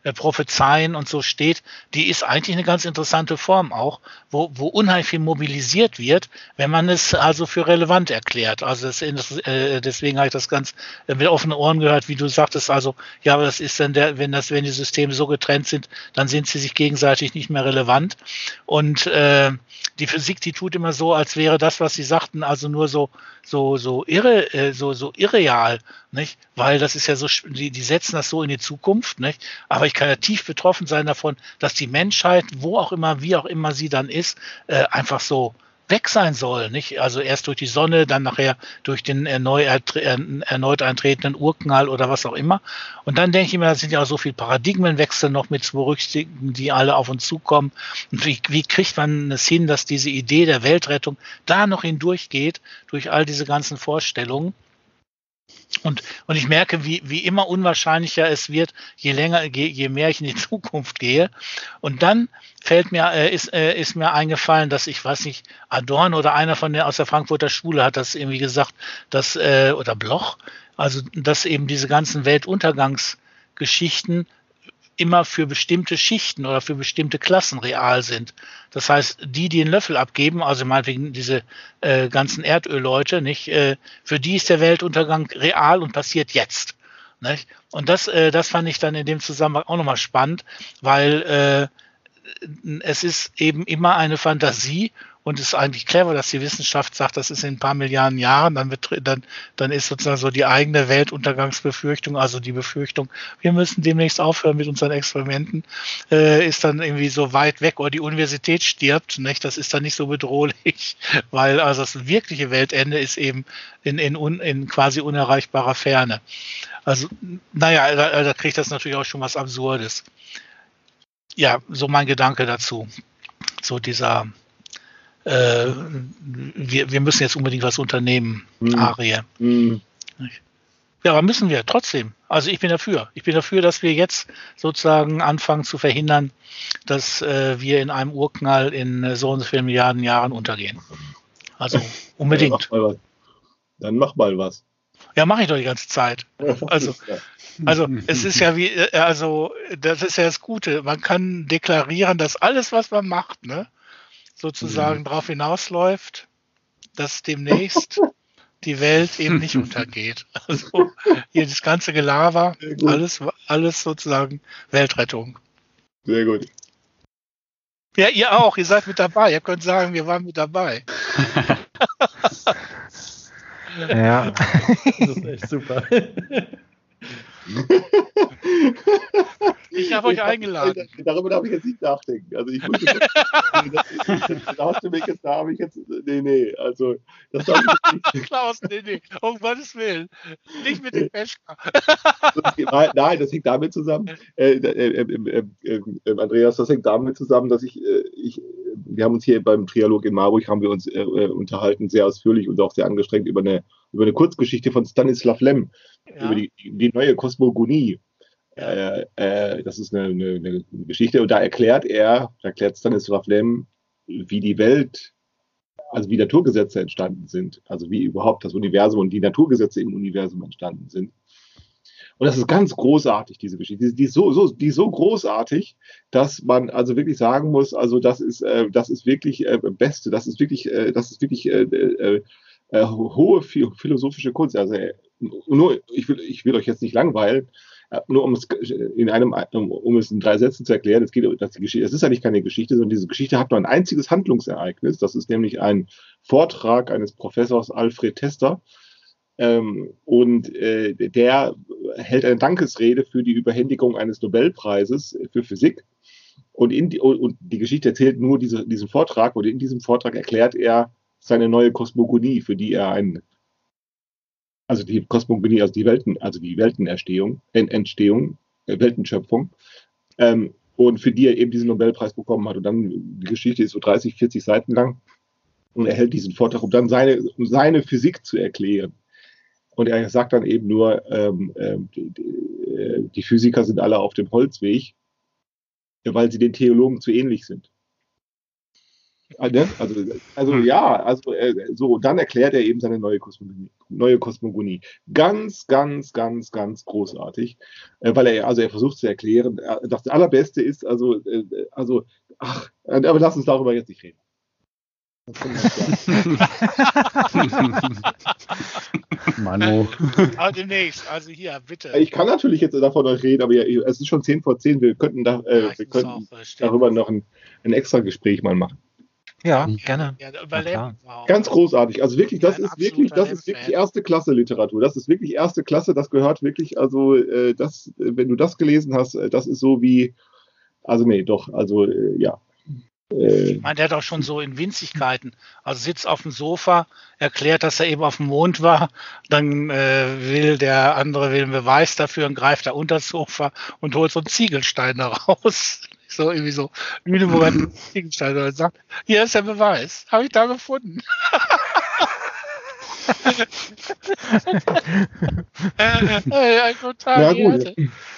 äh, Prophezeien und so steht, die ist eigentlich eine ganz interessante Form auch, wo, wo unheimlich viel mobilisiert wird, wenn man es also für relevant erklärt. Also das, äh, deswegen habe ich das ganz äh, mit offenen Ohren gehört, wie du sagtest, also ja, aber das ist dann der, wenn das, wenn die Systeme so getrennt sind, dann sind sie sich gegenseitig nicht mehr relevant. Und äh, die Physik, die tut immer so, als wäre das, was sie sagten, also nur so so so irre, äh, so so irreal, nicht? Weil das ist ja so, die, die setzen das so in die Zukunft, nicht? Aber ich kann ja tief betroffen sein davon, dass die Menschheit, wo auch immer, wie auch immer sie dann ist, äh, einfach so weg sein soll, nicht? Also erst durch die Sonne, dann nachher durch den erneu, erneut eintretenden Urknall oder was auch immer. Und dann denke ich mir, da sind ja auch so viele Paradigmenwechsel noch mit zu berücksichtigen, die alle auf uns zukommen. Und wie, wie kriegt man es hin, dass diese Idee der Weltrettung da noch hindurchgeht, durch all diese ganzen Vorstellungen? Und, und ich merke, wie, wie immer unwahrscheinlicher es wird, je länger, je, je mehr ich in die Zukunft gehe. Und dann fällt mir, äh, ist, äh, ist mir eingefallen, dass ich, weiß nicht, Adorno oder einer von der aus der Frankfurter Schule hat das irgendwie gesagt, dass, äh, oder Bloch, also, dass eben diese ganzen Weltuntergangsgeschichten immer für bestimmte Schichten oder für bestimmte Klassen real sind. Das heißt, die, die einen Löffel abgeben, also meinetwegen diese äh, ganzen Erdölleute, nicht, äh, für die ist der Weltuntergang real und passiert jetzt. Nicht? Und das, äh, das fand ich dann in dem Zusammenhang auch nochmal spannend, weil äh, es ist eben immer eine Fantasie und es ist eigentlich clever, dass die Wissenschaft sagt, das ist in ein paar Milliarden Jahren, dann, wird, dann, dann ist sozusagen so die eigene Weltuntergangsbefürchtung, also die Befürchtung, wir müssen demnächst aufhören mit unseren Experimenten, äh, ist dann irgendwie so weit weg oder die Universität stirbt, nicht? Das ist dann nicht so bedrohlich, weil also das wirkliche Weltende ist eben in, in, un, in quasi unerreichbarer Ferne. Also, naja, da, da kriegt das natürlich auch schon was Absurdes. Ja, so mein Gedanke dazu. So dieser, äh, wir, wir müssen jetzt unbedingt was unternehmen, mm. Arie. Mm. Ja, aber müssen wir trotzdem. Also ich bin dafür. Ich bin dafür, dass wir jetzt sozusagen anfangen zu verhindern, dass äh, wir in einem Urknall in äh, so und so vielen Milliarden Jahren untergehen. Also unbedingt. Ja, mach Dann mach mal was. Ja, mache ich doch die ganze Zeit. Also, also es ist ja wie, also das ist ja das Gute. Man kann deklarieren, dass alles, was man macht, ne, sozusagen mhm. darauf hinausläuft, dass demnächst die Welt eben nicht untergeht. Also hier das ganze Gelaber, alles, alles sozusagen Weltrettung. Sehr gut. Ja, ihr auch. Ihr seid mit dabei. Ihr könnt sagen, wir waren mit dabei. Ja. Das ist echt super. Ich habe euch eingeladen. Darüber darf ich jetzt nicht nachdenken. Also ich muss jetzt, da hast du mich jetzt, da habe ich jetzt, nee, nee, also das darf ich jetzt nicht. Klaus, nee, nee, um Gottes Willen, nicht mit dem Peschka. Nein, das hängt damit zusammen, äh, äh, äh, äh, äh, Andreas, das hängt damit zusammen, dass ich, äh, ich, wir haben uns hier beim Trialog in Marburg, haben wir uns äh, unterhalten, sehr ausführlich und auch sehr angestrengt über eine, über eine Kurzgeschichte von Stanislav Lem, ja. über die, die neue Kosmogonie. Äh, äh, das ist eine, eine, eine Geschichte und da erklärt er, da erklärt Stanislav Lem, wie die Welt, also wie Naturgesetze entstanden sind, also wie überhaupt das Universum und die Naturgesetze im Universum entstanden sind. Und das ist ganz großartig, diese Geschichte. Die, die, ist, so, so, die ist so großartig, dass man also wirklich sagen muss, also das ist, äh, das ist wirklich äh, Beste, das ist wirklich, äh, das ist wirklich äh, äh, äh, hohe philosophische Kunst. Also äh, nur, ich will, ich will euch jetzt nicht langweilen, nur um es in einem, um, um es in drei Sätzen zu erklären, es geht, dass die Geschichte, es ist eigentlich keine Geschichte, sondern diese Geschichte hat nur ein einziges Handlungsereignis. Das ist nämlich ein Vortrag eines Professors Alfred Tester. Ähm, und äh, der hält eine Dankesrede für die Überhändigung eines Nobelpreises für Physik. Und, in die, und die Geschichte erzählt nur diese, diesen Vortrag, und in diesem Vortrag erklärt er seine neue Kosmogonie, für die er ein Also die Kosmogonie, also die Welten, also die Weltenentstehung, Entstehung, äh, Weltenschöpfung, ähm, und für die er eben diesen Nobelpreis bekommen hat. Und dann, die Geschichte ist so dreißig, vierzig Seiten lang und er hält diesen Vortrag, um dann seine, um seine Physik zu erklären. Und er sagt dann eben nur, ähm, äh, die, die, die Physiker sind alle auf dem Holzweg, weil sie den Theologen zu ähnlich sind. Ne? Also, also ja, also äh, so, dann erklärt er eben seine neue Kosmogonie. Neue Kosmogonie. Ganz, ganz, ganz, ganz großartig, äh, weil er, also er versucht zu erklären, äh, das Allerbeste ist, also, äh, also, ach, aber lass uns darüber jetzt nicht reden. Manu. Aber demnächst, also hier, bitte. Ich kann natürlich jetzt davon noch reden, aber ja, es ist schon zehn vor zehn, wir könnten, da, äh, ja, wir könnten auch, äh, darüber noch ein, ein extra Gespräch mal machen. Ja, gerne. Ja, ja, ganz großartig. Also wirklich, das ist wirklich, das ist wirklich erste Klasse Literatur. Das ist wirklich erste Klasse. Das gehört wirklich, also äh, das, wenn du das gelesen hast, äh, das ist so wie, also nee, doch, also äh, ja. Äh, ich meine, der hat auch schon so in Winzigkeiten. Also sitzt auf dem Sofa, erklärt, dass er eben auf dem Mond war. Dann äh, will der andere will einen Beweis dafür und greift da unter das Sofa und holt so einen Ziegelstein da raus. So irgendwie so Lüneburger Ziegelstein und sagt, hier ist der Beweis, habe ich da gefunden. äh, total ja, gut.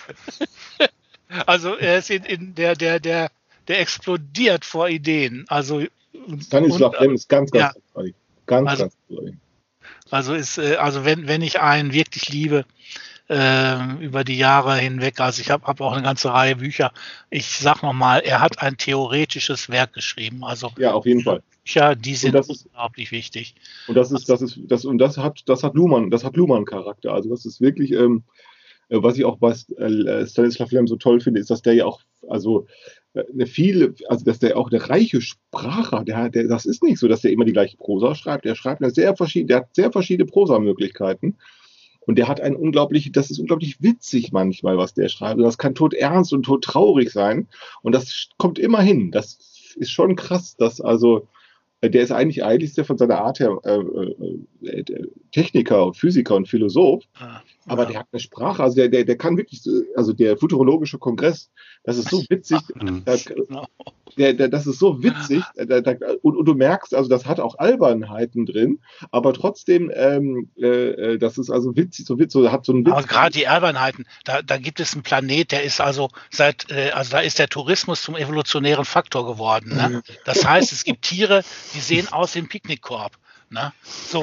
Also er ist in, in der, der, der, der explodiert vor Ideen. Also Stanislav Lem ist ganz, ganz ja. ganz, also, ganz toll. Also ist, also wenn, wenn ich einen wirklich liebe, äh, über die Jahre hinweg, also ich habe hab auch eine ganze Reihe Bücher, ich sag nochmal, er hat ein theoretisches Werk geschrieben. Also ja, auf jeden Fall. Bücher, die sind das ist, unglaublich wichtig. Und das ist, das ist, das, und das hat, das hat Luhmann, das hat Luhmann-Charakter. Also das ist wirklich, ähm, was ich auch bei Stanislav Lem so toll finde, ist, dass der ja auch, also eine viele, also dass der auch eine reiche Sprache hat. Der, der, das ist nicht so, dass der immer die gleiche Prosa schreibt. Der schreibt eine sehr verschiedene, der hat sehr verschiedene Prosamöglichkeiten. Und der hat ein unglaublich, das ist unglaublich witzig manchmal, was der schreibt. Und das kann todernst und todtraurig sein. Und das kommt immer hin. Das ist schon krass, dass also, der ist eigentlich eigentlich der von seiner Art her äh, äh, Techniker und Physiker und Philosoph, ah, aber ja. Der hat eine Sprache, also der, der, der kann wirklich, also der Futurologische Kongress, das ist so witzig, da, der, der, das ist so witzig, da, da, und, und du merkst, also das hat auch Albernheiten drin, aber trotzdem, ähm, äh, das ist also witzig, so witzig, so hat so einen Witz. Aber gerade die Albernheiten, da, da gibt es einen Planet, der ist also seit, äh, also da ist der Tourismus zum evolutionären Faktor geworden. Ne? Das heißt, es gibt Tiere, die sehen aus wie ein Picknickkorb. Ne? So.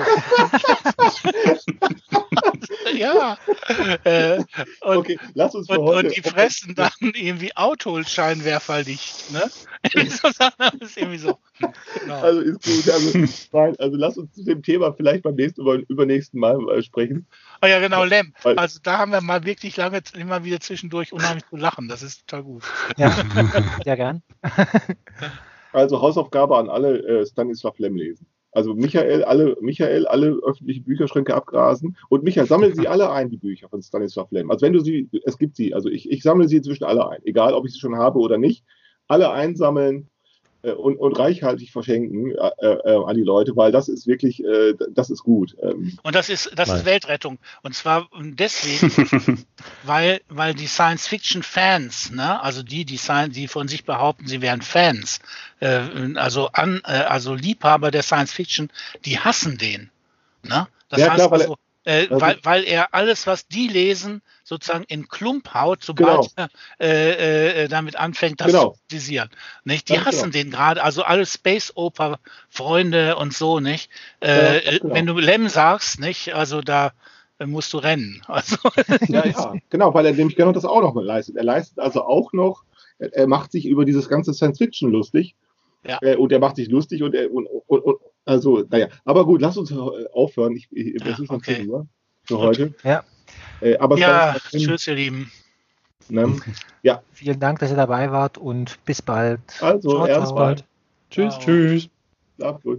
Ja. Äh, und, okay, lass uns und, heute, und die fressen okay. dann irgendwie Autoscheinwerferlicht. Ne? Das ist irgendwie so. Genau. Also ist gut. Also, also lass uns zu dem Thema vielleicht beim nächsten oder übernächsten Mal äh, sprechen. Ah ja, genau, Lem. Also da haben wir mal wirklich lange immer wieder zwischendurch unheimlich zu lachen. Das ist total gut. Ja, sehr gern. Also Hausaufgabe an alle, äh, Stanislav Lem lesen. Also Michael, alle, Michael, alle öffentlichen Bücherschränke abgrasen. Und Michael, sammle sie alle ein, die Bücher von Stanislav Lem. Also wenn du sie, es gibt sie, also ich, ich sammle sie inzwischen alle ein. Egal, ob ich sie schon habe oder nicht. Alle einsammeln äh, und, und reichhaltig verschenken äh, äh, an die Leute, weil das ist wirklich, äh, das ist gut. Ähm, und das ist, das ist Weltrettung. Und zwar deswegen, weil, weil die Science-Fiction-Fans, ne, also die, die, die von sich behaupten, sie wären Fans, äh, also, an, äh, also Liebhaber der Science-Fiction, die hassen den. Ne? Das ja, heißt klar, also, Äh, also, weil, weil er alles, was die lesen, sozusagen in Klump haut, sobald genau. er äh, damit anfängt, das genau. zu kritisieren. Nicht? Die ja, hassen genau. den gerade, also alle Space-Oper-Freunde und so, nicht? Äh, ja, genau. Wenn du Lem sagst, nicht? Also da musst du rennen. Also, ja, ja, genau, weil er nämlich genau das auch noch mal leistet. Er leistet also auch noch, er macht sich über dieses ganze Science-Fiction lustig. Ja. Äh, und er macht sich lustig und er und, und, und also, naja, aber gut, lass uns aufhören. Ich, ich, es ist noch zehn Uhr für heute. Ja, äh, aber ja tschüss, ihr Lieben. Ne? Ja. Vielen Dank, dass ihr dabei wart und bis bald. Also, ciao, erst ciao. bald. Tschüss, ciao. Tschüss. Schlaf gut.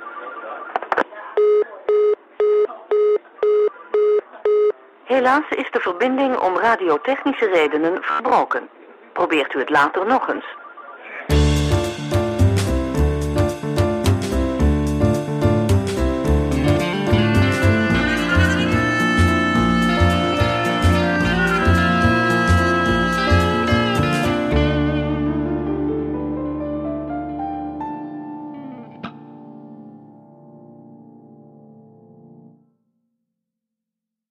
Helaas is de verbinding om radiotechnische redenen verbroken. Probeert u het later nog eens.